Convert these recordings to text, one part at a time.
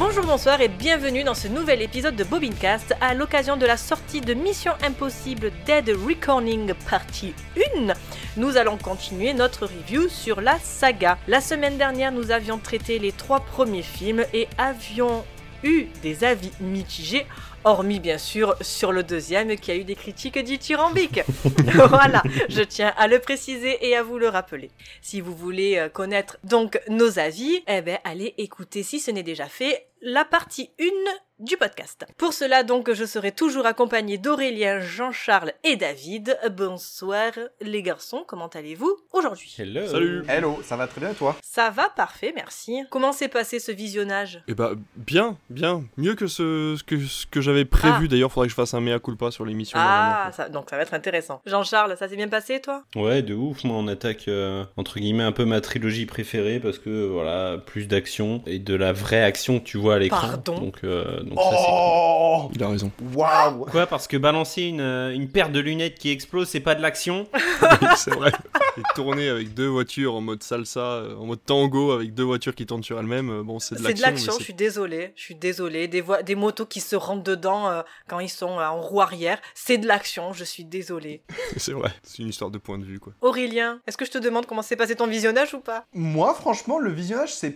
Bonjour, bonsoir et bienvenue dans ce nouvel épisode de Bobincast à l'occasion de la sortie de Mission Impossible Dead Reckoning partie 1. Nous allons continuer notre review sur la saga. La semaine dernière, nous avions traité les 3 premiers films et avions eu des avis mitigés, hormis bien sûr sur le deuxième qui a eu des critiques dithyrambiques. Voilà, je tiens à le préciser et à vous le rappeler. Si vous voulez connaître donc nos avis, allez écouter, si ce n'est déjà fait, la partie 1 du podcast. Pour cela donc, je serai toujours accompagné d'Aurélien, Jean-Charles et David. Bonsoir les garçons, comment allez-vous aujourd'hui ? Hello. Salut. Hello, ça va très bien et toi ? Ça va, parfait, merci. Comment s'est passé ce visionnage ? Eh bah, bien, mieux que ce que j'avais prévu. D'ailleurs, faudrait que je fasse un mea culpa sur l'émission. Donc ça va être intéressant. Jean-Charles, ça s'est bien passé, toi ? Ouais, de ouf. Moi, on attaque entre guillemets un peu ma trilogie préférée parce que voilà, plus d'action et de la vraie action que tu vois à l'écran. Pardon. Donc ça c'est cool. Il a raison. Waouh. Quoi ? Parce que balancer une paire de lunettes qui explose, c'est pas de l'action ? Oui, c'est vrai. Et tourner avec 2 voitures en mode salsa, en mode tango, avec 2 voitures qui tournent sur elles-mêmes, bon, c'est de l'action. C'est de l'action, je suis désolée. Des motos qui se rentrent dedans quand ils sont en roue arrière, c'est de l'action, je suis désolée. C'est vrai, c'est une histoire de point de vue, quoi. Aurélien, est-ce que je te demande comment s'est passé ton visionnage ou pas ? Moi, franchement, le visionnage, c'est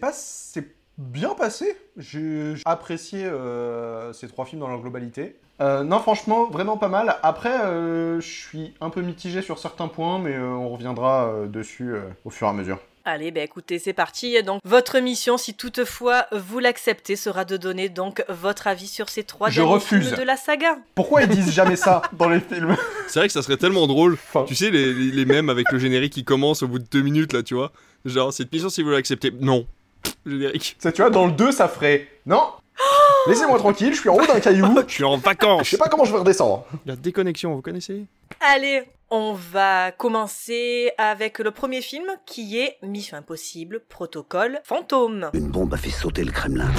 bien passé. J'ai apprécié ces 3 films dans leur globalité. Non, franchement, vraiment pas mal. Après, je suis un peu mitigé sur certains points, mais on reviendra dessus au fur et à mesure. Allez, écoutez, c'est parti. Donc, votre mission, si toutefois vous l'acceptez, sera de donner donc votre avis sur ces 3 derniers films de la saga. Pourquoi ils disent jamais ça dans les films ? C'est vrai que ça serait tellement drôle. Tu sais, les mèmes avec le générique qui commence au bout de 2 minutes, là, tu vois. Genre, cette mission, si vous l'acceptez, non. Générique. Ça, tu vois, dans le 2, ça ferait... Non. Laissez-moi tranquille, je suis en haut d'un caillou. Je suis en vacances. Je sais pas comment je vais redescendre. La déconnexion, vous connaissez ? Allez, on va commencer avec le premier film qui est Mission Impossible, Protocole Fantôme. Une bombe a fait sauter le Kremlin.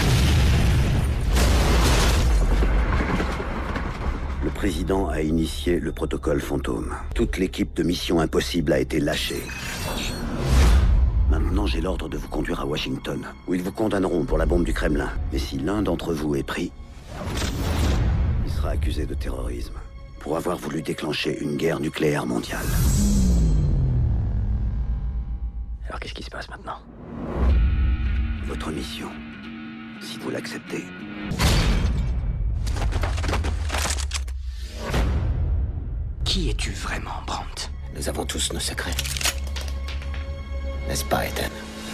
Le président a initié le protocole Fantôme. Toute l'équipe de Mission Impossible a été lâchée. Maintenant, j'ai l'ordre de vous conduire à Washington, où ils vous condamneront pour la bombe du Kremlin. Mais si l'un d'entre vous est pris, il sera accusé de terrorisme pour avoir voulu déclencher une guerre nucléaire mondiale. Alors qu'est-ce qui se passe maintenant ? Votre mission, si vous l'acceptez. Qui es-tu vraiment, Brandt ? Nous avons tous nos secrets. N'est-ce pas, Ethan ?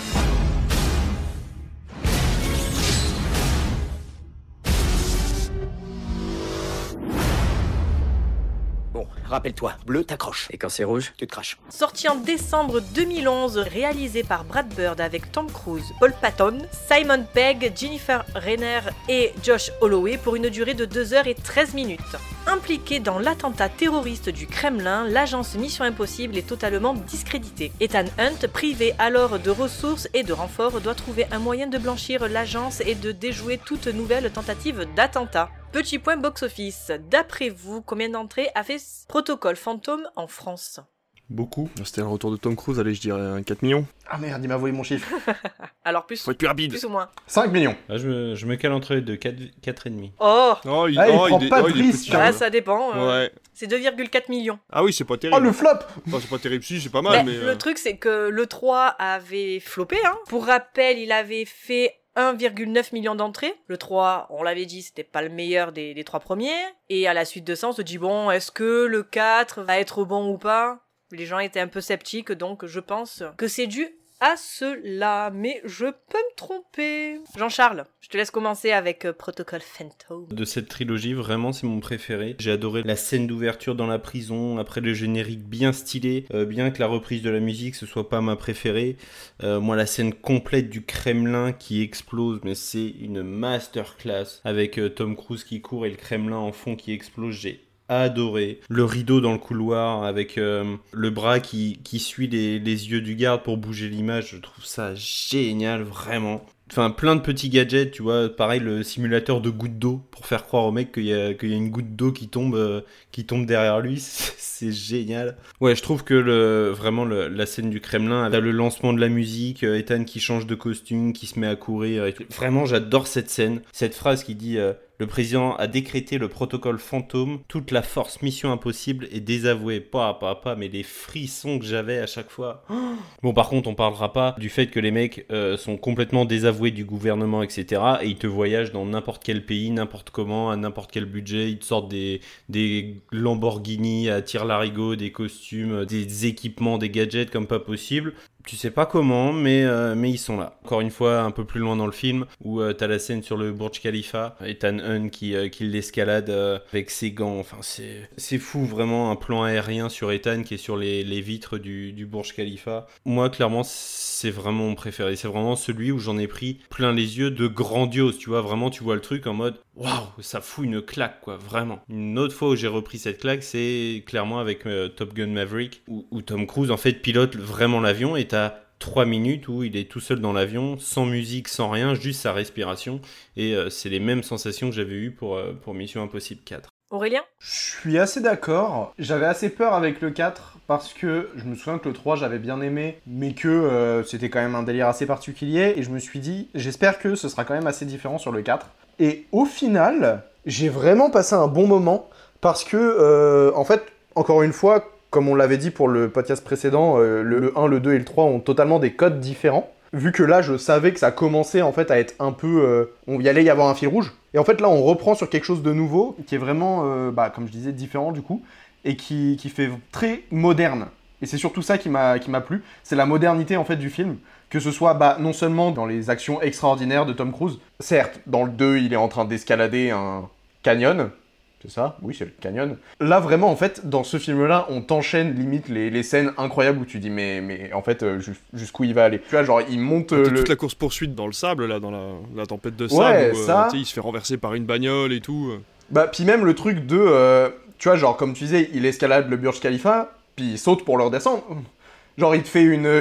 Bon, rappelle-toi, bleu, t'accroches. Et quand c'est rouge, tu te craches. Sorti en décembre 2011, réalisé par Brad Bird avec Tom Cruise, Paul Patton, Simon Pegg, Jennifer Renner et Josh Holloway pour une durée de 2h13. Impliqué dans l'attentat terroriste du Kremlin, l'agence Mission Impossible est totalement discréditée. Ethan Hunt, privé alors de ressources et de renforts, doit trouver un moyen de blanchir l'agence et de déjouer toute nouvelle tentative d'attentat. Petit point box-office. D'après vous, combien d'entrées a fait Protocole Fantôme en France ? Beaucoup. C'était un retour de Tom Cruise, allez, je dirais 4 millions. Ah merde, il m'a volé mon chiffre. Alors plus, Faut être plus rapide. plus ou moins. 5 millions. Ah, je me cale entre les deux, 4,5. Oh, Oh, il prend pas de est risque, petit, hein. ouais, hein. ça dépend. Ouais. C'est 2,4 millions. Ah oui, c'est pas Oh, terrible. le flop. Enfin, c'est pas terrible, si, c'est pas mal, mais... Le truc, c'est que le 3 avait floppé. Pour rappel, il avait fait 1,9 million d'entrées. Le 3, on l'avait dit, c'était pas le meilleur des 3 premiers. Et à la suite de ça, on se dit, bon, est-ce que le 4 va être bon ou pas ? Les gens étaient un peu sceptiques, donc je pense que c'est dû à cela. Mais je peux me tromper. Jean-Charles, je te laisse commencer avec Protocole Fantôme. De cette trilogie, vraiment, c'est mon préféré. J'ai adoré la scène d'ouverture dans la prison, après le générique bien stylé, bien que la reprise de la musique, ce soit pas ma préférée. Moi, la scène complète du Kremlin qui explose, mais c'est une masterclass, avec Tom Cruise qui court et le Kremlin en fond qui explose, j'ai adoré. Le rideau dans le couloir avec le bras qui suit les yeux du garde pour bouger l'image, je trouve ça génial, vraiment. Enfin, plein de petits gadgets, tu vois, pareil, le simulateur de goutte d'eau, pour faire croire au mec qu'il y a une goutte d'eau qui tombe derrière lui, c'est génial. Ouais, je trouve que vraiment la scène du Kremlin, là, le lancement de la musique, Ethan qui change de costume, qui se met à courir, et tout. Vraiment, j'adore cette scène, cette phrase qui dit... Le président a décrété le protocole fantôme, toute la force Mission Impossible est désavouée. Pas, mais les frissons que j'avais à chaque fois. Bon, par contre, on parlera pas du fait que les mecs sont complètement désavoués du gouvernement, etc. Et ils te voyagent dans n'importe quel pays, n'importe comment, à n'importe quel budget. Ils te sortent des Lamborghini à tire-larigot, des costumes, des équipements, des gadgets comme pas possible. Tu sais pas comment, mais ils sont là. Encore une fois, un peu plus loin dans le film, où t'as la scène sur le Burj Khalifa, Ethan Hunt qui l'escalade avec ses gants. Enfin, c'est fou, vraiment, un plan aérien sur Ethan qui est sur les vitres du Burj Khalifa. Moi, clairement, c'est vraiment mon préféré. C'est vraiment celui où j'en ai pris plein les yeux de grandiose. Tu vois, vraiment, tu vois le truc en mode waouh, ça fout une claque, quoi, vraiment. Une autre fois où j'ai repris cette claque, c'est clairement avec Top Gun Maverick, où Tom Cruise, en fait, pilote vraiment l'avion et t'as 3 minutes où il est tout seul dans l'avion, sans musique, sans rien, juste sa respiration. Et c'est les mêmes sensations que j'avais eues pour Mission Impossible 4. Aurélien ? Je suis assez d'accord. J'avais assez peur avec le 4 parce que je me souviens que le 3 j'avais bien aimé, mais que c'était quand même un délire assez particulier. Et je me suis dit, j'espère que ce sera quand même assez différent sur le 4. Et au final, j'ai vraiment passé un bon moment parce que, en fait, encore une fois, comme on l'avait dit pour le podcast précédent, le 1, le 2 et le 3 ont totalement des codes différents. Vu que là, je savais que ça commençait en fait à être un peu... il allait y avoir un fil rouge. Et en fait, là, on reprend sur quelque chose de nouveau, qui est vraiment, comme je disais, différent du coup, et qui fait très moderne. Et c'est surtout ça qui m'a plu. C'est la modernité en fait du film. Que ce soit non seulement dans les actions extraordinaires de Tom Cruise. Certes, dans le 2, il est en train d'escalader un canyon. C'est ça ? Oui, c'est le canyon. Là, vraiment, en fait, dans ce film-là, on t'enchaîne limite les scènes incroyables où tu dis, mais en fait, jusqu'où il va aller. Tu vois, genre, il monte... toute la course-poursuite dans le sable, là, dans la tempête de sable, où ça... il se fait renverser par une bagnole et tout. Puis même le truc de... tu vois, genre, comme tu disais, il escalade le Burj Khalifa, puis il saute pour le redescendre. Genre, il te fait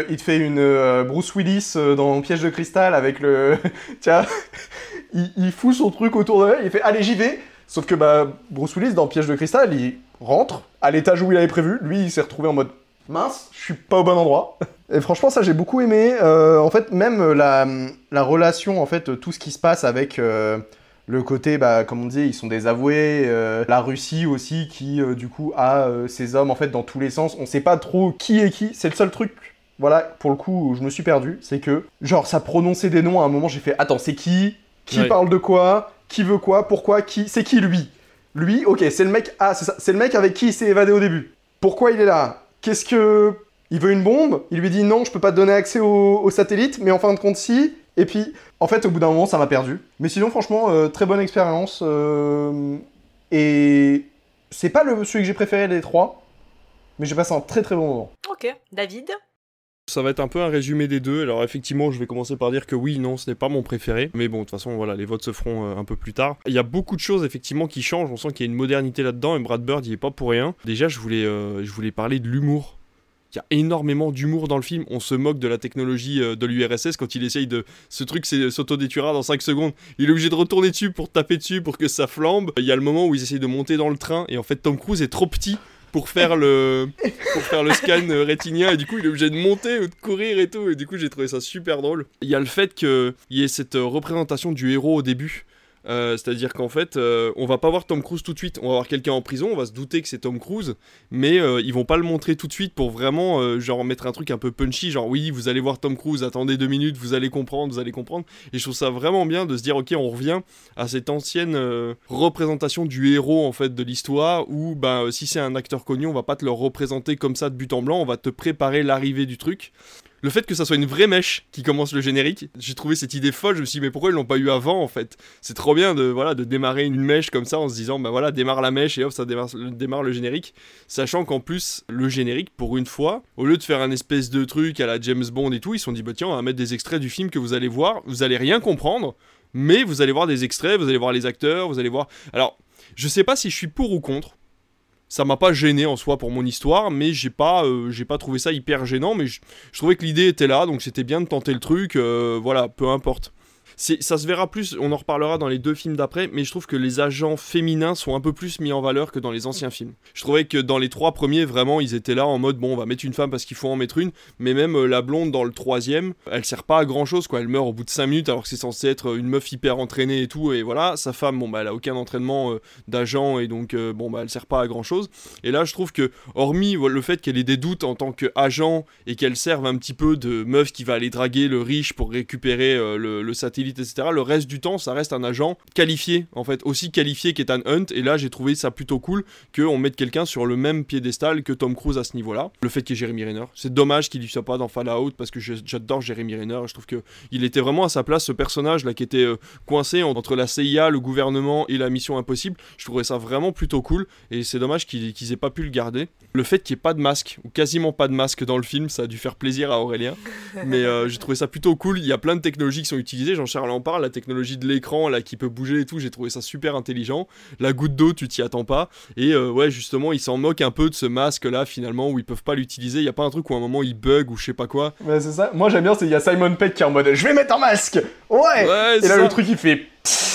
une Bruce Willis dans Piège de cristal avec le... tu vois, il fout son truc autour de là, il fait « Allez, j'y vais !» Sauf que Bruce Willis, dans Piège de cristal, il rentre à l'étage où il avait prévu. Lui, il s'est retrouvé en mode « Mince, je suis pas au bon endroit !» Et franchement, ça, j'ai beaucoup aimé. En fait, même la relation, en fait, tout ce qui se passe avec... le côté, comme on dit, ils sont désavoués. La Russie aussi, qui, du coup, a ses hommes, en fait, dans tous les sens. On sait pas trop qui est qui. C'est le seul truc, voilà, pour le coup, où je me suis perdu. C'est que, genre, ça prononçait des noms. À un moment, j'ai fait, attends, c'est qui ? Qui parle de quoi ? Qui veut quoi ? Pourquoi ? Qui ? C'est qui, lui ? Lui, ok, c'est le mec... Ah, c'est ça. C'est le mec avec qui il s'est évadé au début. Pourquoi il est là ? Qu'est-ce que... Il veut une bombe ? Il lui dit, non, je peux pas te donner accès au satellite, mais en fin de compte, si... Et puis, en fait, au bout d'un moment, ça m'a perdu. Mais sinon, franchement, très bonne expérience. Et c'est pas celui que j'ai préféré des 3, mais j'ai passé un très très bon moment. Ok, David ? Ça va être un peu un résumé des deux. Alors effectivement, je vais commencer par dire que oui, non, ce n'est pas mon préféré. Mais bon, de toute façon, voilà, les votes se feront un peu plus tard. Il y a beaucoup de choses effectivement qui changent. On sent qu'il y a une modernité là-dedans et Brad Bird, il est pas pour rien. Déjà, je voulais parler de l'humour. Il y a énormément d'humour dans le film. On se moque de la technologie de l'URSS quand il essaye de... Ce truc s'autodétruira dans 5 secondes. Il est obligé de retourner dessus pour taper dessus pour que ça flambe. Il y a le moment où ils essayent de monter dans le train et en fait Tom Cruise est trop petit pour faire le scan rétinien et du coup il est obligé de monter ou de courir et tout. Et du coup j'ai trouvé ça super drôle. Il y a le fait qu'il y ait cette représentation du héros au début. C'est-à-dire qu'en fait, on va pas voir Tom Cruise tout de suite. On va voir quelqu'un en prison, on va se douter que c'est Tom Cruise, mais ils vont pas le montrer tout de suite pour vraiment genre mettre un truc un peu punchy, genre oui, vous allez voir Tom Cruise, attendez 2 minutes, vous allez comprendre. Et je trouve ça vraiment bien de se dire ok, on revient à cette ancienne représentation du héros en fait de l'histoire où si c'est un acteur connu, on va pas te le représenter comme ça de but en blanc, on va te préparer l'arrivée du truc. Le fait que ça soit une vraie mèche qui commence le générique, j'ai trouvé cette idée folle, je me suis dit mais pourquoi ils l'ont pas eu avant en fait ? C'est trop bien de démarrer une mèche comme ça en se disant démarre la mèche et hop ça démarre le générique, sachant qu'en plus le générique pour une fois, au lieu de faire un espèce de truc à la James Bond et tout, ils se sont dit tiens on va mettre des extraits du film que vous allez voir, vous allez rien comprendre, mais vous allez voir des extraits, vous allez voir les acteurs, vous allez voir... Alors je sais pas si je suis pour ou contre. Ça m'a pas gêné en soi pour mon histoire, mais j'ai pas trouvé ça hyper gênant, mais je trouvais que l'idée était là, donc c'était bien de tenter le truc, voilà, peu importe. ça se verra plus, on en reparlera dans les 2 films d'après, mais je trouve que les agents féminins sont un peu plus mis en valeur que dans les anciens films. Je trouvais que dans les 3 premiers, vraiment, ils étaient là en mode, bon, on va mettre une femme parce qu'il faut en mettre une, mais même la blonde dans le 3e, elle sert pas à grand chose, quoi. Elle meurt au bout de 5 minutes alors que c'est censé être une meuf hyper entraînée et tout, et voilà, sa femme, bon, bah, elle a aucun entraînement d'agent, et donc, bon, bah, elle sert pas à grand chose. Et là, je trouve que, hormis le fait qu'elle ait des doutes en tant qu'agent et qu'elle serve un petit peu de meuf qui va aller draguer le riche pour récupérer le satellite, etc., le reste du temps, ça reste un agent qualifié, en fait, aussi qualifié qu'Ethan Hunt, et là, j'ai trouvé ça plutôt cool qu'on mette quelqu'un sur le même piédestal que Tom Cruise à ce niveau-là. Le fait qu'il y ait Jeremy Renner, c'est dommage qu'il y soit pas dans Fallout, parce que j'adore Jeremy Renner, je trouve qu'il était vraiment à sa place, ce personnage-là qui était coincé entre la CIA, le gouvernement et la Mission Impossible. Je trouvais ça vraiment plutôt cool, et c'est dommage qu'ils aient pas pu le garder. Le fait qu'il n'y ait pas de masque, ou quasiment pas de masque dans le film, ça a dû faire plaisir à Aurélien, mais j'ai trouvé ça plutôt cool. Il y a plein de technologies qui sont utilisées, Jean-Charles en parle, la technologie de l'écran là qui peut bouger et tout, j'ai trouvé ça super intelligent. La goutte d'eau, tu t'y attends pas, et ouais, justement, ils s'en moquent un peu de ce masque là finalement, où ils peuvent pas l'utiliser. Il y a pas un truc où à un moment il bug ou je sais pas quoi. Ouais, c'est ça. Moi j'aime bien, il y a Simon Pegg qui est en mode je vais mettre un masque. Ouais, et là ça. le truc il fait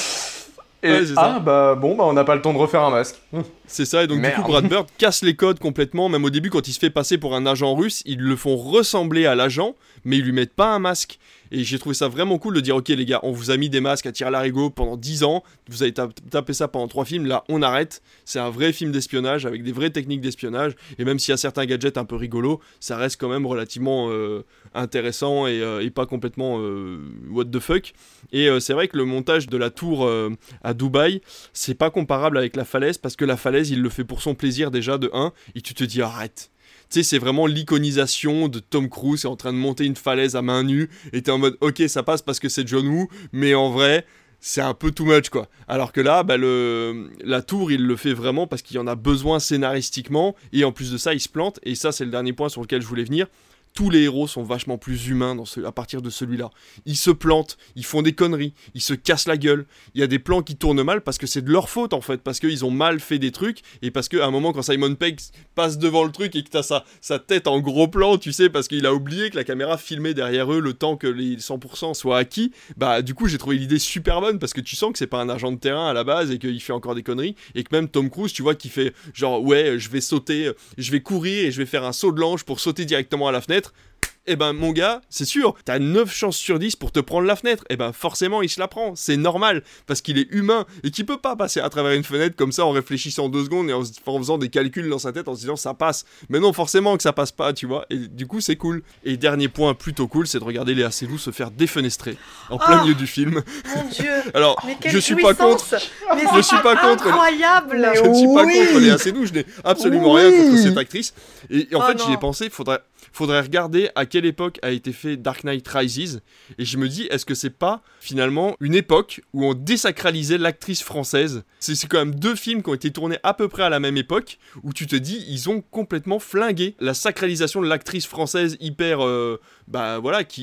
et ouais, ça. bah bon, bah on n'a pas le temps de refaire un masque. C'est ça, et donc Merde. du coup Brad Bird casse les codes complètement. Même au début, quand il se fait passer pour un agent russe, ils le font ressembler à l'agent, mais ils lui mettent pas un masque. Et j'ai trouvé ça vraiment cool de dire, ok les gars, on vous a mis des masques à tire-larigot pendant 10 ans, vous avez tapé ça pendant 3 films, là on arrête. C'est un vrai film d'espionnage avec des vraies techniques d'espionnage, et même s'il y a certains gadgets un peu rigolos, ça reste quand même relativement intéressant et pas complètement what the fuck. Et c'est vrai que le montage de la tour à Dubaï, c'est pas comparable avec la falaise, parce que la falaise il le fait pour son plaisir déjà de 1, et tu te dis arrête. Tu sais, c'est vraiment l'iconisation de Tom Cruise qui est en train de monter une falaise à main nue, et t'es en mode ok, ça passe parce que c'est John Woo, mais en vrai c'est un peu too much quoi. Alors que là, bah, la tour il le fait vraiment parce qu'il y en a besoin scénaristiquement, et en plus de ça il se plante, et ça c'est le dernier point sur lequel je voulais venir. Tous les héros sont vachement plus humains à partir de celui-là. Ils se plantent, ils font des conneries, ils se cassent la gueule. Il y a des plans qui tournent mal parce que c'est de leur faute en fait, parce qu'ils ont mal fait des trucs, et parce qu'à un moment quand Simon Pegg passe devant le truc et que t'as sa tête en gros plan, tu sais, parce qu'il a oublié que la caméra filmait derrière eux le temps que les 100% soient acquis, bah du coup j'ai trouvé l'idée super bonne, parce que tu sens que c'est pas un agent de terrain à la base et qu'il fait encore des conneries, et que même Tom Cruise, tu vois, qui fait genre ouais, je vais sauter, je vais courir et je vais faire un saut de l'ange pour sauter directement à la fenêtre. Eh ben mon gars, c'est sûr, t'as 9 chances sur 10 pour te prendre la fenêtre. Eh ben forcément il se la prend, c'est normal, parce qu'il est humain, et qu'il peut pas passer à travers une fenêtre comme ça en réfléchissant 2 secondes et en faisant des calculs dans sa tête en se disant ça passe. Mais non, forcément que ça passe pas, tu vois, et du coup c'est cool. Et dernier point plutôt cool, c'est de regarder Léa Seydoux se faire défenestrer en plein milieu du film. Mon Dieu. Alors, mais quelle je suis pas contre. Mais Je suis pas contre. Incroyable. Je ne suis pas contre Léa Seydoux, je n'ai absolument rien contre cette actrice. Et en fait, non. j'y ai pensé, faudrait regarder à quelle époque a été fait Dark Knight Rises, et je me dis, est-ce que c'est pas finalement une époque où on désacralisait l'actrice française? C'est quand même 2 films qui ont été tournés à peu près à la même époque, où tu te dis, ils ont complètement flingué la sacralisation de l'actrice française hyper, bah voilà, qui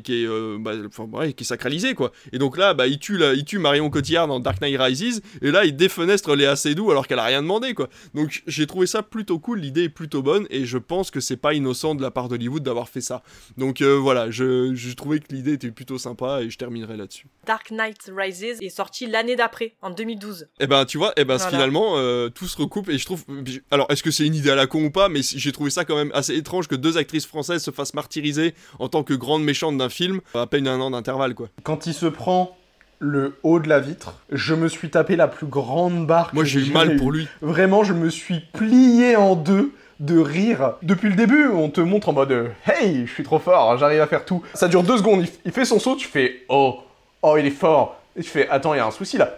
est sacralisée quoi. Et donc là, bah il tue Marion Cotillard dans Dark Knight Rises, et là il défenestre Léa Seydoux alors qu'elle a rien demandé quoi. Donc j'ai trouvé ça plutôt cool, l'idée est plutôt bonne, et je pense que c'est pas innocent de la part d'Hollywood d'avoir fait ça. Donc voilà, je trouvais que l'idée était plutôt sympa, et je terminerai là-dessus. Dark Knight Rises est sorti l'année d'après, en 2012. Et ben tu vois, Voilà. finalement tout se recoupe, et je trouve, alors est-ce que c'est une idée à la con ou pas, mais j'ai trouvé ça quand même assez étrange que 2 actrices françaises se fassent martyriser en tant que grande méchante d'un film à peine 1 an d'intervalle quoi. Quand il se prend le haut de la vitre, je me suis tapé la plus grande barre. Moi j'ai eu mal pour lui. Vraiment, je me suis plié en 2 de rire. Depuis le début, on te montre en mode hey, je suis trop fort, j'arrive à faire tout. Ça dure 2 secondes, il fait son saut, tu fais oh, il est fort. Et tu fais attends, il y a un souci là.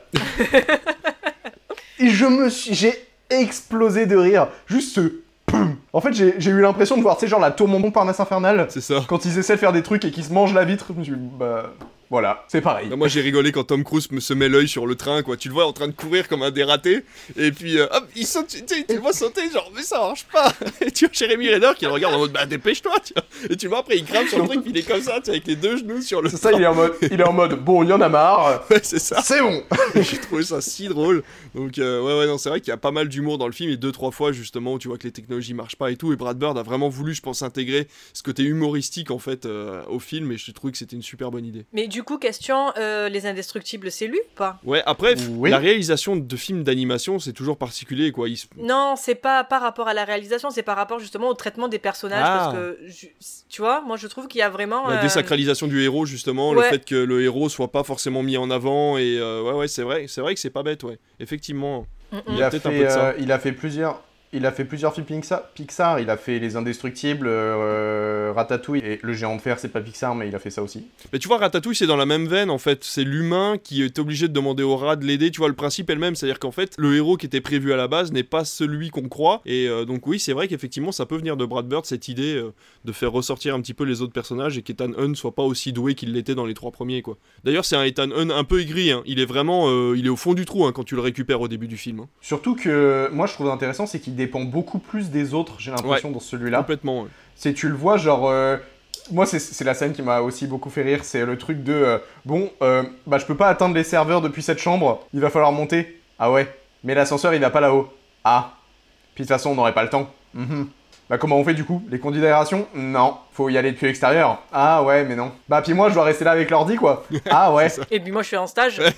Et j'ai explosé de rire. Juste ce poum. En fait, j'ai eu l'impression de voir, tu sais, genre la tour Montparnasse infernale. C'est ça. Quand ils essaient de faire des trucs et qu'ils se mangent la vitre, je me suis dit, bah voilà, c'est pareil. Moi j'ai rigolé quand Tom Cruise se met l'œil sur le train quoi, tu le vois en train de courir comme un dératé, et puis hop, il saute, tu le vois sauter genre mais ça marche pas. Et tu vois Jeremy Renner qui le regarde en mode bah dépêche-toi, tu vois. Et tu vois après il crame sur le truc, puis il est comme ça, tu sais, avec les 2 genoux sur le C'est ça, il est en mode bon, il y en a marre. Ouais, c'est ça. C'est bon. J'ai trouvé ça si drôle. Donc ouais non, c'est vrai qu'il y a pas mal d'humour dans le film, et 2-3 fois justement où tu vois que les technologies marchent pas et tout, et Brad Bird a vraiment voulu, je pense, intégrer ce côté humoristique en fait au film, et je trouvais que c'était une super bonne idée. Mais du coup, question, Les Indestructibles, c'est lui ou pas? Ouais, après, Oui. la réalisation de films d'animation, c'est toujours particulier, quoi. Non, c'est pas par rapport à la réalisation, c'est par rapport justement au traitement des personnages. Ah. Parce que, tu vois, moi je trouve qu'il y a vraiment. La désacralisation du héros, justement, Ouais. le fait que le héros soit pas forcément mis en avant, et ouais, c'est vrai que c'est pas bête, ouais. Effectivement. Il y a peut-être un peu de ça. Il a fait plusieurs films Pixar. Il a fait Les Indestructibles, Ratatouille et Le Géant de Fer. C'est pas Pixar, mais il a fait ça aussi. Mais tu vois, Ratatouille, c'est dans la même veine, en fait. C'est l'humain qui est obligé de demander au rat de l'aider. Tu vois, le principe est le même. C'est-à-dire qu'en fait, le héros qui était prévu à la base n'est pas celui qu'on croit. Et donc, oui, c'est vrai qu'effectivement, ça peut venir de Brad Bird, cette idée de faire ressortir un petit peu les autres personnages et qu'Ethan Hunt soit pas aussi doué qu'il l'était dans les 3 premiers, quoi. D'ailleurs, c'est un Ethan Hunt un peu aigri, hein. Il est vraiment... il est au fond du trou, hein, quand tu le récupères au début du film, hein. Surtout que moi, je trouve intéressant, c'est qu'il dépend beaucoup plus des autres, j'ai l'impression, dans celui-là. Complètement, ouais. C'est, tu le vois, genre... moi, c'est la scène qui m'a aussi beaucoup fait rire. C'est le truc de... je peux pas atteindre les serveurs depuis cette chambre. Il va falloir monter. Ah ouais. Mais l'ascenseur, il va pas là-haut. Ah. Puis de toute façon, on n'aurait pas le temps. Mhm. Bah comment on fait du coup? Les conduits d'aération? Non. Faut y aller depuis l'extérieur. Ah ouais, mais non. Bah puis moi, je dois rester là avec l'ordi, quoi. Ah ouais. Et puis moi je suis en stage. Ouais.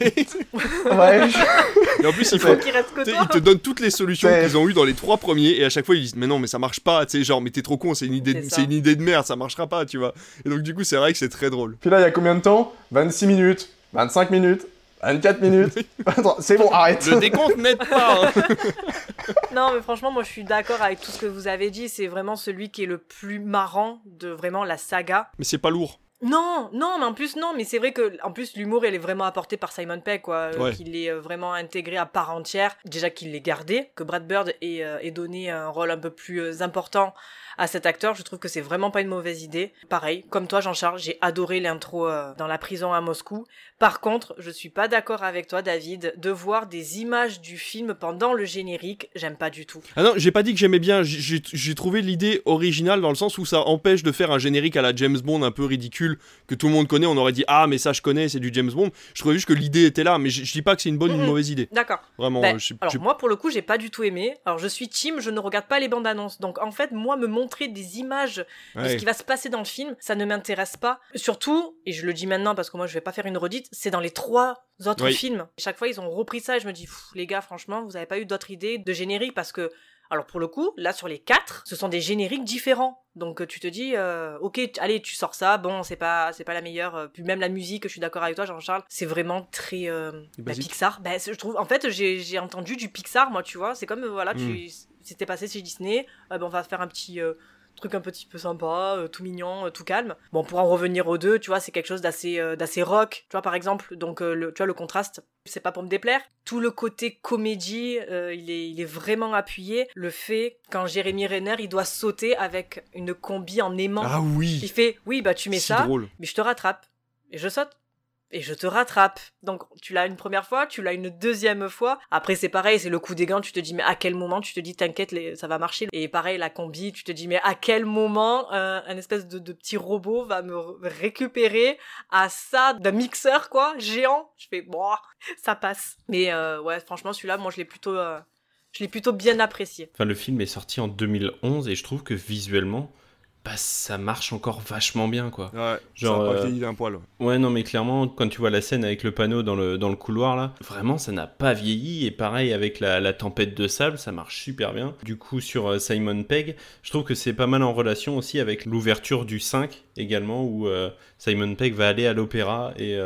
Et en plus, il Faut qu'il reste que tu sais, toi. ils te donnent toutes les solutions Ouais. qu'ils ont eues dans les 3 premiers et à chaque fois ils disent mais non mais ça marche pas, tu sais, genre mais t'es trop con, c'est une idée de merde, ça marchera pas, tu vois. Et donc du coup c'est vrai que c'est très drôle. Puis là, il y a combien de temps? 26 minutes. 25 minutes. 24 minutes. Attends, c'est bon, arrête. Le décompte n'aide pas, hein. Non, mais franchement, moi je suis d'accord avec tout ce que vous avez dit. C'est vraiment celui qui est le plus marrant de vraiment la saga. Mais c'est pas lourd. Non, mais en plus, non, mais c'est vrai que, en plus, l'humour, il est vraiment apporté par Simon Pegg, quoi. Ouais. Qu'il est vraiment intégré à part entière. Déjà qu'il l'ait gardé, que Brad Bird ait donné un rôle un peu plus important à cet acteur. Je trouve que c'est vraiment pas une mauvaise idée. Pareil, comme toi, Jean-Charles, j'ai adoré l'intro dans la prison à Moscou. Par contre, je suis pas d'accord avec toi, David, de voir des images du film pendant le générique. J'aime pas du tout. Ah non, j'ai pas dit que j'aimais bien, j'ai trouvé l'idée originale dans le sens où ça empêche de faire un générique à la James Bond un peu ridicule que tout le monde connaît. On aurait dit ah mais ça je connais, c'est du James Bond. Je trouvais juste que l'idée était là, mais je dis pas que c'est une bonne ou une mauvaise idée. D'accord. Vraiment. Alors moi pour le coup j'ai pas du tout aimé. Alors je suis team, je ne regarde pas les bandes annonces. Donc en fait moi me montrer des images de ce qui va se passer dans le film, ça ne m'intéresse pas. Surtout, et je le dis maintenant parce que moi je vais pas faire une redite, c'est dans les 3 autres films. Chaque fois ils ont repris ça et je me dis les gars franchement vous avez pas eu d'autres idées de générique parce que alors pour le coup, là sur les 4, ce sont des génériques différents. Donc tu te dis, ok, allez, tu sors ça, bon, c'est pas la meilleure. Puis même la musique, je suis d'accord avec toi, Jean-Charles, c'est vraiment très Pixar. Je trouve, en fait, j'ai entendu du Pixar, moi, tu vois. C'est comme, voilà, c'était passé chez Disney, on va faire un petit truc un petit peu sympa, tout mignon, tout calme. Bon, pour en revenir aux 2, tu vois, c'est quelque chose d'assez rock, tu vois, par exemple. Donc, tu vois, le contraste, c'est pas pour me déplaire. Tout le côté comédie, il est vraiment appuyé. Le fait, quand Jérémy Renner, il doit sauter avec une combi en aimant. Ah oui. Il fait, oui, bah tu mets ça, drôle. mais je te rattrape. Et je saute. Et je te rattrape. Donc, tu l'as une première fois, tu l'as une deuxième fois. Après, c'est pareil, c'est le coup des gants, tu te dis, mais à quel moment, tu te dis, t'inquiète, ça va marcher. Et pareil, la combi, tu te dis, mais à quel moment, un espèce de petit robot va me récupérer à ça, d'un mixeur, quoi, géant. Je fais, bon, ça passe. Mais, ouais, franchement, celui-là, moi, je l'ai plutôt bien apprécié. Enfin, le film est sorti en 2011 et je trouve que visuellement, ça marche encore vachement bien, quoi. Ouais, genre, ça a pas vieilli d'un poil. Ouais, non, mais clairement, quand tu vois la scène avec le panneau dans le couloir, là, vraiment, ça n'a pas vieilli. Et pareil, avec la tempête de sable, ça marche super bien. Du coup, sur Simon Pegg, je trouve que c'est pas mal en relation aussi avec l'ouverture du 5, également, où Simon Pegg va aller à l'opéra et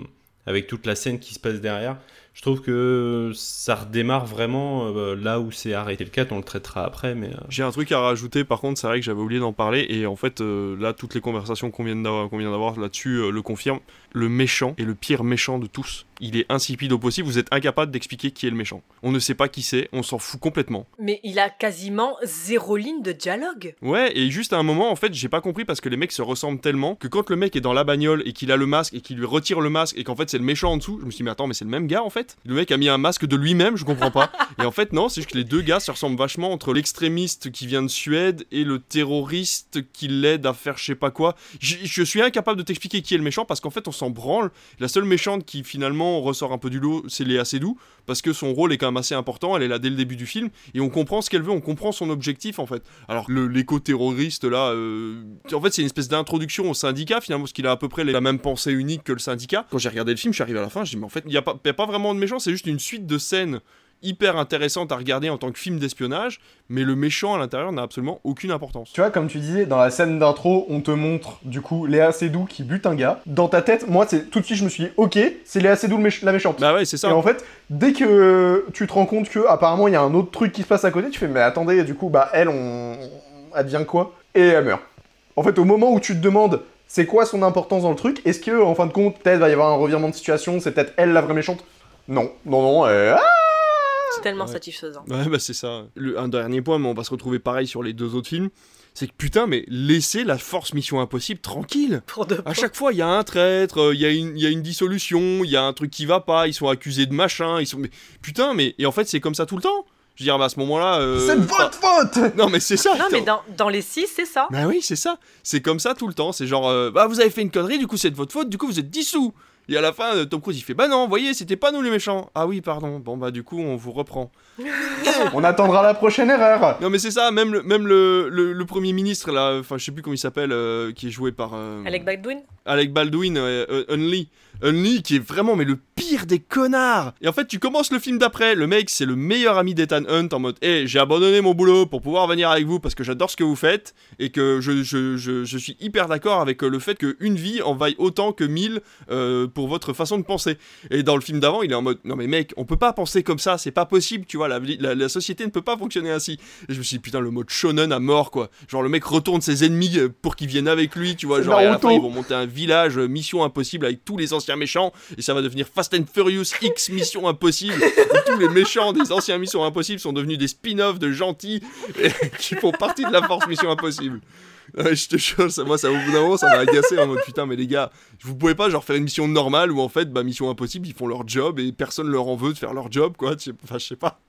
avec toute la scène qui se passe derrière. Je trouve que ça redémarre vraiment là où c'est arrêté. Le 4, on le traitera après, mais... J'ai un truc à rajouter, par contre, c'est vrai que j'avais oublié d'en parler, et en fait, là, toutes les conversations qu'on vient d'avoir là-dessus le confirment. Le méchant est le pire méchant de tous. Il est insipide au possible, vous êtes incapable d'expliquer qui est le méchant. On ne sait pas qui c'est, on s'en fout complètement. Mais il a quasiment 0 ligne de dialogue. Ouais, et juste à un moment, en fait, j'ai pas compris parce que les mecs se ressemblent tellement que quand le mec est dans la bagnole et qu'il a le masque et qu'il lui retire le masque et qu'en fait c'est le méchant en dessous, je me suis dit mais attends, mais c'est le même gars en fait. Le mec a mis un masque de lui-même, je comprends pas. Et en fait non, c'est juste que les deux gars se ressemblent vachement entre l'extrémiste qui vient de Suède et le terroriste qui l'aide à faire je sais pas quoi. Je suis incapable de t'expliquer qui est le méchant parce qu'en fait on s'en branle. La seule méchante qui finalement effectivement ressort un peu du lot, c'est Léa Seydoux, parce que son rôle est quand même assez important, elle est là dès le début du film, et on comprend ce qu'elle veut, on comprend son objectif en fait. Alors l'éco-terroriste là, en fait c'est une espèce d'introduction au syndicat finalement, parce qu'il a à peu près la même pensée unique que le syndicat. Quand j'ai regardé le film, je suis arrivé à la fin, je dis mais en fait il n'y a pas vraiment de méchant, c'est juste une suite de scènes hyper intéressante à regarder en tant que film d'espionnage, mais le méchant à l'intérieur n'a absolument aucune importance. Tu vois, comme tu disais, dans la scène d'intro, on te montre, du coup, Léa Seydoux qui bute un gars. Dans ta tête, moi, tout de suite, je me suis dit, ok, c'est Léa Seydoux la méchante. Bah ouais, c'est ça. Et en fait, dès que tu te rends compte que, apparemment, il y a un autre truc qui se passe à côté, tu fais, mais attendez, du coup, bah, elle devient quoi ? Et elle meurt. En fait, au moment où tu te demandes, c'est quoi son importance dans le truc, est-ce que, en fin de compte, peut-être, va y avoir un revirement de situation, c'est peut-être elle la vraie méchante ? Non, C'est tellement satisfaisant. Ouais, bah c'est ça. Un dernier point, mais on va se retrouver pareil sur les 2 autres films. C'est que putain, mais laissez la force Mission Impossible tranquille. Pour de bon. À chaque fois, il y a un traître, il y a une dissolution, il y a un truc qui va pas, ils sont accusés de machin, mais putain, mais et en fait c'est comme ça tout le temps. Je veux dire, bah, à ce moment-là. C'est de votre faute. Non, mais c'est ça. Non, mais dans les 6, c'est ça. Bah oui, c'est ça. C'est comme ça tout le temps. C'est genre, bah vous avez fait une connerie, du coup c'est de votre faute, du coup vous êtes dissous. Et à la fin, Tom Cruise il fait bah non, voyez, c'était pas nous les méchants. Ah oui, pardon. Bon bah du coup on vous reprend. On attendra la prochaine erreur. Non mais c'est ça, même le premier ministre là, enfin je sais plus comment il s'appelle, qui est joué par Alec Baldwin. Alec Baldwin, Unley, qui est vraiment mais le pire des connards. Et en fait tu commences le film d'après, le mec c'est le meilleur ami d'Ethan Hunt en mode j'ai abandonné mon boulot pour pouvoir venir avec vous parce que j'adore ce que vous faites et que je suis hyper d'accord avec le fait qu'une vie en vaille autant que 1000 pour votre façon de penser. Et dans le film d'avant il est en mode non mais mec on peut pas penser comme ça, c'est pas possible, tu vois, la société ne peut pas fonctionner ainsi. Et je me suis dit putain le mode shonen à mort quoi, genre le mec retourne ses ennemis pour qu'ils viennent avec lui, tu vois, genre et à la fin ils vont monter un village Mission Impossible avec tous les anciens méchants et ça va devenir Fast and Furious X Mission Impossible où tous les méchants des anciens Mission Impossible sont devenus des spin-offs de gentils et qui font partie de la force Mission Impossible. Je te jure, ça, moi, ça, au bout d'un moment, ça m'a agacé en mode putain, mais les gars, vous pouvez pas genre faire une mission normale où en fait, bah, Mission Impossible, ils font leur job et personne leur en veut de faire leur job, quoi. Enfin, je sais pas.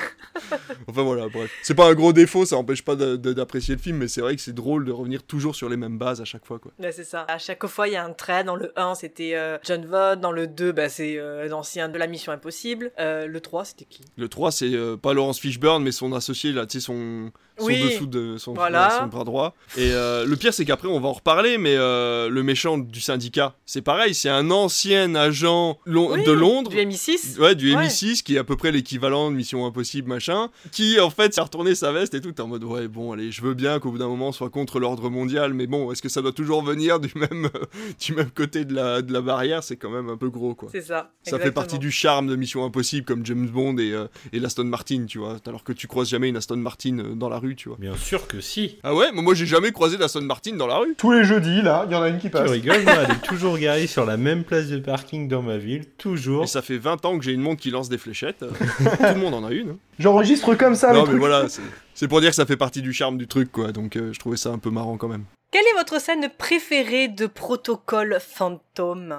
Enfin voilà, bref. C'est pas un gros défaut, ça empêche pas d'apprécier le film, mais c'est vrai que c'est drôle de revenir toujours sur les mêmes bases à chaque fois, quoi. Ouais, c'est ça. À chaque fois, il y a un trait. Dans le 1, c'était John Voight. Dans le 2, bah, c'est l'ancien de la Mission Impossible. Le 3, c'était qui ? Le 3, c'est pas Laurence Fishburne, mais son associé, là, tu sais, son dessous de son bras droit. Et le pire, c'est qu'après, on va en reparler, mais le méchant du syndicat, c'est pareil, c'est un ancien agent de Londres. Du MI6. Ouais, du MI6, qui est à peu près l'équivalent de Mission Impossible, machin, qui, en fait, s'est retourné sa veste et tout, t'es en mode, ouais, bon, allez, je veux bien qu'au bout d'un moment, on soit contre l'ordre mondial, mais bon, est-ce que ça doit toujours venir du même côté de la barrière ? C'est quand même un peu gros, quoi. C'est ça. Ça fait partie du charme de Mission Impossible, comme James Bond et l'Aston Martin, tu vois, alors que tu croises jamais une Aston Martin dans la rue, tu vois. Bien sûr que si. Ah ouais, moi j'ai jamais croisé d'Aston Martin dans la rue. Tous les jeudis, là, il y en a une qui passe. Tu rigoles, moi, elle est toujours garée sur la même place de parking dans ma ville, toujours. Et ça fait 20 ans que j'ai une montre qui lance des fléchettes. Tout le monde en a une. J'enregistre comme ça, non, le mais truc. voilà, c'est pour dire que ça fait partie du charme du truc, quoi. Donc je trouvais ça un peu marrant quand même. Quelle est votre scène préférée de Protocole Fantôme ?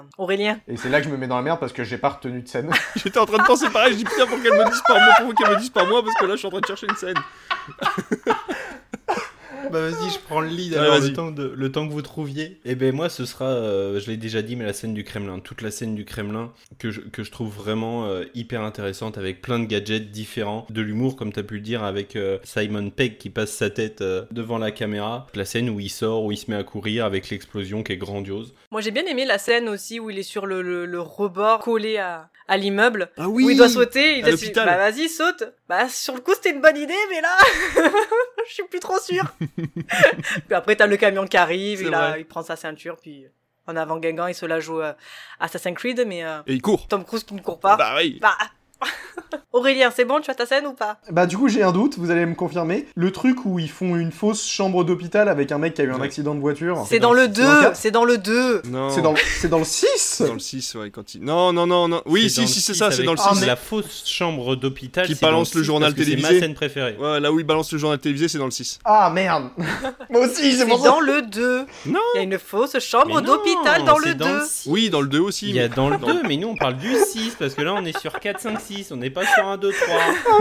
Aurélien ? Et c'est là que je me mets dans la merde parce que j'ai pas retenu de scène. J'étais en train de penser pareil, je dis putain pour qu'elle me dise pas moi, parce que là je suis en train de chercher une scène. Bah vas-y, je prends le lead Ouais, alors vas-y. le temps que vous trouviez. Et ben moi ce sera, je l'ai déjà dit, mais la scène du Kremlin, toute la scène du Kremlin que je trouve vraiment hyper intéressante avec plein de gadgets différents, de l'humour comme t'as pu le dire avec Simon Pegg qui passe sa tête devant la caméra, la scène où il sort, où il se met à courir avec l'explosion qui est grandiose. Moi, j'ai bien aimé la scène aussi où il est sur le rebord collé à l'immeuble. Ah oui, où il doit sauter. Il à doit se- l'hôpital. Bah vas-y, saute. Bah sur le coup, c'était une bonne idée, mais là, je suis plus trop sûre. Puis après, t'as le camion qui arrive, C'est il vrai. prend sa ceinture, puis en avant Guingamp, il se la joue Assassin's Creed, mais Et il court. Tom Cruise qui ne court pas. Bah oui. Bah. Aurélien, c'est bon, tu as ta scène ou pas ? Bah du coup j'ai un doute, vous allez me confirmer. Le truc où ils font une fausse chambre d'hôpital avec un mec qui a eu un Ouais. accident de voiture. C'est dans le c'est dans le 2, quatre c'est dans le 2. Non. C'est dans le 6. C'est dans le 6, ouais, quand il... Non. Oui, C'est dans si, le c'est 6 ça, c'est dans le 6. avec la fausse chambre d'hôpital Qui c'est dans balance le 6 journal parce que télévisé. C'est ma scène préférée. Ouais, là où il balance le journal télévisé, c'est dans le 6. Ah merde. Moi aussi, c'est C'est pour ça. dans le 2. Non. Il y a une fausse chambre Mais non, d'hôpital dans le c'est 2. dans le 6. Oui, dans le 2 aussi. Il y a dans le 2, mais nous on parle du 6 parce que là on est sur 4, 5, 6, on n'est pas sur un 2, 3.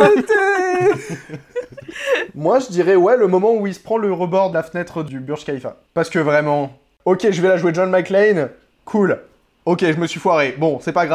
Moi je dirais ouais le moment où il se prend le rebord de la fenêtre du Burj Khalifa. Parce que vraiment, ok je vais la jouer John McClane, cool. Ok je me suis foiré, bon c'est pas grave.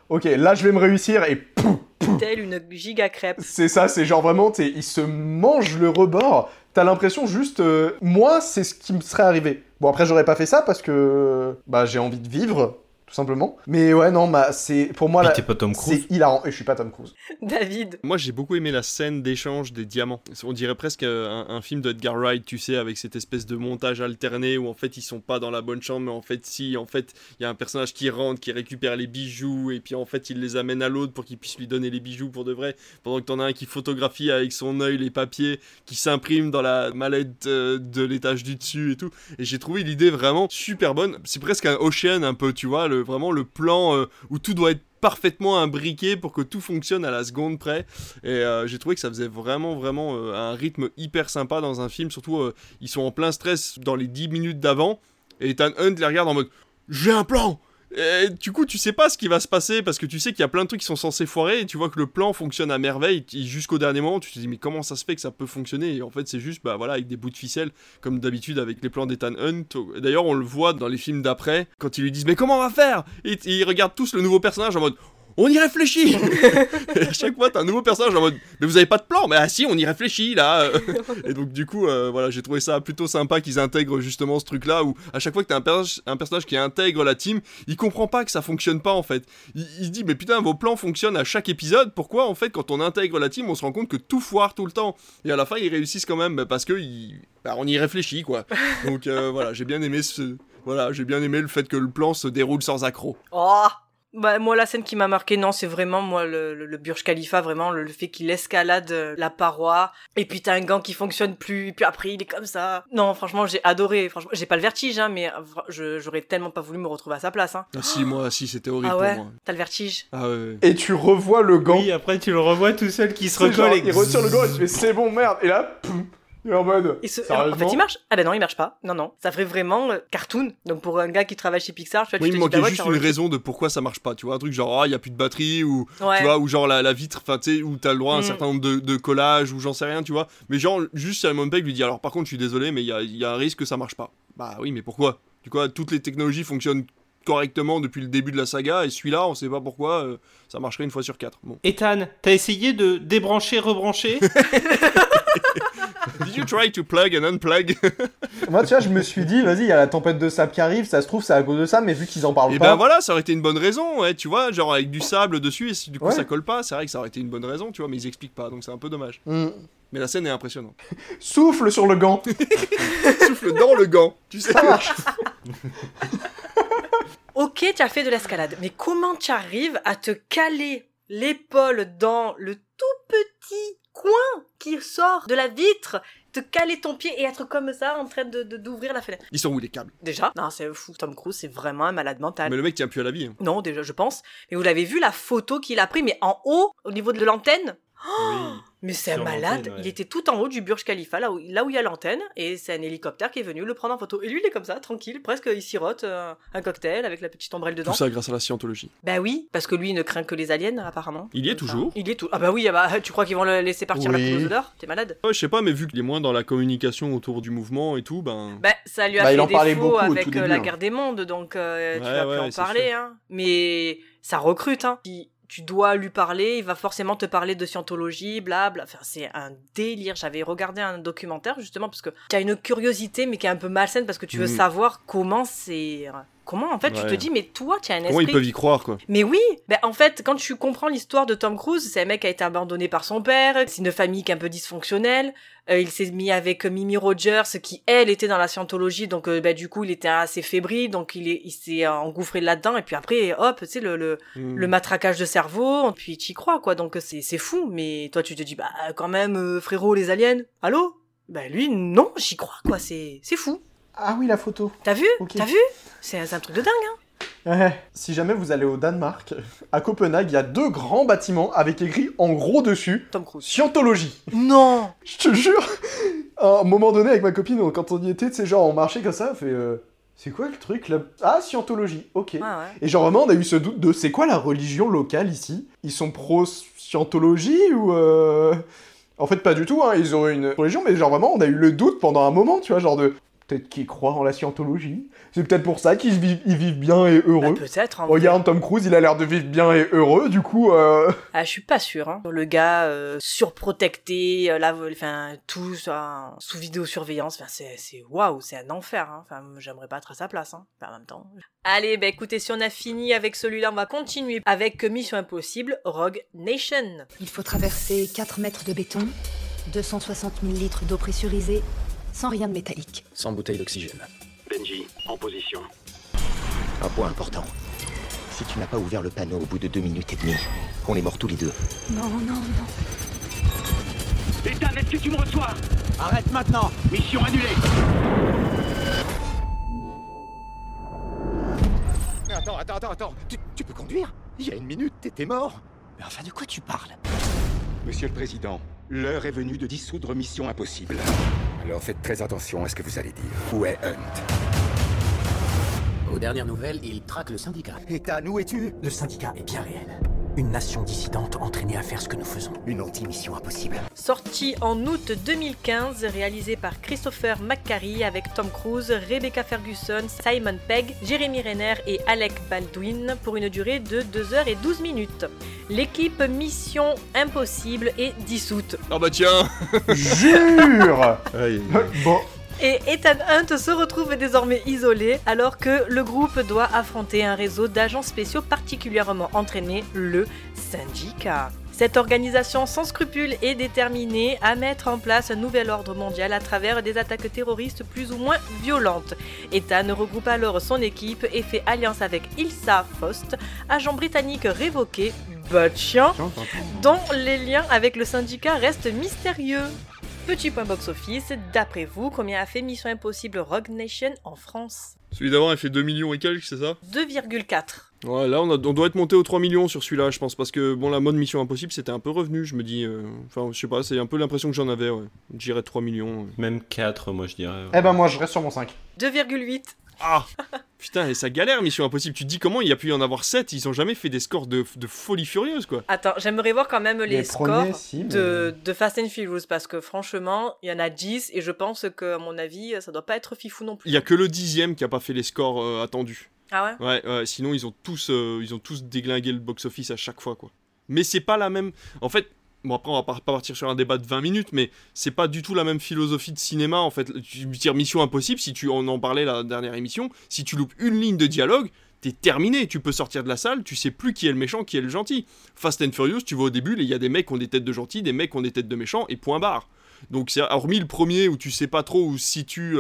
ok, là je vais me réussir et pouf, Telle une giga crêpe. c'est ça, c'est genre vraiment, il se mange le rebord. T'as l'impression juste, moi, c'est ce qui me serait arrivé. Bon, après, j'aurais pas fait ça parce que j'ai envie de vivre, tout simplement. Mais ouais, non, c'est pour moi, Mais là, t'es pas Tom Cruise. c'est hilarant. Et je suis pas Tom Cruise. David. Moi, j'ai beaucoup aimé la scène d'échange des diamants. On dirait presque un film d'Edgar Wright, tu sais, avec cette espèce de montage alterné où en fait ils sont pas dans la bonne chambre, mais en fait si, en fait il y a un personnage qui rentre, qui récupère les bijoux et puis en fait il les amène à l'autre pour qu'il puisse lui donner les bijoux pour de vrai, pendant que t'en as un qui photographie avec son œil les papiers, qui s'imprime dans la mallette de l'étage du dessus et tout. Et j'ai trouvé l'idée vraiment super bonne. C'est presque un Ocean un peu, tu vois, vraiment le plan où tout doit être parfaitement imbriqué pour que tout fonctionne à la seconde près. Et j'ai trouvé que ça faisait vraiment un rythme hyper sympa dans un film. Surtout, ils sont en plein stress dans les 10 minutes d'avant. Et Ethan Hunt les regarde en mode « J'ai un plan !» Et du coup, tu sais pas ce qui va se passer parce que tu sais qu'il y a plein de trucs qui sont censés foirer et tu vois que le plan fonctionne à merveille jusqu'au dernier moment. Tu te dis mais comment ça se fait que ça peut fonctionner? Et en fait, c'est juste avec des bouts de ficelle comme d'habitude avec les plans d'Ethan Hunt. D'ailleurs, on le voit dans les films d'après quand ils lui disent mais comment on va faire? Et ils regardent tous le nouveau personnage en mode on y réfléchit. Et à chaque fois, t'as un nouveau personnage en mode mais vous avez pas de plan? Mais ah si, on y réfléchit là. Et donc du coup, j'ai trouvé ça plutôt sympa qu'ils intègrent justement ce truc-là où à chaque fois que t'as un personnage qui intègre la team, il comprend pas que ça fonctionne pas en fait. Il se dit mais putain, vos plans fonctionnent à chaque épisode. Pourquoi en fait quand on intègre la team, on se rend compte que tout foire tout le temps? Et à la fin, ils réussissent quand même parce que on y réfléchit quoi. Donc j'ai bien aimé j'ai bien aimé le fait que le plan se déroule sans accroc. Oh. Moi, la scène qui m'a marqué, non, c'est vraiment, moi, le Burj Khalifa, vraiment, le fait qu'il escalade la paroi, et puis t'as un gant qui fonctionne plus, et puis après, il est comme ça. Non, franchement, j'ai adoré. Franchement, j'ai pas le vertige, hein, mais j'aurais tellement pas voulu me retrouver à sa place, hein. Ah si, c'était horrible pour moi. T'as le vertige? Ah ouais. Et tu revois le gant. Oui, après tu le revois tout seul qui se C'est genre, recolle. il retire le gant et tu fais c'est bon, merde. Et là, il est en mode. En fait, il marche? Ah ben non, il marche pas. Non. Ça ferait vraiment cartoon. Donc pour un gars qui travaille chez Pixar, il me manquait juste une raison de pourquoi ça marche pas. Tu vois, un truc genre, il y a plus de batterie, ou tu vois, ou genre la vitre, enfin, tu sais, où t'as le droit à un certain nombre de collages, ou j'en sais rien, tu vois. Mais genre, juste Simon Pegg lui dit, alors par contre, je suis désolé, mais il y a un risque que ça marche pas. Bah oui, mais pourquoi? Du coup, toutes les technologies fonctionnent correctement depuis le début de la saga, et celui-là, on sait pas pourquoi, ça marcherait une fois sur 4. Bon. Ethan, t'as essayé de débrancher, rebrancher? Did you try to plug and unplug? Moi, tu vois, je me suis dit, vas-y, il y a la tempête de sable qui arrive, ça se trouve, c'est à cause de ça, mais vu qu'ils en parlent et pas. Et ben voilà, ça aurait été une bonne raison, ouais, tu vois, genre avec du sable dessus, et si du coup ça colle pas, c'est vrai que ça aurait été une bonne raison, tu vois, mais ils expliquent pas, donc c'est un peu dommage. Mais la scène est impressionnante. Souffle sur le gant. Souffle dans le gant, tu sais. Ça marche. Ok, tu as fait de l'escalade, mais comment tu arrives à te caler l'épaule dans le tout petit coin qui sort de la vitre, te caler ton pied et être comme ça en train d'ouvrir la fenêtre? Ils sont où les câbles? Déjà, non, c'est fou, Tom Cruise, c'est vraiment un malade mental. Mais le mec tient plus à la vie. Non, déjà, je pense. Mais vous l'avez vu la photo qu'il a pris, mais en haut, au niveau de l'antenne? Oui. Mais c'est un malade, il était tout en haut du Burj Khalifa, là où il y a l'antenne, et c'est un hélicoptère qui est venu le prendre en photo. Et lui, il est comme ça, tranquille, presque il sirote un cocktail avec la petite ombrelle dedans. Tout ça grâce à la scientologie. Bah oui, parce que lui, il ne craint que les aliens, apparemment. Il y est toujours. Il y est tout. Ah bah oui, tu crois qu'ils vont le laisser partir la poudre d'or? T'es malade? Ouais, je sais pas, mais vu qu'il est moins dans la communication autour du mouvement et tout, ben... Bah, ça lui a fait défaut avec début, la guerre des mondes, donc tu vas plus en parler, hein. Mais ça recrute, hein. Tu dois lui parler, il va forcément te parler de scientologie, blabla. Enfin, c'est un délire. J'avais regardé un documentaire, justement, parce que tu as une curiosité, mais qui est un peu malsaine, parce que tu veux savoir comment c'est... Comment, en fait, tu te dis, mais toi, tu as un esprit... Comment ils peuvent y croire, quoi? Mais oui, en fait, quand tu comprends l'histoire de Tom Cruise, c'est un mec qui a été abandonné par son père, c'est une famille qui est un peu dysfonctionnelle, il s'est mis avec Mimi Rogers, qui, elle, était dans la scientologie, donc du coup, il était assez fébrile, donc il s'est engouffré là-dedans, et puis après, hop, tu sais, le matraquage de cerveau, puis tu y crois, quoi, donc c'est fou, mais toi, tu te dis, quand même, frérot, les aliens, allô? Lui, non, j'y crois, quoi, c'est fou. Ah oui, la photo. T'as vu? Okay. T'as vu? C'est un truc de dingue, hein. Ouais. Si jamais vous allez au Danemark, à Copenhague, il y a 2 grands bâtiments avec écrit en gros dessus Tom Cruise. Scientologie. Non. Je te jure. À un moment donné, avec ma copine, quand on y était, tu sais, genre, on marchait comme ça, on fait... c'est quoi le truc là? Ah, Scientologie, ok. Ah ouais. Et genre, vraiment, on a eu ce doute de c'est quoi la religion locale ici? Ils sont pro-Scientologie ou... En fait, pas du tout, hein, ils ont une religion, mais genre vraiment, on a eu le doute pendant un moment, tu vois, genre de... Peut-être qu'ils croient en la scientologie. C'est peut-être pour ça qu'ils vivent bien et heureux. Bah, peut-être. Regarde, Tom Cruise, il a l'air de vivre bien et heureux, du coup... Ah, je suis pas sûre. Hein. Le gars surprotecté, tout sous vidéosurveillance, c'est waouh, c'est un enfer. Hein. Enfin, j'aimerais pas être à sa place. Hein. En même temps. Allez, écoutez, si on a fini avec celui-là, on va continuer avec Mission Impossible, Rogue Nation. Il faut traverser 4 mètres de béton, 260 000 litres d'eau pressurisée, sans rien de métallique. Sans bouteille d'oxygène. Benji, en position. Un point important. Si tu n'as pas ouvert le panneau au bout de 2 minutes et demie, on est morts tous les deux. Non. Ethan, est-ce que tu me reçois? Arrête maintenant. Mission annulée. Attends. Tu peux conduire? Il y a 1 minute, t'étais mort. Mais enfin, de quoi tu parles? Monsieur le Président, l'heure est venue de dissoudre Mission Impossible. Alors faites très attention à ce que vous allez dire. Où est Hunt? Aux dernières nouvelles, il traque le syndicat. Ethan, où es-tu? Le syndicat est bien réel. Une nation dissidente entraînée à faire ce que nous faisons. Une anti-mission impossible. Sorti en août 2015, réalisé par Christopher McQuarrie avec Tom Cruise, Rebecca Ferguson, Simon Pegg, Jeremy Renner et Alec Baldwin pour une durée de 2h12. L'équipe Mission Impossible est dissoute. Ah bah tiens. Jure. Bon. Et Ethan Hunt se retrouve désormais isolé alors que le groupe doit affronter un réseau d'agents spéciaux particulièrement entraînés, le Syndicat. Cette organisation sans scrupules est déterminée à mettre en place un nouvel ordre mondial à travers des attaques terroristes plus ou moins violentes. Ethan regroupe alors son équipe et fait alliance avec Ilsa Faust, agent britannique révoqué, dont les liens avec le Syndicat restent mystérieux. Petit point box-office, d'après vous, combien a fait Mission Impossible Rogue Nation en France? Celui d'avant, il fait 2 millions et quelques, c'est ça? 2,4. Ouais, là, on doit être monté aux 3 millions sur celui-là, je pense, parce que, bon, la mode Mission Impossible, c'était un peu revenu, je me dis... Enfin, je sais pas, c'est un peu l'impression que j'en avais, ouais. J'irais 3 millions. Ouais. Même 4, moi, je dirais. Ouais. Eh ben, moi, je reste sur mon 5. 2,8. Ah. Putain, et ça galère Mission Impossible, tu te dis comment il y a pu y en avoir 7, ils ont jamais fait des scores de folie furieuse, quoi. Attends, j'aimerais voir quand même les scores premiers, si, mais... de Fast and Furious, parce que franchement, il y en a 10, et je pense que, à mon avis, ça doit pas être fifou non plus. Il y a que le 10e qui a pas fait les scores attendus. Ah ouais? Ouais, sinon ils ont tous déglingué le box-office à chaque fois, quoi. Mais c'est pas la même... En fait, bon après on va pas partir sur un débat de 20 minutes, mais c'est pas du tout la même philosophie de cinéma, en fait. Tu dire Mission Impossible, si on en parlait la dernière émission, si tu loupes une ligne de dialogue, t'es terminé, tu peux sortir de la salle, tu sais plus qui est le méchant, qui est le gentil. Fast and Furious, tu vois au début, il y a des mecs qui ont des têtes de gentils, des mecs qui ont des têtes de méchants, et point barre. Donc c'est hormis le premier où tu sais pas trop où se situe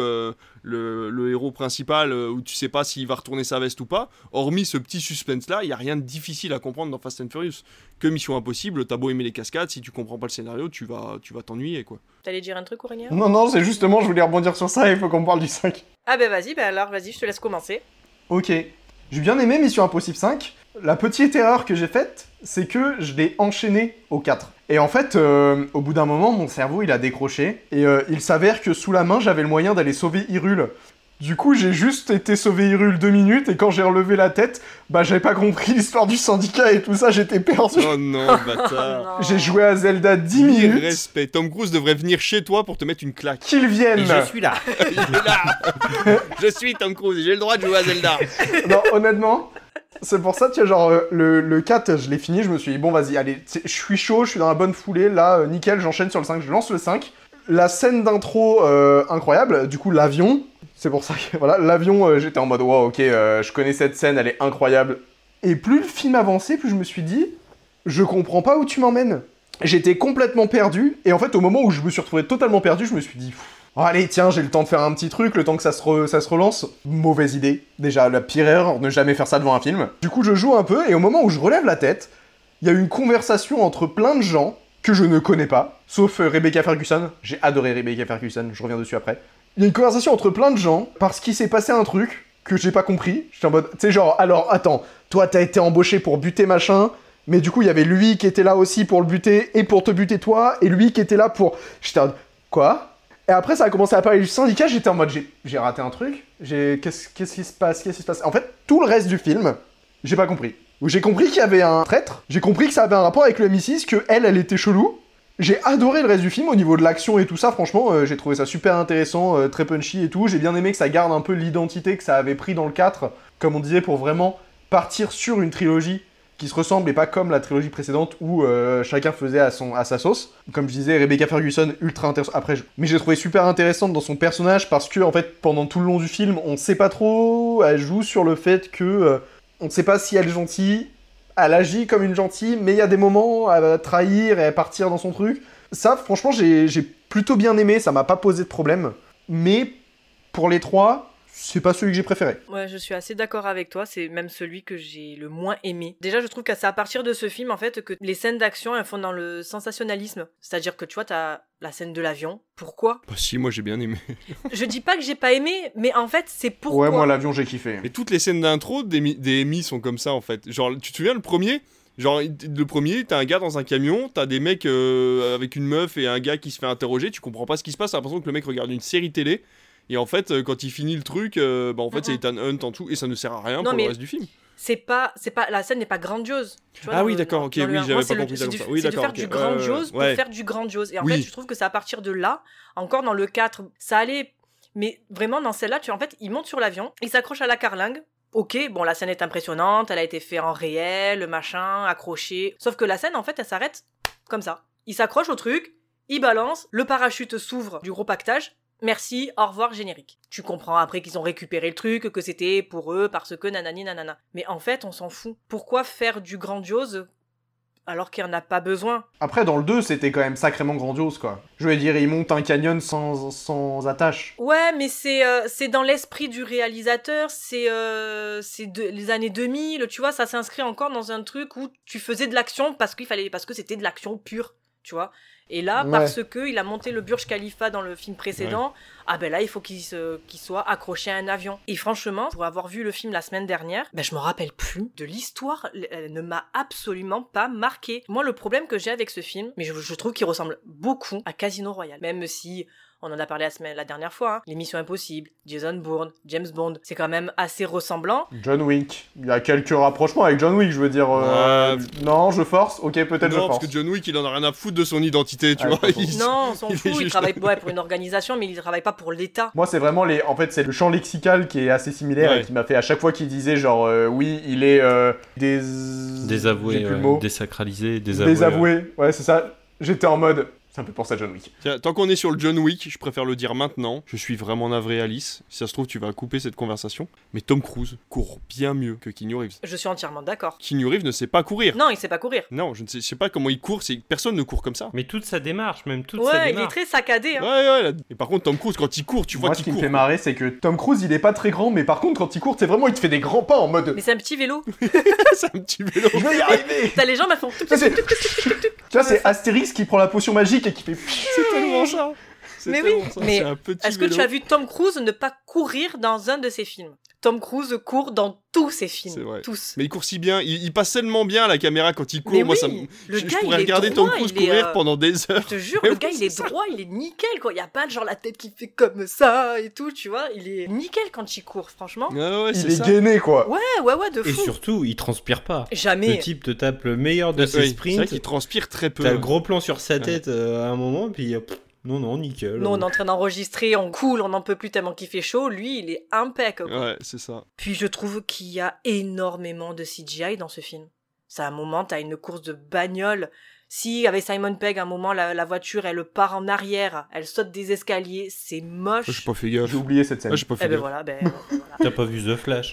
le héros principal, où tu sais pas s'il va retourner sa veste ou pas, hormis ce petit suspense là, il y a rien de difficile à comprendre dans Fast and Furious. Que Mission Impossible, t'as beau aimer les cascades, si tu comprends pas le scénario, tu vas t'ennuyer, quoi. T'allais dire un truc, Aurélien? Non, c'est justement, je voulais rebondir sur ça, il faut qu'on parle du 5. Ah ben vas-y, je te laisse commencer. Ok. J'ai bien aimé Mission Impossible 5. La petite erreur que j'ai faite, c'est que je l'ai enchaîné au 4. Et en fait, au bout d'un moment, mon cerveau, il a décroché. Et il s'avère que sous la main, j'avais le moyen d'aller sauver Hyrule. Du coup, j'ai juste été sauver Hyrule 2 minutes, et quand j'ai relevé la tête, bah j'avais pas compris l'histoire du syndicat et tout ça, j'étais perdu. Oh non, bâtard. J'ai joué à Zelda 10 minutes. Respect. Tom Cruise devrait venir chez toi pour te mettre une claque. Qu'ils viennent. Et je suis là. Il est là. Je suis Tom Cruise, j'ai le droit de jouer à Zelda. Non, honnêtement, c'est pour ça, tu vois, genre, le 4, je l'ai fini, je me suis dit, bon, vas-y, allez, je suis chaud, je suis dans la bonne foulée, là, nickel, j'enchaîne sur le 5, je lance le 5. La scène d'intro, incroyable, du coup, l'avion, c'est pour ça que, voilà, l'avion, j'étais en mode, wow, ok, je connais cette scène, elle est incroyable. Et plus le film avançait, plus je me suis dit, je comprends pas où tu m'emmènes. J'étais complètement perdu, et en fait, au moment où je me suis retrouvé totalement perdu, je me suis dit... Oh, allez, tiens, j'ai le temps de faire un petit truc, le temps que ça se relance. Mauvaise idée. Déjà, la pire erreur, ne jamais faire ça devant un film. Du coup, je joue un peu, et au moment où je relève la tête, il y a une conversation entre plein de gens que je ne connais pas, sauf Rebecca Ferguson. J'ai adoré Rebecca Ferguson, je reviens dessus après. Il y a une conversation entre plein de gens, parce qu'il s'est passé un truc que j'ai pas compris. J'étais en mode, tu sais, genre, alors, attends, toi, t'as été embauché pour buter machin, mais du coup, il y avait lui qui était là aussi pour le buter, et pour te buter toi, et lui qui était là pour... J'étais en mode, quoi ? Et après, ça a commencé à parler du syndicat, j'étais en mode, j'ai raté un truc, qu'est-ce qui se passe? En fait, tout le reste du film, j'ai pas compris. J'ai compris qu'il y avait un traître, j'ai compris que ça avait un rapport avec le MI6, que elle était chelou, J'ai adoré le reste du film au niveau de l'action et tout ça, franchement, j'ai trouvé ça super intéressant, très punchy et tout. J'ai bien aimé que ça garde un peu l'identité que ça avait pris dans le 4, comme on disait, pour vraiment partir sur une trilogie qui se ressemble et pas comme la trilogie précédente où chacun faisait à sa sauce. Comme je disais, Rebecca Ferguson, ultra intéressante. Mais j'ai trouvé super intéressante dans son personnage parce que, en fait, pendant tout le long du film, on sait pas trop, elle joue sur le fait que on ne sait pas si elle est gentille, elle agit comme une gentille, mais il y a des moments, elle va trahir et elle partir dans son truc. Ça, franchement, j'ai plutôt bien aimé, ça m'a pas posé de problème. Mais pour les 3, c'est pas celui que j'ai préféré. Ouais, je suis assez d'accord avec toi, c'est même celui que j'ai le moins aimé. Déjà, je trouve que c'est à partir de ce film, en fait, que les scènes d'action, elles font dans le sensationnalisme. C'est-à-dire que, tu vois, t'as la scène de l'avion. Pourquoi ? Bah si, moi j'ai bien aimé. Je dis pas que j'ai pas aimé, mais en fait, c'est pourquoi. Ouais, moi, l'avion, j'ai kiffé. Mais toutes les scènes d'intro des Emmy sont comme ça, en fait. Genre, tu te souviens, le premier, t'as un gars dans un camion, t'as des mecs avec une meuf et un gars qui se fait interroger, tu comprends pas ce qui se passe, t'as l'impression que le mec regarde une série télé. Et en fait, quand il finit le truc, en fait, c'est Ethan Hunt en tout, et ça ne sert à rien pour le reste du film. C'est pas, la scène n'est pas grandiose. Tu vois, ah oui, d'accord, ok, oui, j'avais pas compris ça comme ça. Oui, c'est de faire du grandiose pour faire du grandiose. Et en fait, je trouve que c'est à partir de là, encore dans le 4, ça allait, mais vraiment dans celle-là, en fait, il monte sur l'avion, il s'accroche à la carlingue. Ok, bon, la scène est impressionnante, elle a été faite en réel, machin, accroché. Sauf que la scène, en fait, elle s'arrête comme ça. Il s'accroche au truc, il balance, le parachute s'ouvre du gros pactage. Merci, au revoir, générique. Tu comprends après qu'ils ont récupéré le truc, que c'était pour eux, parce que nanani nanana. Mais en fait, on s'en fout. Pourquoi faire du grandiose alors qu'il n'y en a pas besoin ? Après, dans le 2, c'était quand même sacrément grandiose, quoi. Je veux dire, il monte un canyon sans attache. Ouais, mais c'est dans l'esprit du réalisateur, c'est les années 2000, tu vois, ça s'inscrit encore dans un truc où tu faisais de l'action parce que c'était de l'action pure, tu vois. Et là, parce qu'il a monté le Burj Khalifa dans le film précédent, ah ben là, il faut qu'il soit accroché à un avion. Et franchement, pour avoir vu le film la semaine dernière, je me rappelle plus de l'histoire, elle ne m'a absolument pas marqué. Moi, le problème que j'ai avec ce film, mais je trouve qu'il ressemble beaucoup à Casino Royale, même si... On en a parlé la dernière fois, hein. Les Missions Impossibles, Jason Bourne, James Bond, c'est quand même assez ressemblant. John Wick, il y a quelques rapprochements avec John Wick, je veux dire... Non, je force. Ok, peut-être je force. Non, parce que John Wick, il en a rien à foutre de son identité, tu vois. Non, on s'en fout, il travaille pour une organisation, mais il travaille pas pour l'État. Moi, c'est vraiment en fait, c'est le champ lexical qui est assez similaire et qui m'a fait à chaque fois qu'il disait genre, oui, il est désavoué, désacralisé, désavoué, ouais, c'est ça. J'étais en mode... Ça me fait penser à John Wick. Tiens, tant qu'on est sur le John Wick, je préfère le dire maintenant. Je suis vraiment navré, Alice. Si ça se trouve, tu vas couper cette conversation. Mais Tom Cruise court bien mieux que Keanu Reeves. Je suis entièrement d'accord. Keanu Reeves ne sait pas courir. Non, il sait pas courir. Non, je sais pas comment il court. Personne ne court comme ça. Mais toute sa démarche, même toute sa démarche. Ouais, il est très saccadé. Hein. Ouais. Et par contre, Tom Cruise, quand il court, tu vois qu'il court. Moi, ce qui me fait marrer, c'est que Tom Cruise, il est pas très grand, mais par contre, quand il court, c'est vraiment, il te fait des grands pas en mode... Mais c'est un petit vélo. C'est un petit vélo. Je vais y arriver. T'as les jambes, elles font... Tu vois, c'est Astérix qui prend la potion magique et qui fait... C'est tellement ça. Mais oui, mais est-ce que tu as vu Tom Cruise ne pas courir dans un de ses films ? Tom Cruise court dans tous ses films, c'est vrai. Tous. Mais il court si bien, il passe tellement bien à la caméra quand il court. Mais moi, oui, je pourrais regarder Tom Cruise courir pendant des heures. Je te jure, le gars, il est droit, il est nickel, quoi. Il y a pas genre la tête qui fait comme ça et tout, tu vois. Il est nickel quand il court, franchement. Ouais, il est gainé, quoi. Ouais, de fou. Et surtout, il transpire pas. Jamais. Le type te tape le meilleur de ses sprints. C'est vrai qu'il transpire très peu. T'as le gros plan sur sa tête à un moment, puis... Non, nickel. Nous, on est en train d'enregistrer, on coule, on n'en peut plus tellement qu'il fait chaud. Lui, il est impeccable. Ouais, c'est ça. Puis je trouve qu'il y a énormément de CGI dans ce film. C'est un moment, t'as une course de bagnole. Si, avec Simon Pegg, à un moment, la voiture, elle part en arrière, elle saute des escaliers, c'est moche. J'ai pas fait gaffe. J'ai oublié cette scène. J'ai pas fait gaffe. Voilà. T'as pas vu The Flash?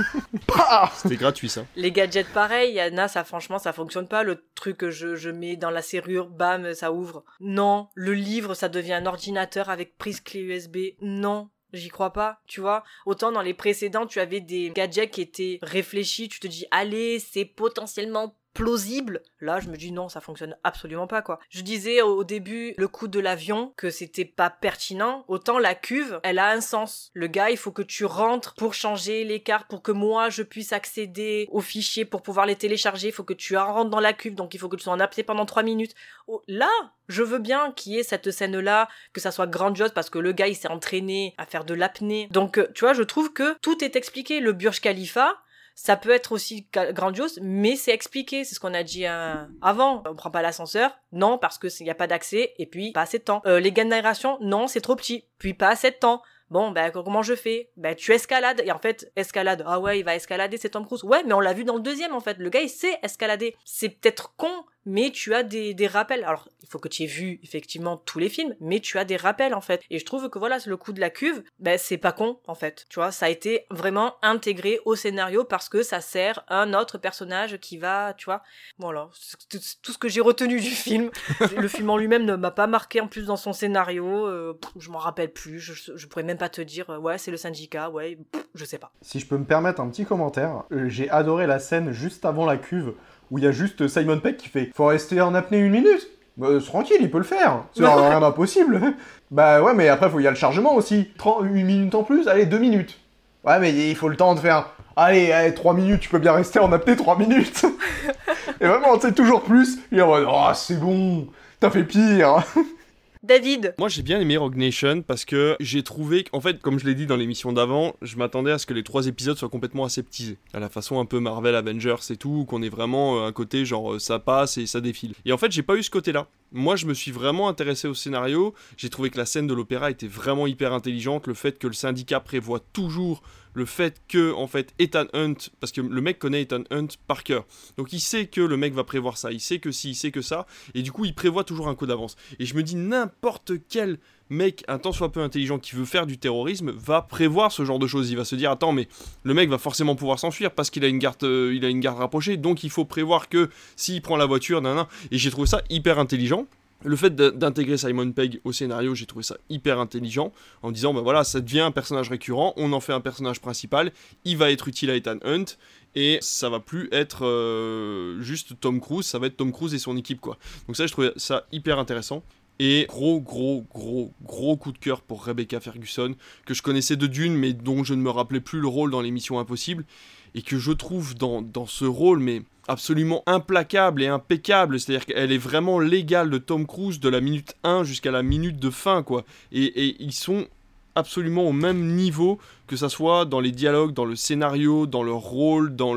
C'était gratuit, ça. Les gadgets, pareil, Yana, franchement, ça fonctionne pas. Le truc que je mets dans la serrure, bam, ça ouvre. Non. Le livre, ça devient un ordinateur avec prise clé USB. Non. J'y crois pas, tu vois. Autant dans les précédents, tu avais des gadgets qui étaient réfléchis, tu te dis, allez, c'est potentiellement plausible. Là, je me dis non, ça fonctionne absolument pas, quoi. Je disais au début, le coup de l'avion, que c'était pas pertinent. Autant la cuve, elle a un sens. Le gars, il faut que tu rentres pour changer les cartes, pour que moi, je puisse accéder aux fichiers, pour pouvoir les télécharger. Il faut que tu rentres dans la cuve, donc il faut que tu sois en apnée pendant 3 minutes. Là, je veux bien qu'il y ait cette scène-là, que ça soit grandiose, parce que le gars, il s'est entraîné à faire de l'apnée. Donc, tu vois, je trouve que tout est expliqué. Le Burj Khalifa, ça peut être aussi grandiose, mais c'est expliqué, c'est ce qu'on a dit avant. On prend pas l'ascenseur, non, parce que il y a pas d'accès, et puis pas assez de temps. Les gains d'aération, non, c'est trop petit, puis pas assez de temps. Bon, comment je fais? Tu escalades. Et en fait, escalade. Ah ouais, il va escalader, c'est Tom Cruise. Ouais, mais on l'a vu dans le deuxième, en fait. Le gars, il sait escalader. C'est peut-être con, mais tu as des rappels. Alors, il faut que tu aies vu, effectivement, tous les films, mais tu as des rappels, en fait. Et je trouve que voilà, le coup de la cuve, c'est pas con, en fait. Tu vois, ça a été vraiment intégré au scénario parce que ça sert un autre personnage qui va, tu vois. Voilà. C'est tout ce que j'ai retenu du film. Le film en lui-même ne m'a pas marqué, en plus, dans son scénario. Je m'en rappelle plus. Je pourrais même pas te dire, ouais, c'est le syndicat, ouais, je sais pas. Si je peux me permettre un petit commentaire, j'ai adoré la scène juste avant la cuve, où il y a juste Simon Pegg qui fait « Faut rester en apnée 1 minute !» Tranquille, il peut le faire, c'est rien d'impossible. Bah ouais, mais après, il y a le chargement aussi. 1 minute en plus, allez, 2 minutes. Ouais, mais il faut le temps de faire... Allez, 3 minutes, tu peux bien rester en apnée 3 minutes. Et vraiment, tu sais, toujours plus. Et en mode, oh, c'est bon, t'as fait pire. David. Moi j'ai bien aimé Rogue Nation parce que j'ai trouvé qu'en fait, comme je l'ai dit dans l'émission d'avant, je m'attendais à ce que les 3 épisodes soient complètement aseptisés, à la façon un peu Marvel Avengers et tout, qu'on ait vraiment un côté genre ça passe et ça défile. Et en fait j'ai pas eu ce côté-là. Moi je me suis vraiment intéressé au scénario, j'ai trouvé que la scène de l'opéra était vraiment hyper intelligente, le fait que le syndicat prévoit toujours le fait que, en fait, Ethan Hunt, parce que le mec connaît Ethan Hunt par cœur, donc il sait que le mec va prévoir ça, il sait que si, il sait que ça, et du coup il prévoit toujours un coup d'avance. Et je me dis, n'importe quel mec, un tant soit peu intelligent, qui veut faire du terrorisme, va prévoir ce genre de choses. Il va se dire, attends, mais le mec va forcément pouvoir s'enfuir parce qu'il a une garde rapprochée, donc il faut prévoir que s'il prend la voiture, et j'ai trouvé ça hyper intelligent. Le fait d'intégrer Simon Pegg au scénario, j'ai trouvé ça hyper intelligent, en disant, ben voilà, ça devient un personnage récurrent, on en fait un personnage principal, il va être utile à Ethan Hunt, et ça va plus être juste Tom Cruise, ça va être Tom Cruise et son équipe, quoi. Donc ça, je trouvais ça hyper intéressant. Et gros coup de cœur pour Rebecca Ferguson, que je connaissais de Dune, mais dont je ne me rappelais plus le rôle dans les Missions Impossibles, et que je trouve dans ce rôle, mais absolument implacable et impeccable, c'est-à-dire qu'elle est vraiment l'égale de Tom Cruise de la minute 1 jusqu'à la minute de fin, quoi. Et ils sont absolument au même niveau, que ça soit dans les dialogues, dans le scénario, dans leur rôle, dans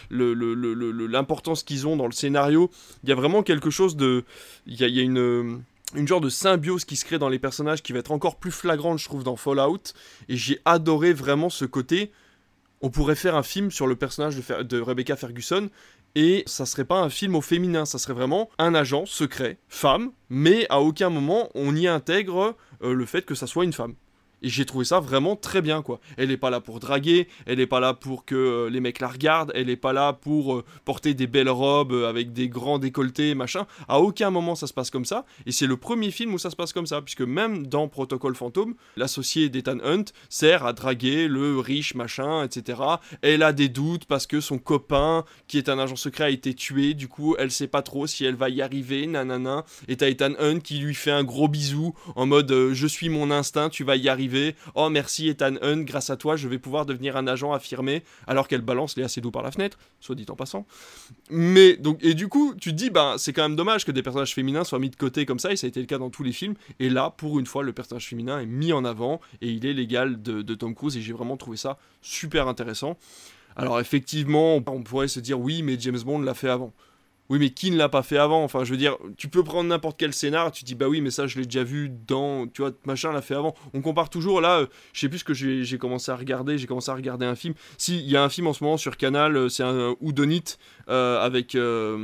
l'importance qu'ils ont dans le scénario. Il y a vraiment quelque chose de... Il y a une genre de symbiose qui se crée dans les personnages qui va être encore plus flagrante, je trouve, dans Fallout. Et j'ai adoré vraiment ce côté... On pourrait faire un film sur le personnage de Rebecca Ferguson, et ça serait pas un film au féminin, ça serait vraiment un agent secret, femme, mais à aucun moment on y intègre le fait que ça soit une femme. Et j'ai trouvé ça vraiment très bien, quoi. Elle est pas là pour draguer, elle est pas là pour que les mecs la regardent, elle est pas là pour porter des belles robes avec des grands décolletés, machin. À aucun moment ça se passe comme ça, et c'est le premier film où ça se passe comme ça, puisque même dans Protocole Fantôme, l'associé d'Ethan Hunt sert à draguer le riche, machin, etc. Elle a des doutes parce que son copain, qui est un agent secret, a été tué, du coup elle sait pas trop si elle va y arriver, nanana. Et t'as Ethan Hunt qui lui fait un gros bisou, en mode je suis mon instinct, tu vas y arriver. Oh merci Ethan Hunt, grâce à toi je vais pouvoir devenir un agent affirmé, alors qu'elle balance Léa Seydoux par la fenêtre, soit dit en passant. Mais donc, et du coup tu te dis c'est quand même dommage que des personnages féminins soient mis de côté comme ça, et ça a été le cas dans tous les films, et là pour une fois le personnage féminin est mis en avant et il est l'égal de Tom Cruise, et j'ai vraiment trouvé ça super intéressant. Alors effectivement on pourrait se dire oui mais James Bond l'a fait avant. Oui, mais qui ne l'a pas fait avant? Enfin, je veux dire, tu peux prendre n'importe quel scénar, tu te dis, bah oui, mais ça, je l'ai déjà vu dans... Tu vois, machin l'a fait avant. On compare toujours, là, je sais plus ce que j'ai commencé à regarder. J'ai commencé à regarder un film. Si, il y a un film en ce moment sur Canal, c'est un Whodunit avec...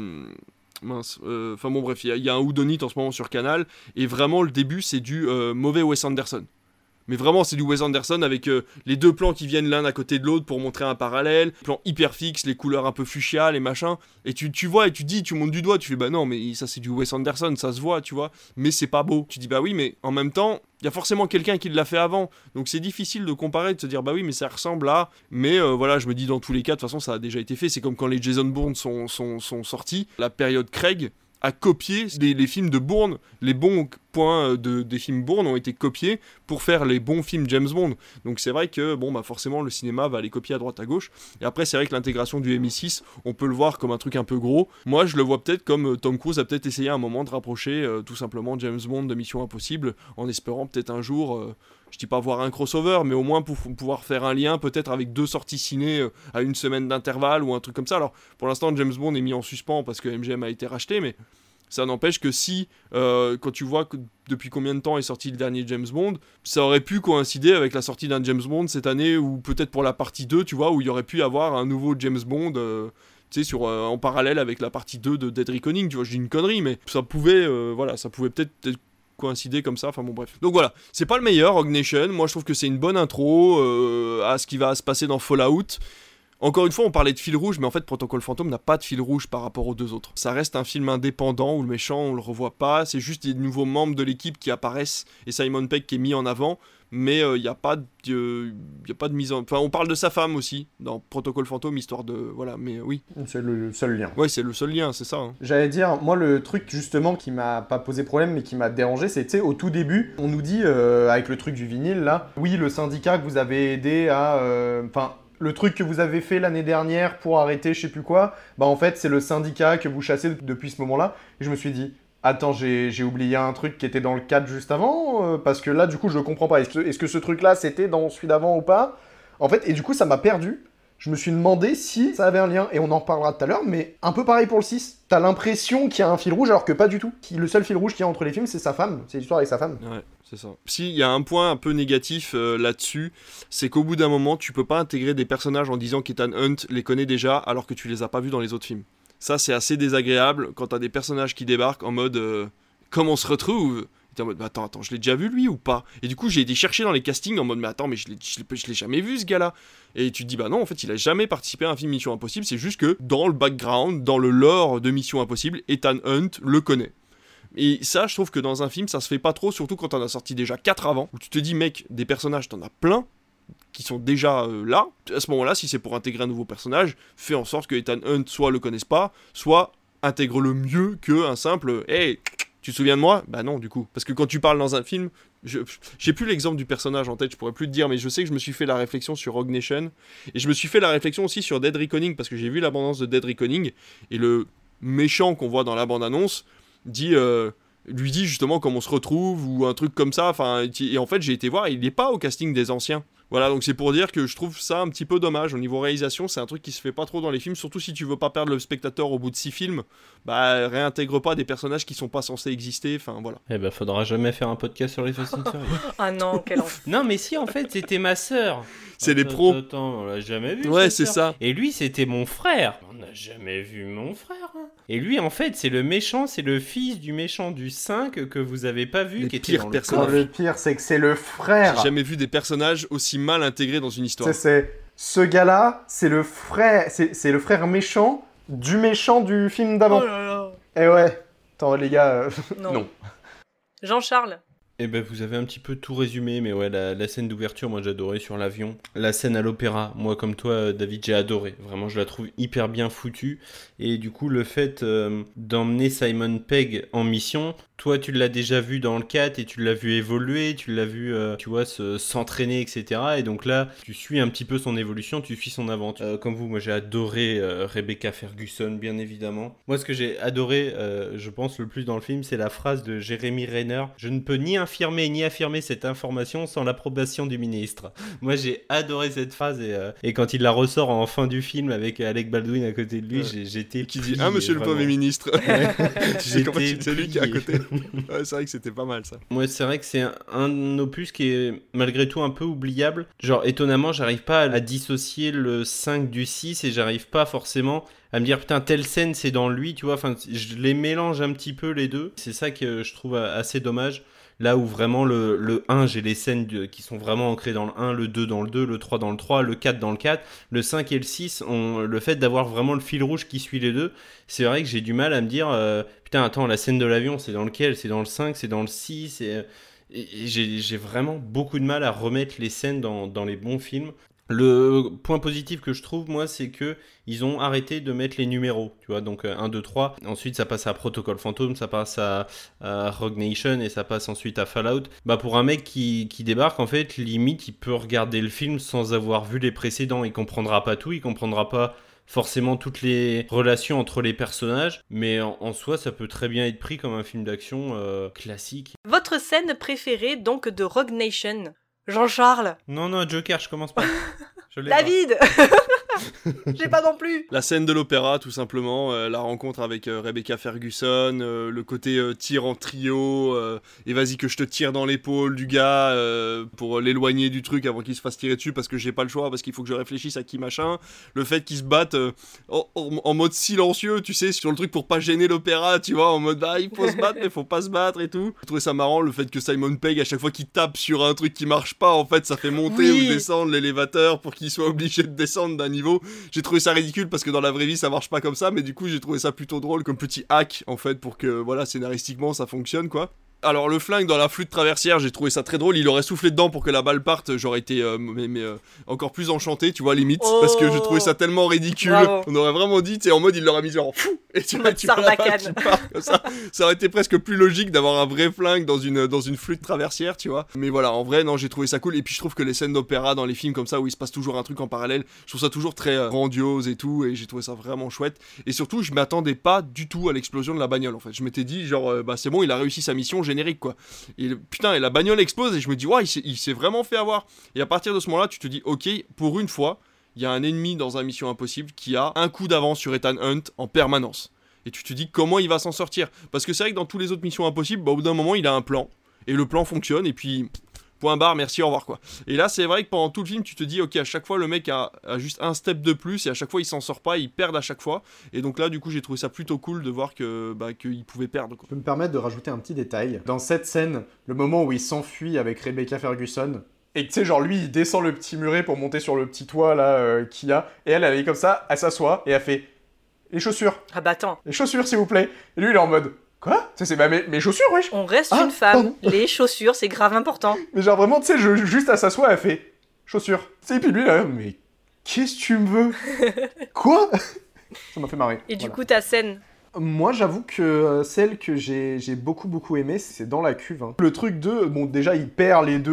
Enfin bon, bref, il y a un Whodunit en ce moment sur Canal. Et vraiment, le début, c'est du mauvais Wes Anderson. Mais vraiment, c'est du Wes Anderson avec les deux plans qui viennent l'un à côté de l'autre pour montrer un parallèle. Plan hyper fixe, les couleurs un peu fuchsia, les machins. Et tu vois, et tu dis, tu montes du doigt, tu fais, bah non, mais ça c'est du Wes Anderson, ça se voit, tu vois. Mais c'est pas beau. Tu dis, bah oui, mais en même temps, il y a forcément quelqu'un qui l'a fait avant. Donc c'est difficile de comparer, de se dire, bah oui, mais ça ressemble à... Mais voilà, je me dis, dans tous les cas, de toute façon, ça a déjà été fait. C'est comme quand les Jason Bourne sont sortis. La période Craig a copié les films de Bourne, les bons points des films Bourne ont été copiés pour faire les bons films James Bond. Donc c'est vrai que forcément le cinéma va les copier à droite à gauche. Et après c'est vrai que l'intégration du MI6, on peut le voir comme un truc un peu gros. Moi je le vois peut-être comme Tom Cruise a peut-être essayé à un moment de rapprocher tout simplement James Bond de Mission Impossible, en espérant peut-être un jour, je dis pas voir un crossover, mais au moins pour pouvoir faire un lien peut-être avec 2 sorties ciné à une semaine d'intervalle ou un truc comme ça. Alors pour l'instant James Bond est mis en suspens parce que MGM a été racheté, mais ça n'empêche que si, quand tu vois que depuis combien de temps est sorti le dernier James Bond, ça aurait pu coïncider avec la sortie d'un James Bond cette année, ou peut-être pour la partie 2, tu vois, où il y aurait pu avoir un nouveau James Bond, tu sais, en parallèle avec la partie 2 de Dead Reckoning, tu vois, je dis une connerie, mais ça pouvait, ça pouvait peut-être coïncider comme ça, enfin bon bref. Donc voilà, c'est pas le meilleur, Rogue Nation, moi je trouve que c'est une bonne intro à ce qui va se passer dans Fallout. Encore une fois, on parlait de fil rouge, mais en fait, Protocol Phantom n'a pas de fil rouge par rapport aux 2 autres. Ça reste un film indépendant où le méchant, on le revoit pas. C'est juste des nouveaux membres de l'équipe qui apparaissent et Simon Pegg qui est mis en avant. Mais il n'y a pas de mise en... Enfin, on parle de sa femme aussi dans Protocol Phantom, histoire de... Voilà, mais oui. C'est le seul lien. Ouais, c'est le seul lien, c'est ça. Hein. J'allais dire, moi, le truc, justement, qui m'a pas posé problème, mais qui m'a dérangé, c'est, tu sais, au tout début, on nous dit, avec le truc du vinyle, là, oui, le syndicat que vous avez aidé à... le truc que vous avez fait l'année dernière pour arrêter je sais plus quoi, en fait c'est le syndicat que vous chassez depuis ce moment-là. Et je me suis dit, attends, j'ai oublié un truc qui était dans le 4 juste avant, parce que là du coup je comprends pas. Est-ce que ce truc-là c'était dans celui d'avant ou pas ? En fait, et du coup ça m'a perdu. Je me suis demandé si ça avait un lien, et on en reparlera tout à l'heure, mais un peu pareil pour le 6. T'as l'impression qu'il y a un fil rouge alors que pas du tout. Le seul fil rouge qu'il y a entre les films, c'est sa femme, c'est l'histoire avec sa femme. Ouais. C'est ça. Si, il y a un point un peu négatif là-dessus, c'est qu'au bout d'un moment, tu peux pas intégrer des personnages en disant qu'Ethan Hunt les connaît déjà alors que tu les as pas vus dans les autres films. Ça, c'est assez désagréable quand t'as des personnages qui débarquent en mode comment on se retrouve ? Et t'es en mode attends, je l'ai déjà vu lui ou pas ? Et du coup, j'ai été chercher dans les castings en mode mais attends, mais je l'ai jamais vu ce gars-là. Et tu te dis bah non, en fait, il a jamais participé à un film Mission Impossible, c'est juste que dans le background, dans le lore de Mission Impossible, Ethan Hunt le connaît. Et ça, je trouve que dans un film, ça se fait pas trop, surtout quand t'en as sorti déjà 4 avant, où tu te dis, mec, des personnages, t'en as plein, qui sont déjà là. À ce moment-là, si c'est pour intégrer un nouveau personnage, fais en sorte que Ethan Hunt soit le connaisse pas, soit intègre-le mieux qu'un simple « Hey, tu te souviens de moi ?» Bah non, du coup. Parce que quand tu parles dans un film, j'ai plus l'exemple du personnage en tête, je pourrais plus te dire, mais je sais que je me suis fait la réflexion sur Rogue Nation, et je me suis fait la réflexion aussi sur Dead Reckoning, parce que j'ai vu la bande-annonce de Dead Reckoning, et le méchant qu'on voit dans la bande-annonce lui dit justement comment on se retrouve ou un truc comme ça, et en fait j'ai été voir, il n'est pas au casting des anciens. Voilà, donc c'est pour dire que je trouve ça un petit peu dommage. Au niveau réalisation, c'est un truc qui se fait pas trop dans les films, surtout si tu veux pas perdre le spectateur au bout de 6 films, réintègre pas des personnages qui sont pas censés exister, voilà. Faudra jamais faire un podcast sur les Fast and Furious. Ah non, quel enfer. Non mais si, en fait, c'était ma sœur. C'est les pros. On l'a jamais vu. Ouais, c'est ça. Et lui, c'était mon frère. On n'a jamais vu mon frère. Hein. Et lui, en fait, c'est le méchant, c'est le fils du méchant du 5 que vous avez pas vu, qui était dans le coffre. Le pire, c'est que c'est le frère. J'ai jamais vu des personnages aussi mal intégrés dans une histoire. Ce gars-là, c'est le frère, c'est le frère méchant du film d'avant. Oh là là. Eh ouais. Attends, les gars, non. Jean-Charles. Vous avez un petit peu tout résumé, mais ouais, la scène d'ouverture, moi j'adorais sur l'avion. La scène à l'opéra, moi comme toi, David, j'ai adoré. Vraiment, je la trouve hyper bien foutue. Et du coup, le fait d'emmener Simon Pegg en mission, toi tu l'as déjà vu dans le 4 et tu l'as vu évoluer, tu l'as vu, tu vois, s'entraîner, etc. Et donc là, tu suis un petit peu son évolution, tu suis son aventure. Comme vous, moi j'ai adoré Rebecca Ferguson, bien évidemment. Moi, ce que j'ai adoré, je pense, le plus dans le film, c'est la phrase de Jeremy Renner. Je ne peux ni infirmer ni affirmer cette information sans l'approbation du ministre. Moi, j'ai adoré cette phrase et quand il la ressort en fin du film avec Alec Baldwin à côté de lui, j'étais qui dit monsieur vraiment. Le Premier ministre. C'est lui qui est à côté. Ouais, c'est vrai que c'était pas mal ça. Moi, c'est vrai que c'est un opus qui est malgré tout un peu oubliable. Genre, étonnamment, j'arrive pas à dissocier le 5 du 6 et j'arrive pas forcément à me dire putain, telle scène c'est dans lui, tu vois. Enfin, je les mélange un petit peu les deux. C'est ça que je trouve assez dommage. Là où vraiment le 1, j'ai les scènes qui sont vraiment ancrées dans le 1, le 2 dans le 2, le 3 dans le 3, le 4 dans le 4, le 5 et le 6, le fait d'avoir vraiment le fil rouge qui suit les deux, c'est vrai que j'ai du mal à me dire putain, attends, la scène de l'avion, c'est dans lequel ? C'est dans le 5, c'est dans le 6, et j'ai vraiment beaucoup de mal à remettre les scènes dans les bons films. Le point positif que je trouve, moi, c'est que ils ont arrêté de mettre les numéros, tu vois, donc 1, 2, 3, ensuite ça passe à Protocol Phantom, ça passe à Rogue Nation et ça passe ensuite à Fallout. Bah pour un mec qui débarque, en fait, limite, il peut regarder le film sans avoir vu les précédents, il comprendra pas tout, il comprendra pas forcément toutes les relations entre les personnages, mais en soi, ça peut très bien être pris comme un film d'action classique. Votre scène préférée, donc, de Rogue Nation? Jean-Charles? Non, Joker, je commence pas. Je l'ai David J'ai pas non plus. La scène de l'opéra, tout simplement, la rencontre avec Rebecca Ferguson, le côté tir en trio, et vas-y que je te tire dans l'épaule du gars pour l'éloigner du truc avant qu'il se fasse tirer dessus parce que j'ai pas le choix, parce qu'il faut que je réfléchisse à qui machin. Le fait qu'ils se battent en mode silencieux, tu sais, sur le truc pour pas gêner l'opéra, tu vois, en mode bah il faut se battre mais faut pas se battre et tout. J'ai trouvé ça marrant, le fait que Simon Pegg, à chaque fois qu'il tape sur un truc qui marche pas, en fait ça fait monter ou descendre l'élévateur pour qu'il soit obligé de descendre d'un niveau. J'ai trouvé ça ridicule parce que dans la vraie vie ça marche pas comme ça, mais du coup j'ai trouvé ça plutôt drôle comme petit hack en fait pour que voilà scénaristiquement ça fonctionne quoi. Alors le flingue dans la flûte traversière, j'ai trouvé ça très drôle, il aurait soufflé dedans pour que la balle parte, j'aurais été encore plus enchanté, tu vois, limite, parce que je trouvais ça tellement ridicule. Bravo. On aurait vraiment dit, tu sais, en mode il l'aurait mis genre fou, et tu vois la balle qui part comme ça. Ça aurait été presque plus logique d'avoir un vrai flingue dans une flûte traversière, tu vois. Mais voilà, en vrai, non, j'ai trouvé ça cool, et puis je trouve que les scènes d'opéra dans les films comme ça, où il se passe toujours un truc en parallèle, je trouve ça toujours très grandiose et tout, et j'ai trouvé ça vraiment chouette. Et surtout, je m'attendais pas du tout à l'explosion de la bagnole, en fait. Je m'étais dit, genre, bah c'est bon, il a réussi sa mission générique quoi. Et putain, et la bagnole explose et je me dis ouais, il s'est vraiment fait avoir. Et à partir de ce moment-là, tu te dis OK, pour une fois, il y a un ennemi dans un Mission Impossible qui a un coup d'avance sur Ethan Hunt en permanence. Et tu te dis comment il va s'en sortir, parce que c'est vrai que dans tous les autres Missions Impossibles, bah, au bout d'un moment, il a un plan et le plan fonctionne et puis point barre, merci, au revoir quoi. Et là c'est vrai que pendant tout le film tu te dis ok, à chaque fois le mec a juste un step de plus et à chaque fois il s'en sort pas, il perd à chaque fois. Et donc là du coup j'ai trouvé ça plutôt cool de voir qu'il pouvait perdre quoi. Je peux me permettre de rajouter un petit détail. Dans cette scène, le moment où il s'enfuit avec Rebecca Ferguson, et tu sais genre lui il descend le petit muret pour monter sur le petit toit là qu'il y a, et elle est comme ça, elle s'assoit et elle fait les chaussures. Ah bah attends. Les chaussures s'il vous plaît. Et lui il est en mode quoi ? C'est mes chaussures, wesh. On reste une femme. Pardon. Les chaussures, c'est grave important. Mais genre vraiment, tu sais, juste à s'asseoir, elle fait chaussures. Tu sais, et puis lui, là, mais qu'est-ce que tu me veux ? Quoi ? Ça m'a fait marrer. Et du coup, ta scène ? Moi, j'avoue que celle que j'ai beaucoup aimée, c'est dans la cuve. Hein. Le truc de... Bon, déjà, il perd les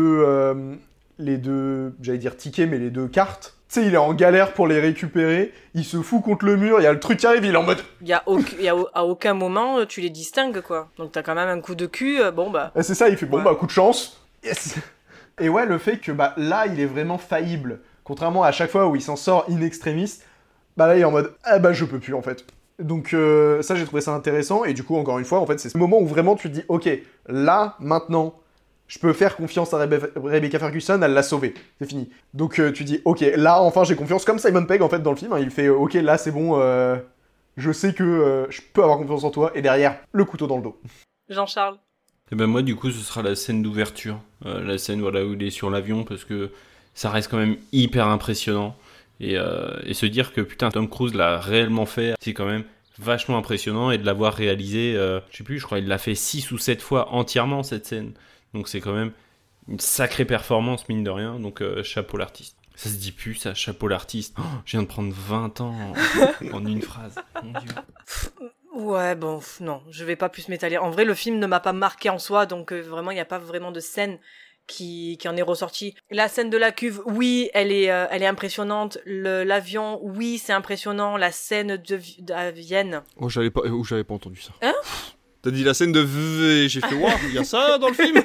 deux, j'allais dire tickets, mais les deux cartes. Tu sais, il est en galère pour les récupérer, il se fout contre le mur, il y a le truc qui arrive, il est en mode... À aucun moment, tu les distingues, quoi. Donc t'as quand même un coup de cul, bon bah... Et c'est ça, il fait, bon bah, coup de chance. Yes. Et ouais, le fait que, bah, là, il est vraiment faillible. Contrairement à chaque fois où il s'en sort in extremis, bah là, il est en mode, ah bah, je peux plus, en fait. Donc ça, j'ai trouvé ça intéressant, et du coup, encore une fois, en fait, c'est ce moment où vraiment tu te dis, ok, là, maintenant... Je peux faire confiance à Rebecca Ferguson, elle l'a sauvée. C'est fini. Donc tu dis, ok, là enfin j'ai confiance. Comme Simon Pegg en fait dans le film, hein, il fait, ok, là c'est bon, je sais que je peux avoir confiance en toi. Et derrière, le couteau dans le dos. Jean-Charles. Et ben moi du coup ce sera la scène d'ouverture. La scène voilà, où il est sur l'avion parce que ça reste quand même hyper impressionnant. Et se dire que putain Tom Cruise l'a réellement fait, c'est quand même vachement impressionnant. Et de l'avoir réalisé, je sais plus, je crois qu'il l'a fait 6 ou 7 fois entièrement cette scène. Donc c'est quand même une sacrée performance, mine de rien. Donc chapeau l'artiste. Ça se dit plus, ça, chapeau l'artiste. Oh, je viens de prendre 20 ans en une phrase. Mon Dieu. Ouais, bon, non, je vais pas plus m'étaler. En vrai, le film ne m'a pas marqué en soi, donc vraiment, il n'y a pas vraiment de scène qui en est ressortie. La scène de la cuve, oui, elle est impressionnante. L'avion, oui, c'est impressionnant. La scène de Vienne. Oh, j'avais pas entendu ça. Hein ? T'as dit la scène de V, j'ai fait waouh, il y a ça dans le film.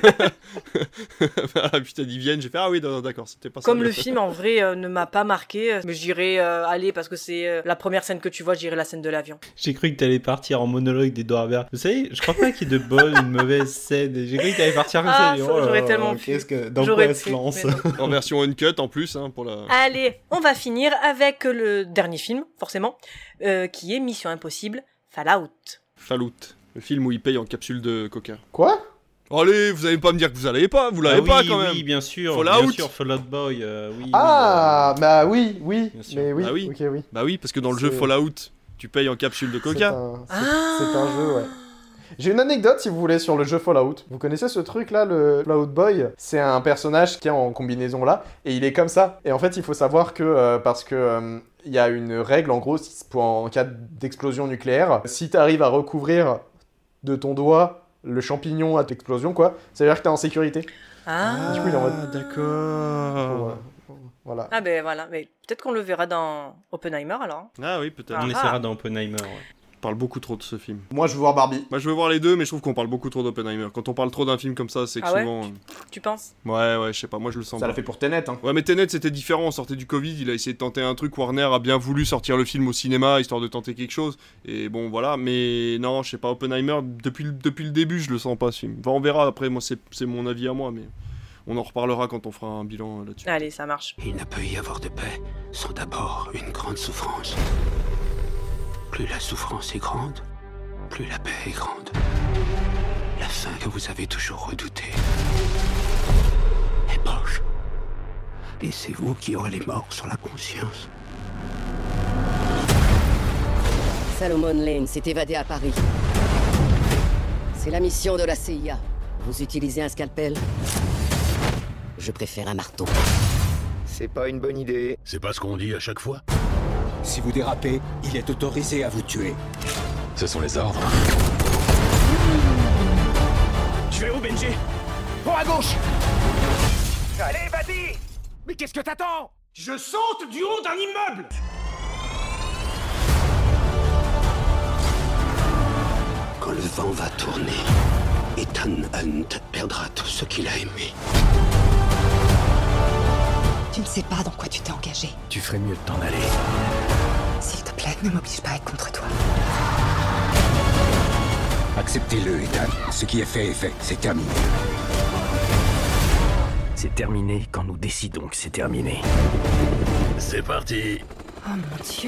Ah, puis t'as dit Vienne, j'ai fait ah oui d'accord, c'était pas ça. Comme le film en vrai ne m'a pas marqué, mais je dirais allez parce que c'est la première scène que tu vois, je dirais la scène de l'avion. J'ai cru que t'allais partir en monologue d'Edouard Baird. Vous savez, je crois pas qu'il y ait de bonne ou de mauvaise scène. J'ai cru que t'allais partir comme ça. J'aurais tellement pu. Dans quoi elle se lance en version uncut en plus hein, pour la. Allez, on va finir avec le dernier film forcément, qui est Mission Impossible Fallout. Fallout. Le film où il paye en capsule de coca. Quoi ? Allez, vous allez pas me dire que vous l'avez pas pas quand même. Oui, bien sûr. Fallout. Bien sûr, Fallout Boy. Oui. Ah, bah oui. Mais oui. Bah oui. Okay, oui. Bah oui, parce que dans le jeu Fallout, tu payes en capsule de coca. C'est un jeu, ouais. J'ai une anecdote, si vous voulez, sur le jeu Fallout. Vous connaissez ce truc-là, le Fallout Boy? C'est un personnage qui est en combinaison là, et il est comme ça. Et en fait, il faut savoir que, parce que il y a une règle, en gros, en cas d'explosion nucléaire, si t'arrives à recouvrir de ton doigt le champignon à t'explosion, quoi, ça veut dire que t'es en sécurité. Ah, Du coup, il est en mode... d'accord. Voilà. Ah ben voilà, mais peut-être qu'on le verra dans Oppenheimer alors. Ah oui, peut-être. On Ah. essaiera dans Oppenheimer. Ouais. On parle beaucoup trop de ce film. Moi, je veux voir Barbie. Moi, je veux voir les deux, mais je trouve qu'on parle beaucoup trop d'Oppenheimer. Quand on parle trop d'un film comme ça, c'est que Ah ouais souvent... Tu penses? Ouais, je sais pas, moi je le sens Ça pas. l'a fait pour Tenet, hein. Ouais, mais Tenet, c'était différent, on sortait du Covid, il a essayé de tenter un truc, Warner a bien voulu sortir le film au cinéma, histoire de tenter quelque chose, et bon, voilà, mais non, je sais pas, Oppenheimer, depuis le début, je le sens pas, ce film. Enfin, on verra, après, moi, c'est mon avis à moi, mais on en reparlera quand on fera un bilan là-dessus. Allez, ça marche. Il ne peut y avoir de paix sans d'abord une grande souffrance. Plus la souffrance est grande, plus la paix est grande. La fin que vous avez toujours redoutée est proche. Et c'est vous qui aurez les morts sur la conscience. Salomon Lane s'est évadé à Paris. C'est la mission de la CIA. Vous utilisez un scalpel? Je préfère un marteau. C'est pas une bonne idée. C'est pas ce qu'on dit à chaque fois. Si vous dérapez, il est autorisé à vous tuer. Ce sont les ordres. Je vais où, Benji? Prends à gauche. Allez, vas-y. Mais qu'est-ce que t'attends? Je saute du haut d'un immeuble. Quand le vent va tourner, Ethan Hunt perdra tout ce qu'il a aimé. Tu ne sais pas dans quoi tu t'es engagé. Tu ferais mieux de t'en aller. S'il te plaît, ne m'oblige pas à être contre toi. Acceptez-le, Ethan. Ce qui est fait, c'est terminé. C'est terminé quand nous décidons que c'est terminé. C'est parti. Oh mon Dieu.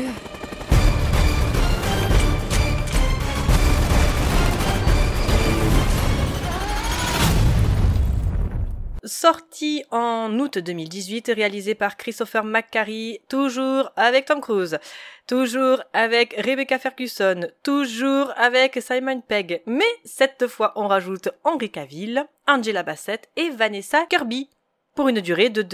Sorti en août 2018, réalisé par Christopher McQuarrie, toujours avec Tom Cruise, toujours avec Rebecca Ferguson, toujours avec Simon Pegg, mais cette fois on rajoute Henry Cavill, Angela Bassett et Vanessa Kirby, pour une durée de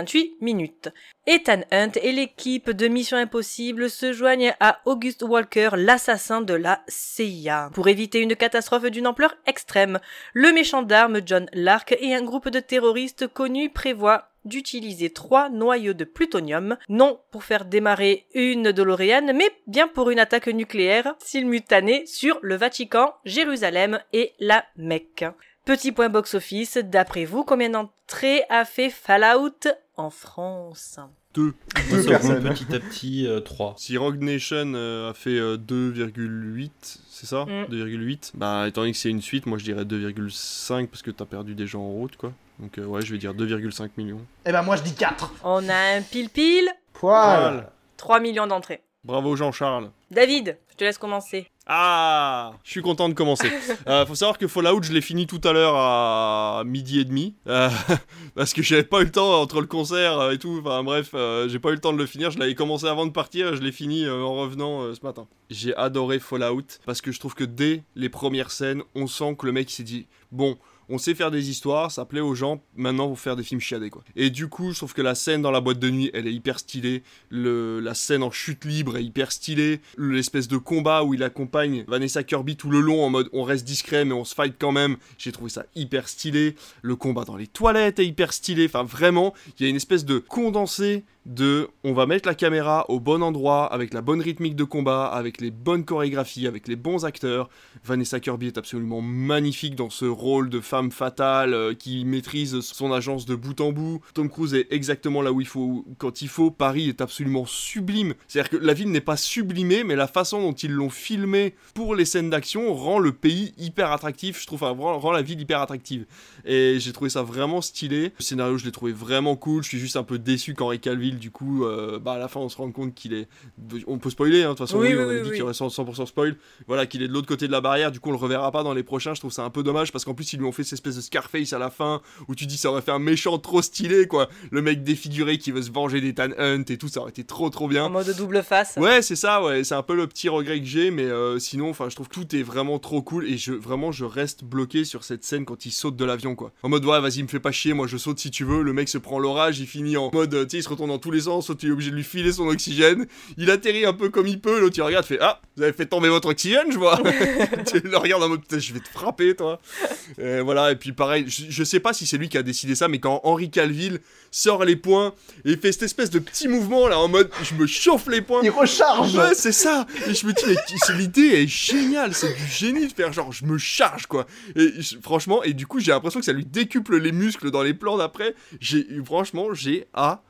2h28. Ethan Hunt et l'équipe de Mission Impossible se joignent à August Walker, l'assassin de la CIA. Pour éviter une catastrophe d'une ampleur extrême, le méchant d'armes John Lark et un groupe de terroristes connus prévoient d'utiliser 3 noyaux de plutonium, non pour faire démarrer une DeLorean, mais bien pour une attaque nucléaire simultanée sur le Vatican, Jérusalem et la Mecque. Petit point box-office, d'après vous, combien d'entrées a fait Fallout en France? 2. Moi, ça augmente petit à petit, 3. Si Rogue Nation a fait 2,8, c'est ça 2,8. Bah, étant donné que c'est une suite, moi je dirais 2,5 parce que t'as perdu des gens en route, quoi. Donc ouais, je vais dire 2,5 millions. Eh ben moi je dis 4. On a un pile-pile, Poil. 3 millions d'entrées. Bravo Jean-Charles. David, je te laisse commencer. Ah, je suis content de commencer. Faut savoir que Fallout, je l'ai fini tout à l'heure à 12h30. Parce que j'avais pas eu le temps entre le concert et tout. Enfin bref, j'ai pas eu le temps de le finir. Je l'avais commencé avant de partir et je l'ai fini en revenant ce matin. J'ai adoré Fallout parce que je trouve que dès les premières scènes, on sent que le mec s'est dit bon, on sait faire des histoires, ça plaît aux gens, maintenant on va faire des films chiadés, quoi. Et du coup, je trouve que la scène dans la boîte de nuit, elle est hyper stylée, la scène en chute libre est hyper stylée, l'espèce de combat où il accompagne Vanessa Kirby tout le long en mode on reste discret mais on se fight quand même, j'ai trouvé ça hyper stylé, le combat dans les toilettes est hyper stylé, enfin vraiment, il y a une espèce de condensé de on va mettre la caméra au bon endroit, avec la bonne rythmique de combat, avec les bonnes chorégraphies, avec les bons acteurs. Vanessa Kirby est absolument magnifique dans ce rôle de femme fatale qui maîtrise son agence de bout en bout. Tom Cruise est exactement là où il faut, quand il faut. Paris est absolument sublime. C'est-à-dire que la ville n'est pas sublimée, mais la façon dont ils l'ont filmé pour les scènes d'action rend le pays hyper attractif, je trouve, rend la ville hyper attractive. Et j'ai trouvé ça vraiment stylé. Le scénario, je l'ai trouvé vraiment cool. Je suis juste un peu déçu qu'Henry Cavill, du coup, à la fin, on se rend compte qu'il est... On peut spoiler, hein, de toute façon, oui, on a dit qu'il y aurait 100% spoil. Voilà, qu'il est de l'autre côté de la barrière, du coup, on le reverra pas dans les prochains. Je trouve ça un peu dommage, parce qu'en plus, ils lui ont fait cette espèce de Scarface à la fin, où tu dis ça aurait fait un méchant trop stylé, quoi. Le mec défiguré qui veut se venger d'Ethan Hunt et tout, ça aurait été trop bien. En mode double face. Ouais, c'est ça, c'est un peu le petit regret que j'ai, mais sinon, enfin, je trouve que tout est vraiment trop cool et je reste bloqué sur cette scène quand il saute de l'avion, quoi. En mode, ouais, vas-y, me fais pas chier, moi je saute si tu veux. Le mec se prend l'orage, il finit en mode, tu sais, il se retourne dans tous les sens, il est obligé de lui filer son oxygène. Il atterrit un peu comme il peut, l'autre il regarde, fait, ah, vous avez fait tomber votre oxygène, je vois. Tu le regardes en mode, je vais te frapper, toi. Et voilà, et puis pareil, je sais pas si c'est lui qui a décidé ça, mais quand Henry Cavill sort les poings et fait cette espèce de petit mouvement là en mode, je me chauffe les poings. Il recharge. Ouais, c'est ça. Et je me dis, mais l'idée est géniale, c'est du génie de faire genre, je me charge quoi. Et franchement, et du coup, j'ai l'impression que ça lui décuple les muscles dans les plans d'après. Franchement, j'ai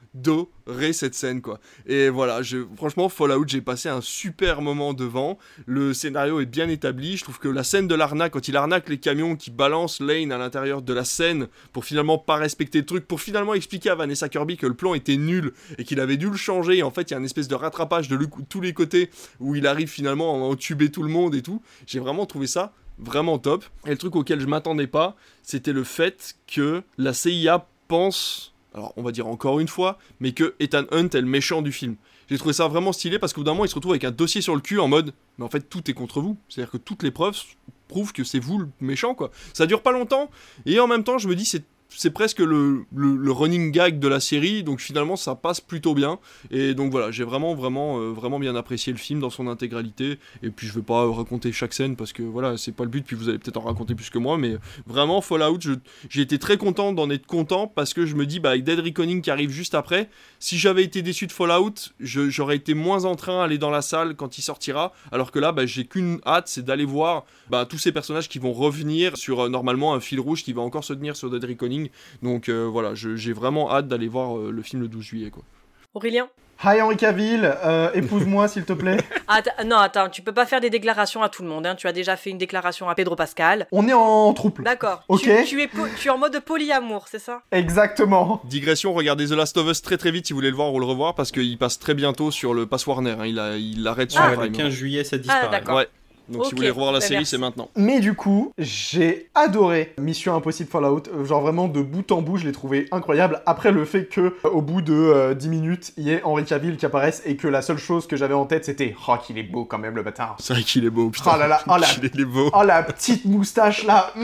adoré cette scène quoi. Et voilà, franchement, Fallout, j'ai passé un super moment devant. Le scénario est bien établi. Je trouve que la scène de l'arnaque, quand il arnaque les camions qui balancent Lane à l'intérieur de la scène pour finalement pas respecter le truc, pour finalement expliquer à Vanessa Kirby que le plan était nul et qu'il avait dû le changer. Et en fait, il y a une espèce de rattrapage de tous les côtés où il arrive finalement à entuber tout le monde et tout. J'ai vraiment trouvé ça vraiment top. Et le truc auquel je m'attendais pas, c'était le fait que la CIA pense, alors on va dire encore une fois, mais que Ethan Hunt est le méchant du film. J'ai trouvé ça vraiment stylé parce qu'au bout d'un moment il se retrouve avec un dossier sur le cul en mode, mais en fait tout est contre vous. C'est-à-dire que toutes les preuves prouvent que c'est vous le méchant quoi. Ça dure pas longtemps et en même temps je me dis c'est presque le running gag de la série, donc finalement ça passe plutôt bien. Et donc voilà, j'ai vraiment bien apprécié le film dans son intégralité. Et puis je vais pas raconter chaque scène parce que voilà, c'est pas le but, puis vous allez peut-être en raconter plus que moi, mais vraiment Fallout, j'ai été très content d'en être content parce que je me dis, bah avec Dead Reckoning qui arrive juste après, si j'avais été déçu de Fallout, j'aurais été moins en train d'aller dans la salle quand il sortira, alors que là, bah, j'ai qu'une hâte, c'est d'aller voir tous ces personnages qui vont revenir sur normalement un fil rouge qui va encore se tenir sur Dead Reckoning. Donc voilà, j'ai vraiment hâte d'aller voir le film le 12 juillet quoi. Aurélien ? Hi Henry Cavill, épouse-moi s'il te plaît. Non, attends, tu peux pas faire des déclarations à tout le monde, hein. Tu as déjà fait une déclaration à Pedro Pascal. On est en trouble. D'accord. Ok. Tu es en mode polyamour, c'est ça ? Exactement. Digression, regardez The Last of Us très très vite si vous voulez le voir ou le revoir parce qu'il passe très bientôt sur le Pass Warner, hein. Il l'arrête sur Prime. Le 15 juillet ça disparaît. Ah d'accord. Ouais. Donc si vous voulez revoir la série, merci. c'est maintenant. Mais du coup, j'ai adoré Mission Impossible Fallout. Genre vraiment de bout en bout, je l'ai trouvé incroyable. Après le fait que au bout de 10 minutes, il y ait Henry Cavill qui apparaisse et que la seule chose que j'avais en tête, c'était « Oh, qu'il est beau quand même, le bâtard !» C'est vrai qu'il est beau, putain. Oh là là, il est beau. Oh la petite moustache là.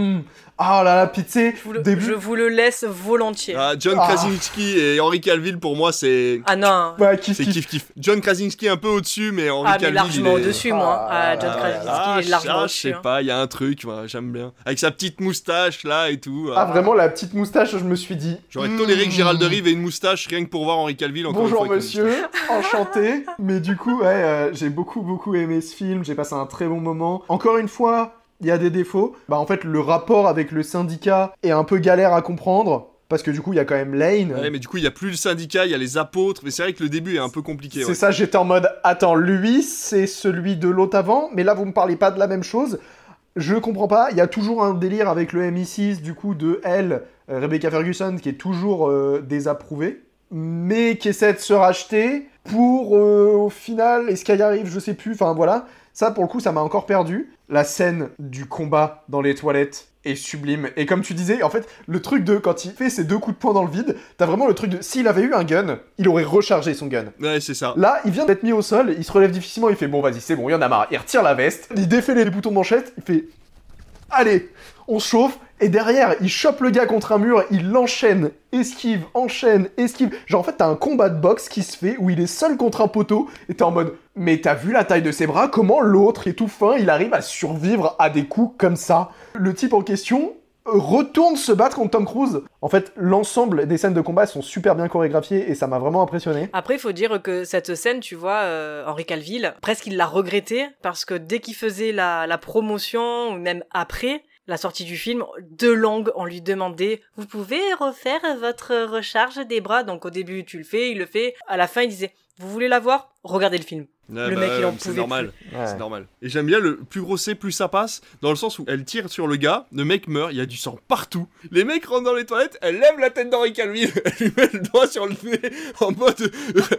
Oh là là, pitié. Je vous le laisse volontiers. John Krasinski et Henry Cavill pour moi c'est... Ah non. Bah, c'est kiff. John Krasinski un peu au-dessus, mais Henry Cavill... mais largement il est... au-dessus, moi. John Krasinski est largement au-dessus. Je sais pas, il y a un truc, moi, j'aime bien. Avec sa petite moustache là et tout. Vraiment la petite moustache, je me suis dit... J'aurais toléré que Gérald de Rive ait une moustache rien que pour voir Henry Cavill encore Bonjour une fois. monsieur, enchanté. Mais du coup, ouais, j'ai beaucoup aimé ce film, j'ai passé un très bon moment. Encore une fois... Il y a des défauts. En fait, le rapport avec le syndicat est un peu galère à comprendre. Parce que du coup, il y a quand même Lane. Ouais, mais du coup, il n'y a plus le syndicat, il y a les apôtres. Mais c'est vrai que le début est un peu compliqué. C'est ça, j'étais en mode, attends, lui, c'est celui de l'autre avant. Mais là, vous me parlez pas de la même chose. Je comprends pas. Il y a toujours un délire avec le MI6, du coup, de elle, Rebecca Ferguson, qui est toujours désapprouvée. Mais qui essaie de se racheter pour, au final, est-ce qu'elle y arrive, je sais plus. Enfin, voilà. Ça, pour le coup, ça m'a encore perdu. La scène du combat dans les toilettes est sublime. Et comme tu disais, en fait, le truc de quand il fait ses 2 coups de poing dans le vide, t'as vraiment le truc de s'il avait eu un gun, il aurait rechargé son gun. Ouais, c'est ça. Là, il vient d'être mis au sol, il se relève difficilement, il fait bon, vas-y, c'est bon, il y en a marre. Il retire la veste, il défait les boutons de manchette, il fait allez, on se chauffe. Et derrière, il chope le gars contre un mur, il l'enchaîne, esquive. Genre en fait, t'as un combat de boxe qui se fait où il est seul contre un poteau et t'es en mode mais t'as vu la taille de ses bras? Comment l'autre, qui est tout fin, il arrive à survivre à des coups comme ça? Le type en question retourne se battre contre Tom Cruise. En fait, l'ensemble des scènes de combat sont super bien chorégraphiées et ça m'a vraiment impressionné. Après, il faut dire que cette scène, tu vois, Henry Cavill, presque il l'a regretté parce que dès qu'il faisait la promotion ou même après la sortie du film, de longue, on lui demandait « Vous pouvez refaire votre recharge des bras ?» Donc au début, tu le fais, il le fait. À la fin, il disait « Vous voulez la voir ? Regardez le film. » Le mec, il en pouvait normal. plus. Ouais. C'est normal. Et j'aime bien le plus gros c'est, plus ça passe, dans le sens où elle tire sur le gars, le mec meurt, il y a du sang partout. Les mecs rentrent dans les toilettes, elle lève la tête d'Henry Cavill, elle lui met le doigt sur le nez, en mode,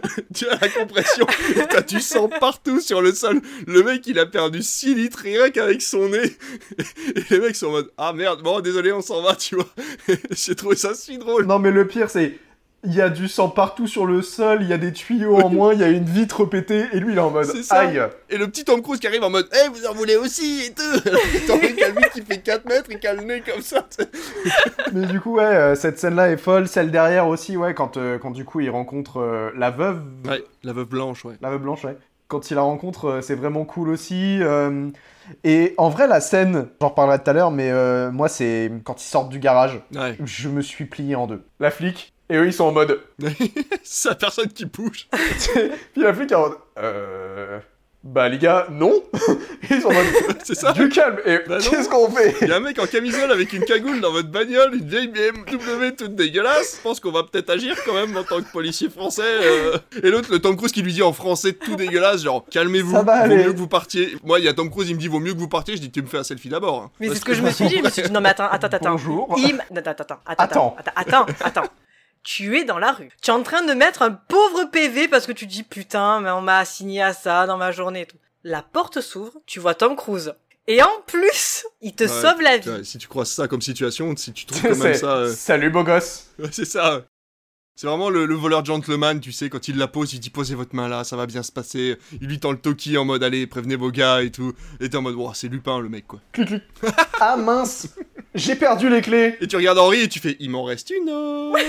tu as la compression, et t'as du sang partout sur le sol. Le mec, il a perdu 6 litres rien qu'avec son nez. Et les mecs sont en mode, ah merde, bon, désolé, on s'en va, tu vois. J'ai trouvé ça si drôle. Non, mais le pire, c'est... il y a du sang partout sur le sol, il y a des tuyaux en moins, il y a une vitre pétée, et lui il est en mode aïe. Et le petit Tom Cruise qui arrive en mode vous en voulez aussi et tout. T'as vu qu'à lui qui fait 4 mètres et qui a le nez comme ça. Mais du coup cette scène là est folle, celle derrière aussi quand du coup il rencontre la veuve. Ouais, la veuve blanche, ouais. La veuve blanche, ouais. Quand il la rencontre, c'est vraiment cool aussi. Et en vrai, la scène, j'en reparlerai tout à l'heure, mais moi, c'est quand ils sortent du garage, je me suis plié en deux. La flic, et eux, ils sont en mode... c'est la personne qui bouge. Puis la flic est en mode... Bah les gars, non. Ils sont en mode... c'est ça. Du calme. Et qu'est-ce qu'on fait? Il y a un mec en camisole avec une cagoule dans votre bagnole, une vieille BMW toute dégueulasse. Je pense qu'on va peut-être agir quand même en tant que policier français. Et l'autre, le Tom Cruise qui lui dit en français tout dégueulasse, genre calmez-vous, vaut mieux que vous partiez. Moi, il y a Tom Cruise, il me dit vaut mieux que vous partiez. Je dis tu me fais un selfie d'abord. Hein. Mais c'est ce que je me suis dit. Je me suis dit non mais attends. Bonjour. Attends. Tu es dans la rue. Tu es en train de mettre un pauvre PV parce que tu dis putain, mais on m'a assigné à ça dans ma journée et tout. La porte s'ouvre, tu vois Tom Cruise. Et en plus, il te sauve la vie. Ouais, si tu croises ça comme situation, si tu trouves quand même ça... Salut beau gosse. Ouais, c'est ça. C'est vraiment le voleur gentleman, tu sais, quand il la pose, il dit posez votre main là, ça va bien se passer. Il lui tend le toki en mode allez, prévenez vos gars et tout. Et t'es en mode wow, c'est Lupin le mec quoi. Clic. Ah mince, j'ai perdu les clés. Et tu regardes Henri et tu fais il m'en reste une autre.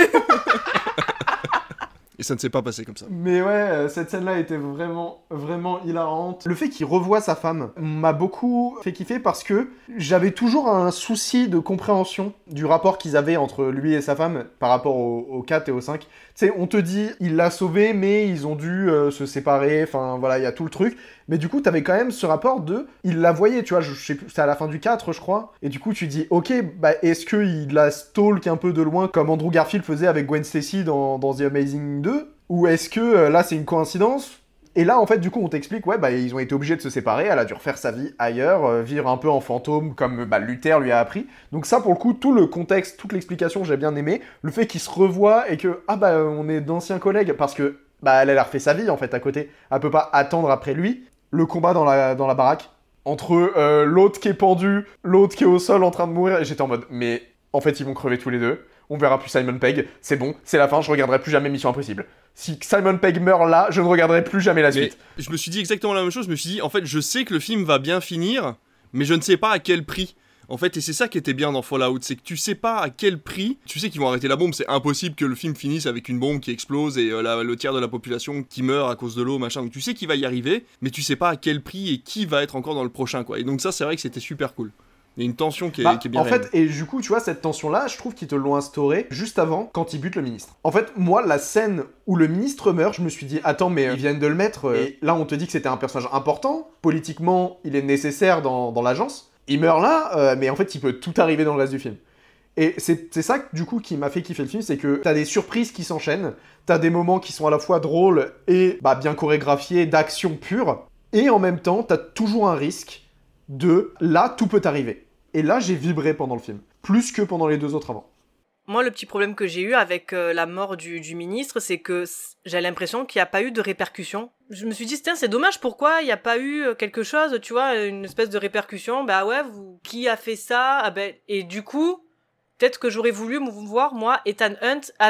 Et ça ne s'est pas passé comme ça. Mais ouais, cette scène-là était vraiment, vraiment hilarante. Le fait qu'il revoie sa femme m'a beaucoup fait kiffer parce que j'avais toujours un souci de compréhension du rapport qu'ils avaient entre lui et sa femme par rapport au 4 et au 5. Tu sais, on te dit, il l'a sauvé, mais ils ont dû se séparer, enfin voilà, il y a tout le truc. Mais du coup, t'avais quand même ce rapport de... Il la voyait, tu vois, je sais plus, c'était à la fin du 4, je crois. Et du coup, tu dis, ok, bah est-ce qu'il la stalk un peu de loin, comme Andrew Garfield faisait avec Gwen Stacy dans The Amazing 2? Ou est-ce que là, c'est une coïncidence? Et là, en fait, du coup, on t'explique, ouais, bah ils ont été obligés de se séparer, elle a dû refaire sa vie ailleurs, vivre un peu en fantôme, comme Luther lui a appris. Donc ça, pour le coup, tout le contexte, toute l'explication, j'ai bien aimé. Le fait qu'ils se revoient et que, on est d'anciens collègues, parce que, elle a refait sa vie, en fait, à côté. Elle peut pas attendre après lui. Le combat dans la baraque, entre l'autre qui est pendu, l'autre qui est au sol en train de mourir, et j'étais en mode, mais en fait, ils vont crever tous les deux. On verra plus Simon Pegg, c'est bon, c'est la fin, je regarderai plus jamais Mission Impossible. Si Simon Pegg meurt là, je ne regarderai plus jamais la suite. Mais je me suis dit exactement la même chose, je me suis dit, en fait, je sais que le film va bien finir, mais je ne sais pas à quel prix. En fait, et c'est ça qui était bien dans Fallout, c'est que tu sais pas à quel prix, tu sais qu'ils vont arrêter la bombe, c'est impossible que le film finisse avec une bombe qui explose et le tiers de la population qui meurt à cause de l'eau, machin, donc tu sais qu'il va y arriver, mais tu sais pas à quel prix et qui va être encore dans le prochain, quoi. Et donc ça, c'est vrai que c'était super cool. Il y a une tension qui est bien réelle. En fait, et du coup, tu vois, cette tension-là, je trouve qu'ils te l'ont instaurée juste avant, quand ils butent le ministre. En fait, moi, la scène où le ministre meurt, je me suis dit, attends, mais ils viennent de le mettre, et là, on te dit que c'était un personnage important, politiquement, il est nécessaire dans l'agence. Il meurt là, mais en fait, il peut tout arriver dans le reste du film. Et c'est ça, du coup, qui m'a fait kiffer le film, c'est que t'as des surprises qui s'enchaînent, t'as des moments qui sont à la fois drôles et bien chorégraphiés, d'action pure, et en même temps, t'as toujours un risque de là, tout peut arriver. Et là, j'ai vibré pendant le film, plus que pendant les deux autres avant. Moi, le petit problème que j'ai eu avec la mort du ministre, c'est que j'ai l'impression qu'il n'y a pas eu de répercussions. Je me suis dit, c'est dommage, pourquoi il n'y a pas eu quelque chose, tu vois, une espèce de répercussion. Bah ouais, qui a fait ça? Et du coup, peut-être que j'aurais voulu voir, moi, Ethan Hunt,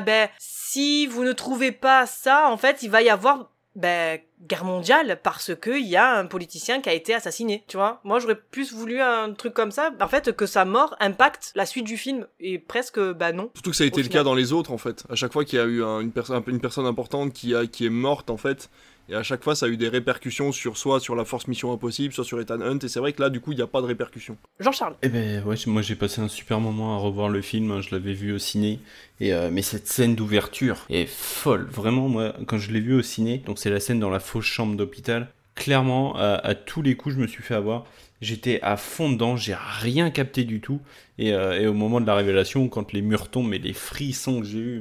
si vous ne trouvez pas ça, en fait, il va y avoir... guerre mondiale parce que il y a un politicien qui a été assassiné, tu vois. Moi, j'aurais plus voulu un truc comme ça, en fait, que sa mort impacte la suite du film, et presque, non. Surtout que ça a été le cas dans les autres, en fait. À chaque fois qu'il y a eu une personne importante qui est morte, en fait, et à chaque fois, ça a eu des répercussions soit sur la Force Mission Impossible, soit sur Ethan Hunt, et c'est vrai que là, du coup, il n'y a pas de répercussions. Jean-Charles. Ouais, moi j'ai passé un super moment à revoir le film, hein, je l'avais vu au ciné, mais cette scène d'ouverture est folle, vraiment, moi, quand je l'ai vu au ciné, donc c'est la scène dans la fausse chambre d'hôpital, clairement, à tous les coups, je me suis fait avoir. J'étais à fond dedans, j'ai rien capté du tout. Et au moment de la révélation, quand les murs tombent, mais les frissons que j'ai eu,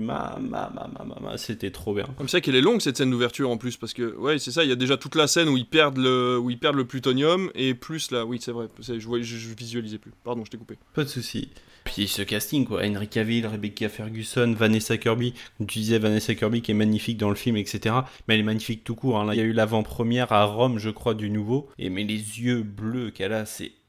c'était trop bien. Comme ça qu'elle est longue cette scène d'ouverture en plus, parce que ouais, c'est ça, il y a déjà toute la scène où ils perdent le plutonium, et plus là, oui, c'est vrai, je visualisais plus. Pardon, je t'ai coupé. Pas de souci. Puis ce casting, quoi, Henry Cavill, Rebecca Ferguson, Vanessa Kirby, comme tu disais, Vanessa Kirby qui est magnifique dans le film, etc. Mais elle est magnifique tout court, hein. Là, il y a eu l'avant-première à Rome, je crois, du nouveau, mais les yeux bleus qu'elle a, c'est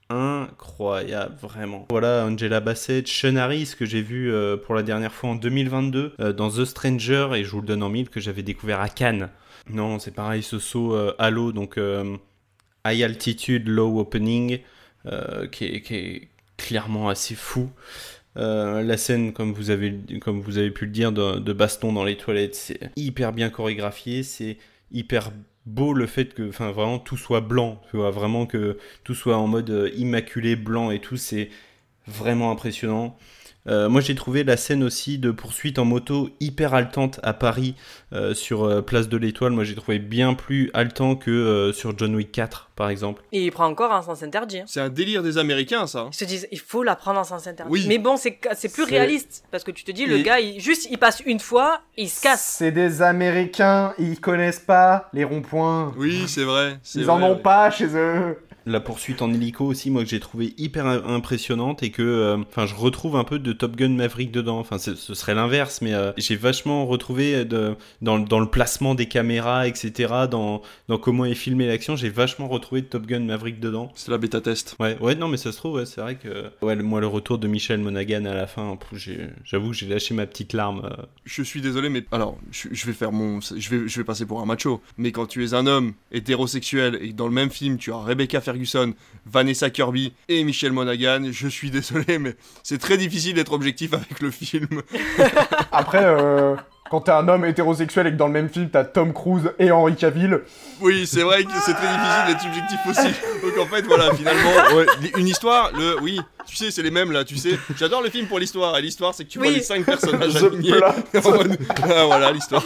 incroyable, vraiment. Voilà, Angela Bassett, Sean Harris, que j'ai vu pour la dernière fois en 2022 dans The Stranger, et je vous le donne en mille, que j'avais découvert à Cannes. Non, c'est pareil, ce saut à l'eau, donc high altitude, low opening, qui est clairement assez fou. La scène, comme vous avez pu le dire, de baston dans les toilettes, c'est hyper bien chorégraphié, c'est hyper beau le fait que vraiment tout soit blanc, tu vois, vraiment que tout soit en mode immaculé, blanc et tout, c'est vraiment impressionnant. Moi j'ai trouvé la scène aussi de poursuite en moto hyper haletante à Paris sur Place de l'Étoile. Moi j'ai trouvé bien plus haletant que sur John Wick 4 par exemple. Et il prend encore un sens interdit. C'est un délire des Américains, ça. Ils se disent, il faut la prendre en sens interdit. Oui. Mais bon, c'est plus réaliste. Parce que tu te dis, le gars, il passe une fois, il se casse. C'est des Américains, ils connaissent pas les ronds-points. Oui, c'est vrai. Ils en ont pas chez eux. La poursuite en hélico aussi, moi que j'ai trouvé hyper impressionnante et que je retrouve un peu de Top Gun Maverick dedans. Enfin, ce serait l'inverse, mais j'ai vachement retrouvé dans le placement des caméras, etc., dans comment est filmée l'action, j'ai vachement retrouvé de Top Gun Maverick dedans. C'est la bêta test. Ouais, non, mais ça se trouve, ouais, c'est vrai que moi le retour de Michel Monaghan à la fin, j'avoue que j'ai lâché ma petite larme. Je suis désolé, mais alors je vais faire je vais passer pour un macho. Mais quand tu es un homme hétérosexuel et que dans le même film tu as Rebecca Ferguson, Vanessa Kirby et Michel Monaghan, je suis désolé, mais c'est très difficile d'être objectif avec le film. Après, quand t'es un homme hétérosexuel et que dans le même film t'as Tom Cruise et Henry Cavill. Oui, c'est vrai que c'est très difficile d'être subjectif aussi. Donc en fait, voilà, finalement, une histoire, oui, tu sais, c'est les mêmes là, tu sais. J'adore le film pour l'histoire, et l'histoire c'est que tu vois les 5 personnages alignés. Voilà l'histoire.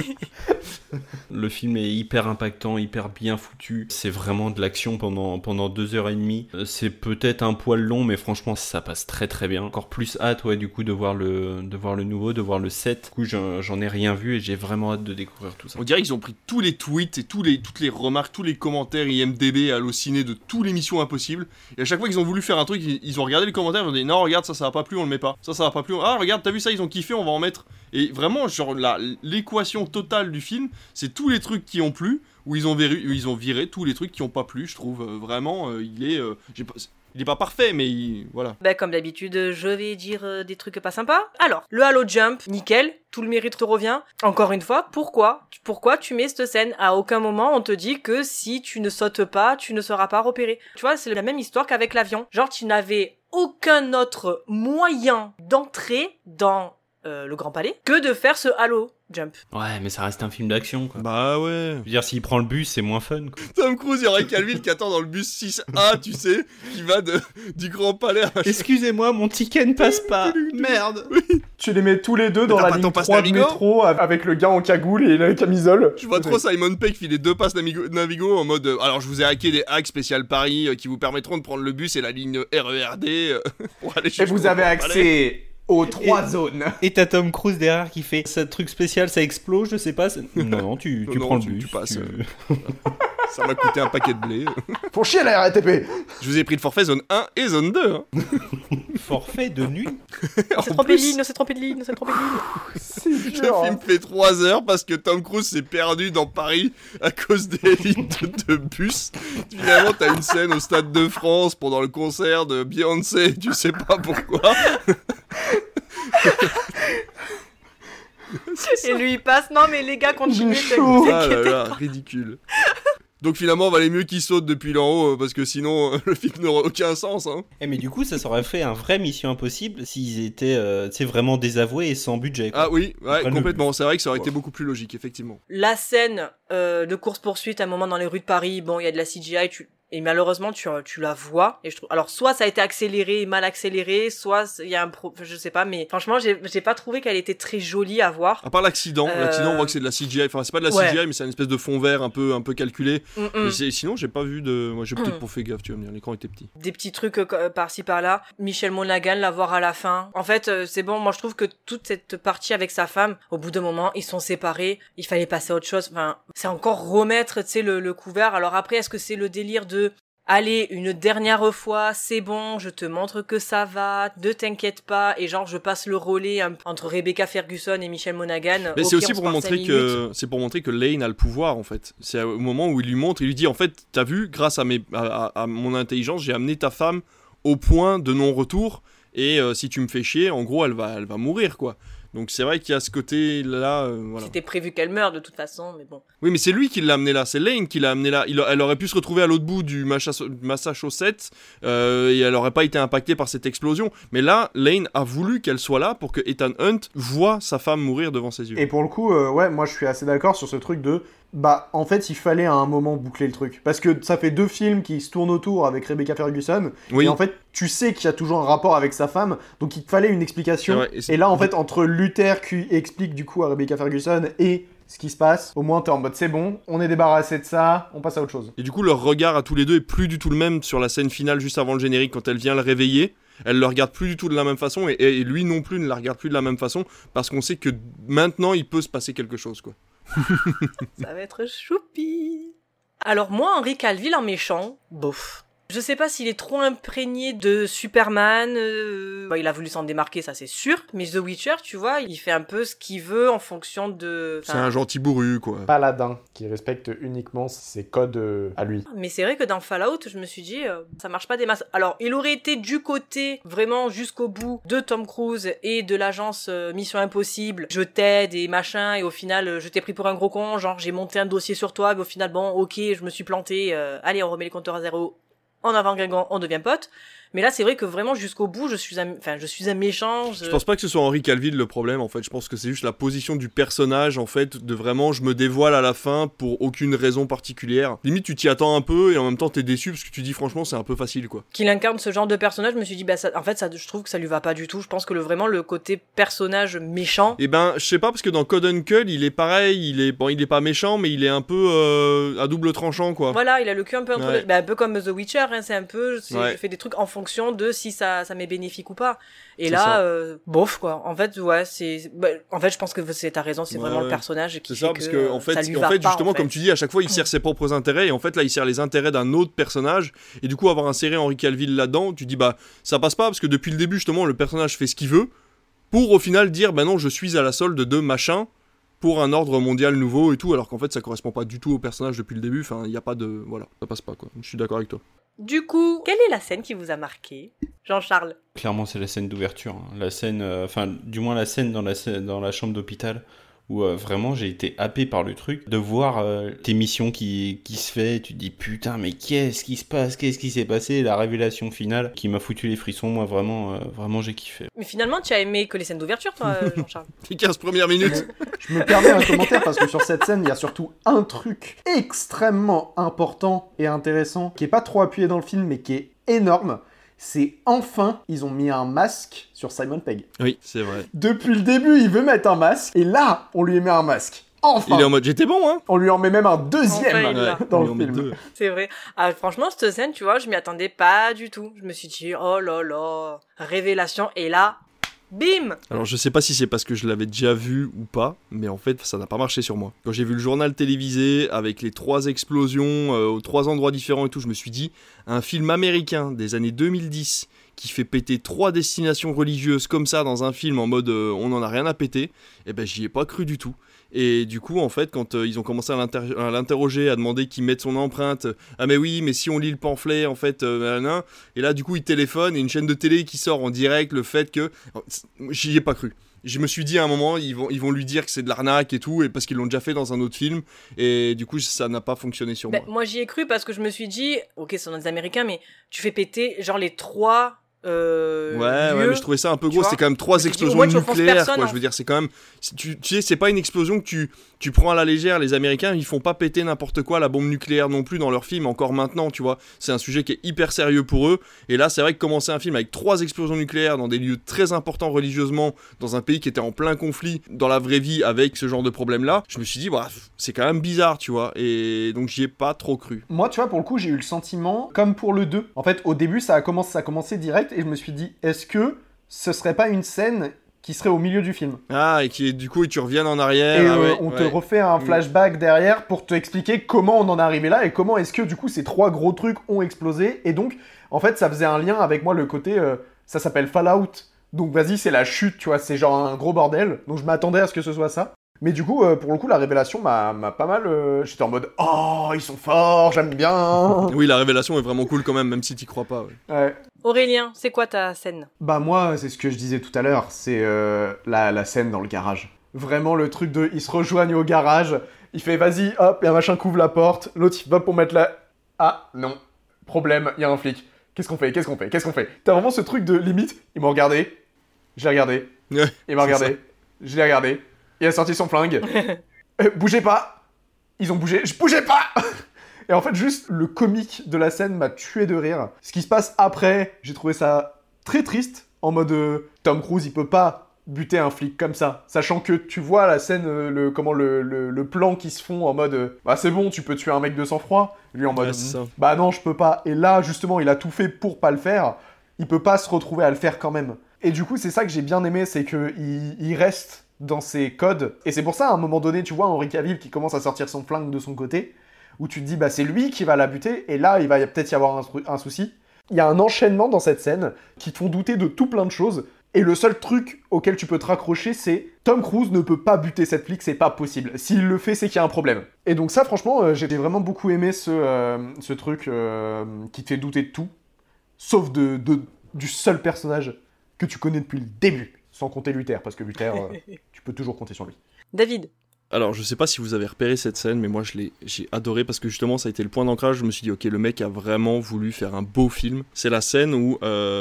Le film est hyper impactant, hyper bien foutu. C'est vraiment de l'action pendant 2h30. C'est peut-être un poil long, mais franchement, ça passe très très bien. Encore plus hâte, du coup, de voir le nouveau, de voir le 7. Du coup, j'en ai rien vu et j'ai vraiment hâte de découvrir tout ça. On dirait qu'ils ont pris tous les tweets et toutes les remarques, tous les commentaires IMDb, Allociné de tous les Missions Impossibles. Et à chaque fois qu'ils ont voulu faire un truc, ils ont regardé les commentaires, ils ont dit non, regarde, ça va pas plu, on le met pas. Ça va pas plu. Ah, regarde, t'as vu ça, ils ont kiffé, on va en mettre. Et vraiment, genre, l'équation totale du film, c'est tous les trucs qui ont plu, où ils ont viré tous les trucs qui ont pas plu, je trouve. Vraiment, il est pas parfait, mais voilà. Comme d'habitude, je vais dire des trucs pas sympas. Alors, le Halo Jump, nickel, tout le mérite te revient. Encore une fois, pourquoi tu mets cette scène? À aucun moment on te dit que si tu ne sautes pas, tu ne seras pas repéré. Tu vois, c'est la même histoire qu'avec l'avion. Genre, tu n'avais aucun autre moyen d'entrer dans le Grand Palais que de faire ce Halo Jump. Ouais, mais ça reste un film d'action, quoi. Bah ouais. Je veux dire, s'il prend le bus, c'est moins fun, quoi. Tom Cruise, il y aurait Calvin qui attend dans le bus 6A, tu sais, qui va du Grand Palais à... Excusez-moi, mon ticket ne passe pas. Merde. Oui. Tu les mets tous les deux dans la ligne 3 de métro avec le gars en cagoule et la camisole. Je vois trop Simon Pegg filer 2 passes Navigo en mode alors je vous ai hacké des hacks spécial Paris qui vous permettront de prendre le bus et la ligne RERD pour aller et vous avez accès aux 3 zones. Et t'as Tom Cruise derrière qui fait ce truc spécial, ça explose, je sais pas. Non, tu prends le bus. Tu passes. Ça m'a coûté un paquet de blé. Pour chier la RATP. Je vous ai pris le forfait zone 1 et zone 2. Hein. Forfait de nuit. On s'est trompé de ligne. C'est Le dur. film fait 3 heures parce que Tom Cruise s'est perdu dans Paris à cause des lignes de bus. Finalement, t'as une scène au Stade de France pendant le concert de Beyoncé, tu sais pas pourquoi. Et lui il passe, non mais les gars continuez. Ah là là, ridicule. Donc finalement, valait mieux qu'il saute depuis l'en haut, parce que sinon, le film n'aurait aucun sens. Hein. Mais du coup, ça aurait fait un vrai Mission Impossible s'ils étaient vraiment désavoués et sans budget, quoi. Ah oui, ouais, complètement. C'est vrai que ça aurait été beaucoup plus logique, effectivement. La scène de course-poursuite à un moment dans les rues de Paris, bon, il y a de la CGI, et malheureusement tu la vois, et je trouve, alors soit ça a été accéléré, mal accéléré, soit il y a je sais pas, mais franchement j'ai pas trouvé qu'elle était très jolie à voir. À part l'accident, on voit que c'est de la CGI, enfin c'est pas de la CGI mais c'est une espèce de fond vert un peu calculé. Mais sinon j'ai pas vu moi j'ai peut-être pas fait gaffe, tu vas me dire, l'écran était petit. Des petits trucs par-ci par-là. Michel Monaghan, la voir à la fin. En fait c'est bon, moi je trouve que toute cette partie avec sa femme, au bout d'un moment ils sont séparés, il fallait passer à autre chose. Enfin c'est encore remettre, tu sais, le couvert. Alors après est-ce que c'est le délire de allez, une dernière fois, c'est bon, je te montre que ça va, ne t'inquiète pas, et genre je passe le relais entre Rebecca Ferguson et Michelle Monaghan. Mais c'est aussi pour montrer que Lane a le pouvoir en fait. C'est au moment où il lui montre, il lui dit en fait, t'as vu, grâce à mon intelligence, j'ai amené ta femme au point de non-retour, et si tu me fais chier, en gros, elle va mourir quoi. Donc c'est vrai qu'il y a ce côté-là, voilà. C'était prévu qu'elle meure de toute façon, mais bon. Oui, mais c'est lui qui l'a amené là, c'est Lane qui l'a amené là. Elle aurait pu se retrouver à l'autre bout du Massachusetts et elle aurait pas été impactée par cette explosion. Mais là, Lane a voulu qu'elle soit là pour que Ethan Hunt voit sa femme mourir devant ses yeux. Et pour le coup, ouais, moi je suis assez d'accord sur ce truc de... Bah, en fait, il fallait à un moment boucler le truc. Parce que ça fait 2 films qui se tournent autour avec Rebecca Ferguson. Oui. Et en fait, tu sais qu'il y a toujours un rapport avec sa femme. Donc il te fallait une explication. Vrai, et là, en fait, entre Luther qui explique du coup à Rebecca Ferguson et ce qui se passe, au moins t'es en mode c'est bon, on est débarrassé de ça, on passe à autre chose. Et du coup, leur regard à tous les deux est plus du tout le même sur la scène finale juste avant le générique quand elle vient le réveiller. Elle le regarde plus du tout de la même façon et lui non plus ne la regarde plus de la même façon parce qu'on sait que maintenant il peut se passer quelque chose quoi. Ça va être choupi. Alors moi, Henry Cavill en méchant, bof. Je sais pas s'il est trop imprégné de Superman, il a voulu s'en démarquer, ça c'est sûr, mais The Witcher, tu vois, il fait un peu ce qu'il veut en fonction de... C'est un gentil bourru, quoi. Paladin, qui respecte uniquement ses codes à lui. Mais c'est vrai que dans Fallout, je me suis dit, ça marche pas des masses. Alors, il aurait été du côté, vraiment jusqu'au bout, de Tom Cruise et de l'agence Mission Impossible, je t'aide et machin, et au final, je t'ai pris pour un gros con, genre j'ai monté un dossier sur toi, mais au final, bon, ok, je me suis planté, allez, on remet les compteurs à zéro. En avant Gringon, on devient pote. Mais là, c'est vrai que vraiment, jusqu'au bout, je suis un méchant. Je pense pas que ce soit Henry Cavill le problème, en fait. Je pense que c'est juste la position du personnage, en fait, de vraiment, je me dévoile à la fin pour aucune raison particulière. Limite, tu t'y attends un peu et en même temps, t'es déçu parce que tu dis, franchement, c'est un peu facile, quoi. Qu'il incarne ce genre de personnage, je me suis dit, je trouve que ça lui va pas du tout. Je pense que vraiment, le côté personnage méchant. Eh ben, je sais pas, parce que dans Code Uncle, il est pareil, il est pas méchant, mais il est un peu à double tranchant, quoi. Voilà, il a le cul un peu entre les... un peu comme The Witcher, hein, c'est un peu, je fais des trucs en fonction de si ça m'est bénéfique ou pas. Et c'est là, bof, quoi. En fait, ouais, en fait, je pense que t'as raison, c'est vraiment le personnage qui fait parce que, en fait, justement, comme tu dis, à chaque fois, il sert ses propres intérêts, et en fait, là, il sert les intérêts d'un autre personnage, et du coup, avoir inséré Henry Cavill là-dedans, tu dis, bah, ça passe pas, parce que depuis le début, justement, le personnage fait ce qu'il veut, pour au final dire, bah non, je suis à la solde de machin, pour un ordre mondial nouveau et tout, alors qu'en fait, ça correspond pas du tout au personnage depuis le début, enfin, il y a pas de... Voilà, ça passe pas, quoi. Je suis d'accord avec toi. Du coup, quelle est la scène qui vous a marqué, Jean-Charles ? Clairement, c'est la scène d'ouverture. La scène, du moins la scène dans la chambre d'hôpital, où vraiment j'ai été happé par le truc, de voir tes missions qui se fait, tu te dis putain mais qu'est-ce qui se passe, qu'est-ce qui s'est passé, la révélation finale qui m'a foutu les frissons, moi vraiment j'ai kiffé. Mais finalement tu as aimé que les scènes d'ouverture toi Jean-Charles. Les 15 premières minutes. Je me permets un commentaire parce que sur cette scène il y a surtout un truc extrêmement important et intéressant qui est pas trop appuyé dans le film mais qui est énorme. C'est enfin, ils ont mis un masque sur Simon Pegg. Oui, c'est vrai. Depuis le début, il veut mettre un masque, et là, on lui met un masque. Enfin. Il est en mode, j'étais bon, hein. On lui en met même un deuxième dans le film. C'est vrai. Ah, franchement, cette scène, tu vois, je m'y attendais pas du tout. Je me suis dit, oh là là, révélation, et là... Bim! Alors je sais pas si c'est parce que je l'avais déjà vu ou pas, mais en fait ça n'a pas marché sur moi. Quand j'ai vu le journal télévisé avec les 3 explosions aux 3 endroits différents et tout, je me suis dit, un film américain des années 2010 qui fait péter 3 destinations religieuses comme ça dans un film en mode on en a rien à péter, eh ben j'y ai pas cru du tout. Et du coup, en fait, quand ils ont commencé à l'interroger, à demander qu'il mette son empreinte, ah mais oui, mais si on lit le pamphlet, en fait, et là, du coup, il téléphone, et une chaîne de télé qui sort en direct le fait que... J'y ai pas cru. Je me suis dit à un moment, ils vont lui dire que c'est de l'arnaque et tout, et parce qu'ils l'ont déjà fait dans un autre film, et du coup, ça n'a pas fonctionné sur moi. Moi, j'y ai cru parce que je me suis dit, ok, c'est dans des Américains, mais tu fais péter, genre, les 3... ouais, mais je trouvais ça un peu gros. C'est quand même 3 explosions nucléaires, quoi. Je veux dire, c'est quand même. Tu sais, c'est pas une explosion que tu prends à la légère. Les Américains, ils font pas péter n'importe quoi, la bombe nucléaire non plus dans leurs films, encore maintenant, tu vois. C'est un sujet qui est hyper sérieux pour eux. Et là, c'est vrai que commencer un film avec 3 explosions nucléaires dans des lieux très importants religieusement, dans un pays qui était en plein conflit dans la vraie vie avec ce genre de problème-là, je me suis dit, bah, c'est quand même bizarre, tu vois. Et donc, j'y ai pas trop cru. Moi, tu vois, pour le coup, j'ai eu le sentiment, comme pour le 2. En fait, au début, ça a commencé direct. Et je me suis dit, est-ce que ce serait pas une scène qui serait au milieu du film. Ah, et qui du coup, tu reviens en arrière. Et on te refait un flashback derrière pour te expliquer comment on en est arrivé là et comment est-ce que du coup ces 3 gros trucs ont explosé. Et donc, en fait, ça faisait un lien avec moi le côté, ça s'appelle Fallout. Donc vas-y, c'est la chute, tu vois, c'est genre un gros bordel. Donc je m'attendais à ce que ce soit ça. Mais du coup, pour le coup, la révélation m'a pas mal... J'étais en mode, oh, ils sont forts, j'aime bien. Oui, la révélation est vraiment cool quand même si t'y crois pas. Ouais. Aurélien, c'est quoi ta scène ? Bah moi, c'est ce que je disais tout à l'heure, c'est la scène dans le garage. Vraiment le truc de, ils se rejoignent au garage, il fait vas-y, hop, et un machin couvre la porte, l'autre il va pour mettre la... Ah, non, problème, il y a un flic. Qu'est-ce qu'on fait ? T'as vraiment ce truc de limite, il m'a regardé, je l'ai regardé, Ouais, il m'a regardé, je l'ai regardé, il a sorti son flingue, bougez pas, ils ont bougé, je bougeais pas. Et en fait, juste le comique de la scène m'a tué de rire. Ce qui se passe après, j'ai trouvé ça très triste, en mode Tom Cruise, il peut pas buter un flic comme ça, sachant que tu vois la scène, le plan qui se font en mode bah c'est bon, tu peux tuer un mec de sang-froid. Lui en mode bah non, je peux pas. Et là, justement, il a tout fait pour pas le faire. Il peut pas se retrouver à le faire quand même. Et du coup, c'est ça que j'ai bien aimé, c'est que il reste dans ses codes. Et c'est pour ça, à un moment donné, tu vois Henry Cavill qui commence à sortir son flingue de son côté, où tu te dis, bah c'est lui qui va la buter, et là, il va peut-être y avoir un souci. Il y a un enchaînement dans cette scène qui te font douter de tout plein de choses, et le seul truc auquel tu peux te raccrocher, c'est Tom Cruise ne peut pas buter cette flic, c'est pas possible. S'il le fait, c'est qu'il y a un problème. Et donc ça, franchement, j'ai vraiment beaucoup aimé ce truc qui te fait douter de tout, sauf du seul personnage que tu connais depuis le début, sans compter Luther, parce que Luther, tu peux toujours compter sur lui. David. Alors, je sais pas si vous avez repéré cette scène, mais moi j'ai adoré parce que justement ça a été le point d'ancrage. Je me suis dit, ok, le mec a vraiment voulu faire un beau film. C'est la scène où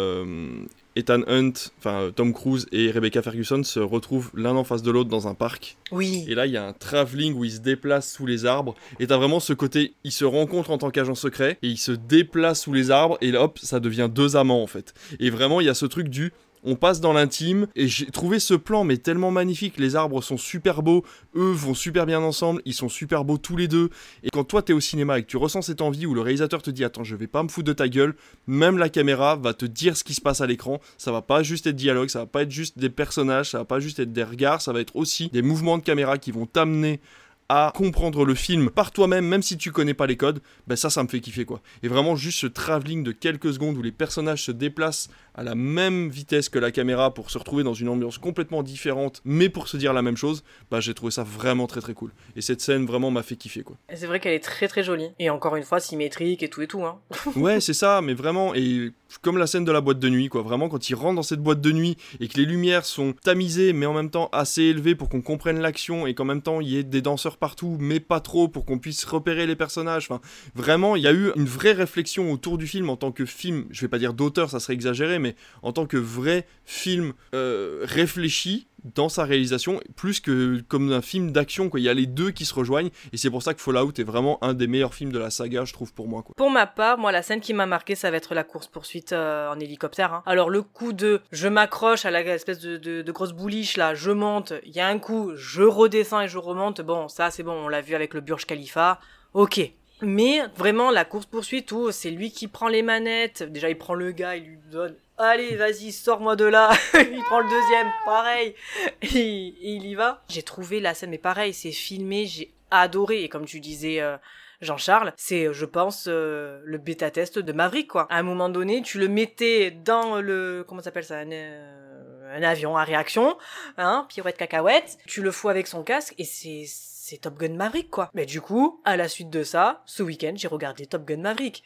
Ethan Hunt, enfin Tom Cruise et Rebecca Ferguson se retrouvent l'un en face de l'autre dans un parc. Oui. Et là, il y a un travelling où ils se déplacent sous les arbres. Et t'as vraiment ce côté, ils se rencontrent en tant qu'agents secrets et ils se déplacent sous les arbres et là, hop, ça devient 2 amants en fait. Et vraiment, il y a ce truc du... On passe dans l'intime, et j'ai trouvé ce plan mais tellement magnifique, les arbres sont super beaux, eux vont super bien ensemble, ils sont super beaux tous les deux, et quand toi t'es au cinéma et que tu ressens cette envie où le réalisateur te dit « Attends, je vais pas me foutre de ta gueule », même la caméra va te dire ce qui se passe à l'écran, ça va pas juste être dialogue, ça va pas être juste des personnages, ça va pas juste être des regards, ça va être aussi des mouvements de caméra qui vont t'amener à comprendre le film par toi-même, même si tu connais pas les codes, ben ça me fait kiffer quoi. Et vraiment juste ce travelling de quelques secondes où les personnages se déplacent à la même vitesse que la caméra pour se retrouver dans une ambiance complètement différente, mais pour se dire la même chose, bah j'ai trouvé ça vraiment très très cool. Et cette scène vraiment m'a fait kiffer quoi. Et c'est vrai qu'elle est très très jolie. Et encore une fois, symétrique et tout hein. Ouais, c'est ça, mais vraiment, et comme la scène de la boîte de nuit quoi, vraiment quand ils rentrent dans cette boîte de nuit et que les lumières sont tamisées mais en même temps assez élevées pour qu'on comprenne l'action et qu'en même temps il y ait des danseurs partout mais pas trop pour qu'on puisse repérer les personnages, enfin vraiment il y a eu une vraie réflexion autour du film en tant que film, je vais pas dire d'auteur, ça serait exagéré, mais en tant que vrai film réfléchi dans sa réalisation, plus que comme un film d'action quoi. Il y a les deux qui se rejoignent et c'est pour ça que Fallout est vraiment un des meilleurs films de la saga, je trouve, pour moi quoi. Pour ma part, moi la scène qui m'a marqué, ça va être la course-poursuite en hélicoptère hein. Alors le coup de je m'accroche à la espèce de grosse bouliche là, je monte, il y a un coup, je redescends et je remonte, bon ça c'est bon, on l'a vu avec le Burj Khalifa, ok. Mais vraiment la course-poursuite où c'est lui qui prend les manettes, déjà il prend le gars, il lui donne allez vas-y sors-moi de là, il prend le deuxième, pareil, et il y va. J'ai trouvé la scène, mais pareil, c'est filmé, j'ai adoré, et comme tu disais Jean-Charles, c'est je pense le bêta-test de Maverick quoi. À un moment donné, tu le mettais dans le, comment ça s'appelle ça, un avion à réaction, hein, pirouette cacahuète, tu le fous avec son casque, et c'est Top Gun Maverick quoi. Mais du coup, à la suite de ça, ce week-end, j'ai regardé Top Gun Maverick.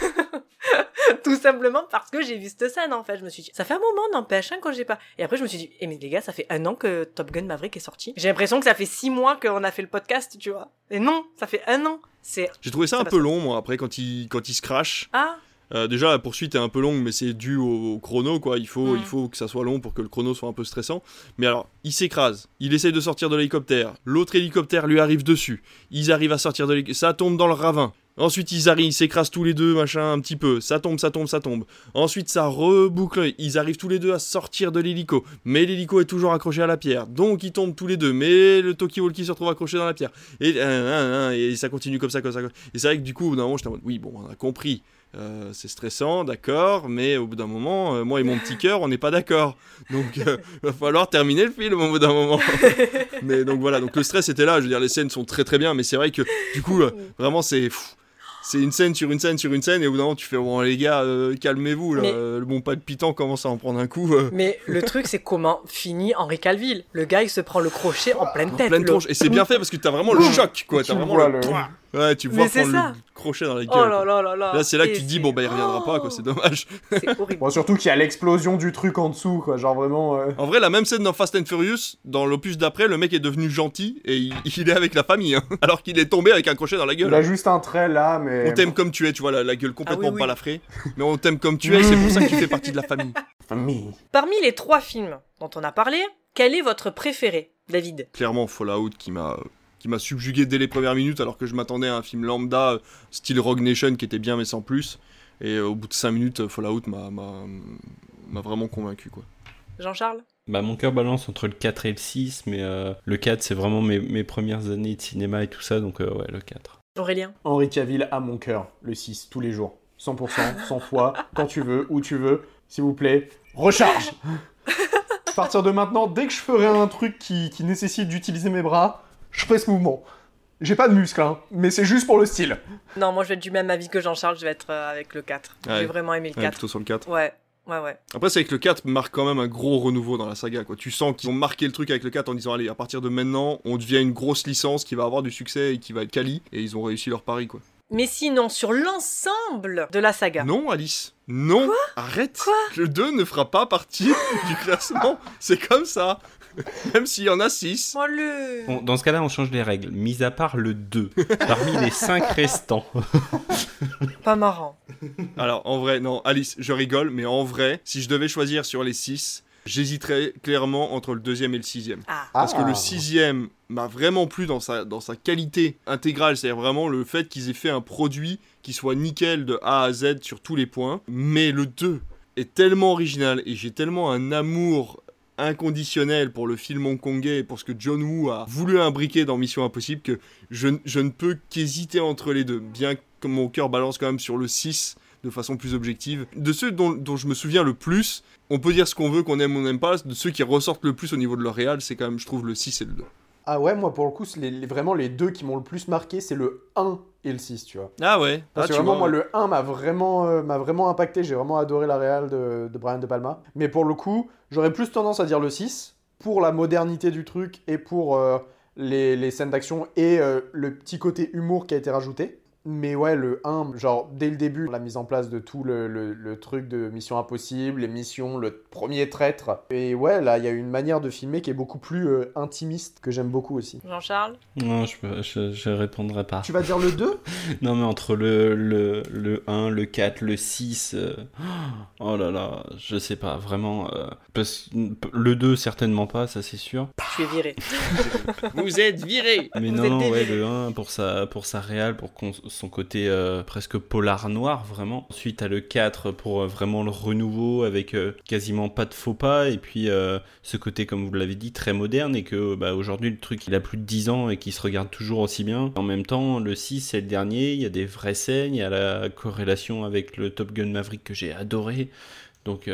Tout simplement parce que j'ai vu cette scène en fait. Je me suis dit, ça fait un moment n'empêche hein, quand j'ai pas. Et après je me suis dit, mais les gars, ça fait 1 an que Top Gun Maverick est sorti. J'ai l'impression que ça fait 6 mois qu'on a fait le podcast, tu vois. Et non, ça fait 1 an. J'ai trouvé ça un peu long moi après quand il se crash. Ah. Déjà la poursuite est un peu longue mais c'est dû au chrono quoi, il faut que ça soit long pour que le chrono soit un peu stressant. Mais alors il s'écrase, il essaye de sortir de l'hélicoptère, l'autre hélicoptère lui arrive dessus, ils arrivent à sortir de l'hélicoptère, ça tombe dans le ravin. Ensuite ils s'écrasent tous les deux machin un petit peu, ça tombe. Ensuite ça reboucle, ils arrivent tous les deux à sortir de l'hélico, mais l'hélico est toujours accroché à la pierre, donc ils tombent tous les deux, mais le talkie-walkie se retrouve accroché dans la pierre. Et ça continue comme ça. Et c'est vrai que du coup, au bout d'un moment, j'étais en mode, oui bon, on a compris. c'est stressant, d'accord, mais au bout d'un moment, moi et mon petit cœur, on n'est pas d'accord. Donc, va falloir terminer le film au bout d'un moment. Mais donc voilà, donc le stress était là. Je veux dire, les scènes sont très très bien, mais c'est vrai que du coup, vraiment, c'est une scène sur une scène sur une scène, et au bout d'un moment, tu fais bon, les gars, calmez-vous là. Le bon palpitant commence à en prendre un coup. Mais le truc, c'est comment finit Henry Cavill. Le gars, il se prend le crochet en pleine tête. En pleine tronche, et c'est bien fait parce que t'as vraiment le choc, quoi. T'as vraiment le. Ouais, tu vois prendre le crochet dans la gueule. Oh là là là là. Là, c'est là que tu te dis, bon, bah, il reviendra pas, quoi, c'est dommage. C'est horrible. Bon, surtout qu'il y a l'explosion du truc en dessous, quoi. Genre vraiment. En vrai, la même scène dans Fast and Furious, dans l'opus d'après, le mec est devenu gentil et il est avec la famille, hein, alors qu'il est tombé avec un crochet dans la gueule. Il a juste un trait là, mais. On t'aime comme tu es, tu vois, la gueule complètement balafrée. Mais on t'aime comme tu es, et c'est pour ça que tu fais partie de la famille. Parmi les 3 films dont on a parlé, quel est votre préféré, David ? Clairement, Fallout qui m'a subjugué dès les premières minutes, alors que je m'attendais à un film lambda, style Rogue Nation, qui était bien mais sans plus. Et au bout de 5 minutes, Fallout m'a vraiment convaincu, quoi. Jean-Charles ? Bah, mon cœur balance entre le 4 et le 6, mais le 4, c'est vraiment mes premières années de cinéma et tout ça, donc ouais, le 4. Aurélien ? Henry Cavill à mon cœur, le 6, tous les jours. 100%, 100 fois, quand tu veux, où tu veux. S'il vous plaît, recharge. À partir de maintenant, dès que je ferai un truc qui nécessite d'utiliser mes bras, je ferai ce mouvement. J'ai pas de muscles, hein, mais c'est juste pour le style. Non, moi je vais être du même avis que Jean-Charles, je vais être avec le 4. Ouais. J'ai vraiment aimé le 4. Plutôt sur le 4. Ouais. Après, c'est que le 4 marque quand même un gros renouveau dans la saga, quoi. Tu sens qu'ils ont marqué le truc avec le 4 en disant, allez, à partir de maintenant, on devient une grosse licence qui va avoir du succès et qui va être quali, et ils ont réussi leur pari, quoi. Mais sinon, sur l'ensemble de la saga. Non, Alice. Non. Quoi ? Arrête. Quoi ? Le 2 ne fera pas partie du classement. C'est comme ça. Même s'il y en a 6. Bon, dans ce cas-là, on change les règles. Mis à part le 2, parmi les 5 restants. Pas marrant. Alors, en vrai, non, Alice, je rigole, mais en vrai, si je devais choisir sur les 6, j'hésiterais clairement entre le 2e et le 6e. Parce que le 6e m'a vraiment plu dans sa qualité intégrale, c'est-à-dire vraiment le fait qu'ils aient fait un produit qui soit nickel de A à Z sur tous les points. Mais le 2 est tellement original et j'ai tellement un amour inconditionnel pour le film hongkongais et pour ce que John Woo a voulu imbriquer dans Mission Impossible que je ne peux qu'hésiter entre les deux, bien que mon cœur balance quand même sur le 6 de façon plus objective. De ceux dont je me souviens le plus, on peut dire ce qu'on veut, qu'on aime ou on n'aime pas, de ceux qui ressortent le plus au niveau de leur réal, c'est quand même, je trouve, le 6 et le 2. Ah ouais, moi pour le coup, vraiment les deux qui m'ont le plus marqué, c'est le 1 et le 6, tu vois. Ah ouais. Parce que vraiment, moi, le 1 m'a vraiment impacté, j'ai vraiment adoré la réal de Brian De Palma. Mais pour le coup, j'aurais plus tendance à dire le 6, pour la modernité du truc et pour les scènes d'action et le petit côté humour qui a été rajouté. Mais ouais, le 1, genre, dès le début, la mise en place de tout le truc de Mission Impossible, les missions, le premier traître. Et ouais, là, il y a une manière de filmer qui est beaucoup plus intimiste, que j'aime beaucoup aussi. Jean-Charles ? Non, je répondrai pas. Tu vas dire le 2 ? Non, mais entre le 1, le 4, le 6... Oh là là, je sais pas, vraiment... le 2, certainement pas, ça c'est sûr. Tu es viré. Vous êtes viré. Mais non, ouais, le 1, pour sa réal, pour son côté presque polar noir, vraiment. Ensuite, t'as le 4 pour vraiment le renouveau, avec quasiment pas de faux pas, et puis ce côté, comme vous l'avez dit, très moderne, et que aujourd'hui, le truc, il a plus de 10 ans, et qui se regarde toujours aussi bien. En même temps, le 6, c'est le dernier, il y a des vraies scènes, il y a la corrélation avec le Top Gun Maverick que j'ai adoré. Donc,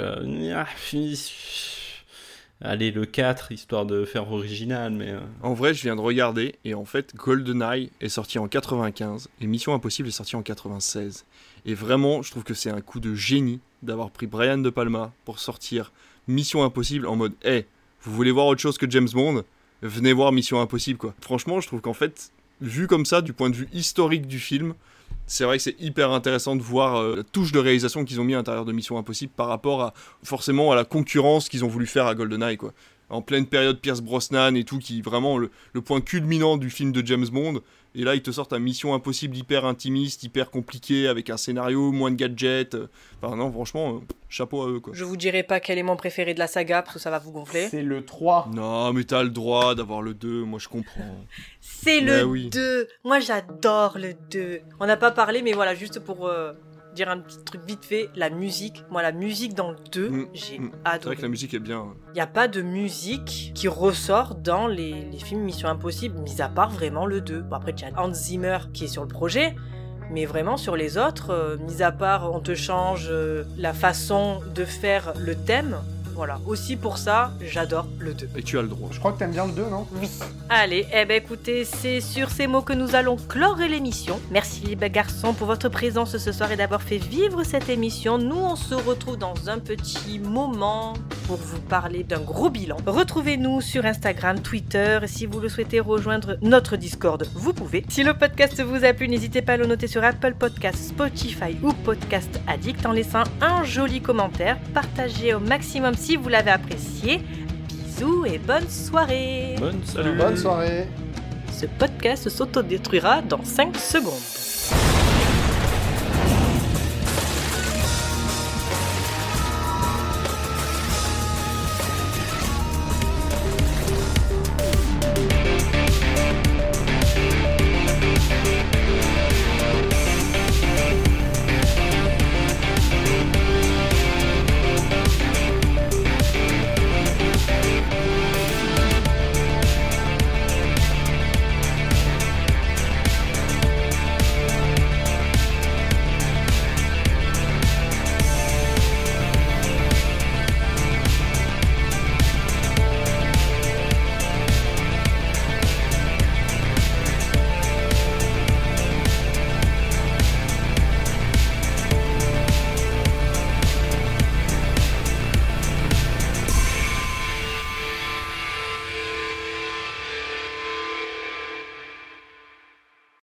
allez, le 4, histoire de faire original, mais... En vrai, je viens de regarder, et en fait, GoldenEye est sorti en 95, et Mission Impossible est sorti en 96. Et vraiment, je trouve que c'est un coup de génie d'avoir pris Brian De Palma pour sortir Mission Impossible en mode « Hey, vous voulez voir autre chose que James Bond ? Venez voir Mission Impossible, quoi. » Franchement, je trouve qu'en fait, vu comme ça, du point de vue historique du film... C'est vrai que c'est hyper intéressant de voir la touche de réalisation qu'ils ont mis à l'intérieur de Mission Impossible par rapport forcément à la concurrence qu'ils ont voulu faire à GoldenEye, quoi. En pleine période Pierce Brosnan et tout, qui est vraiment le point culminant du film de James Bond. Et là, ils te sortent un Mission Impossible hyper intimiste, hyper compliqué, avec un scénario, moins de gadgets. Enfin non, franchement, chapeau à eux, quoi. Je vous dirai pas quel est mon préféré de la saga, parce que ça va vous gonfler. C'est le 3. Non, mais t'as le droit d'avoir le 2, moi je comprends. C'est le 2. Moi, j'adore le 2. On n'a pas parlé, mais voilà, juste pour dire un petit truc vite fait, la musique. Moi, la musique dans le 2, j'ai adoré. C'est vrai que la musique est bien. Il n'y a pas de musique qui ressort dans les films Mission Impossible, mis à part vraiment le 2. Bon, après, il y a Hans Zimmer qui est sur le projet, Mais vraiment sur les autres, mis à part on te change la façon de faire le thème, voilà, aussi pour ça, j'adore le 2. Et tu as le droit. Je crois que t'aimes bien le 2, non ? Oui. Allez, écoutez, c'est sur ces mots que nous allons clore l'émission. Merci les garçons pour votre présence ce soir et d'avoir fait vivre cette émission. Nous, on se retrouve dans un petit moment pour vous parler d'un gros bilan. Retrouvez-nous sur Instagram, Twitter. Si vous le souhaitez rejoindre notre Discord, vous pouvez. Si le podcast vous a plu, n'hésitez pas à le noter sur Apple Podcasts, Spotify ou Podcast Addict en laissant un joli commentaire. Partagez au maximum si vous l'avez apprécié. Bisous et bonne soirée. Bonne soirée. Ce podcast s'autodétruira dans 5 secondes.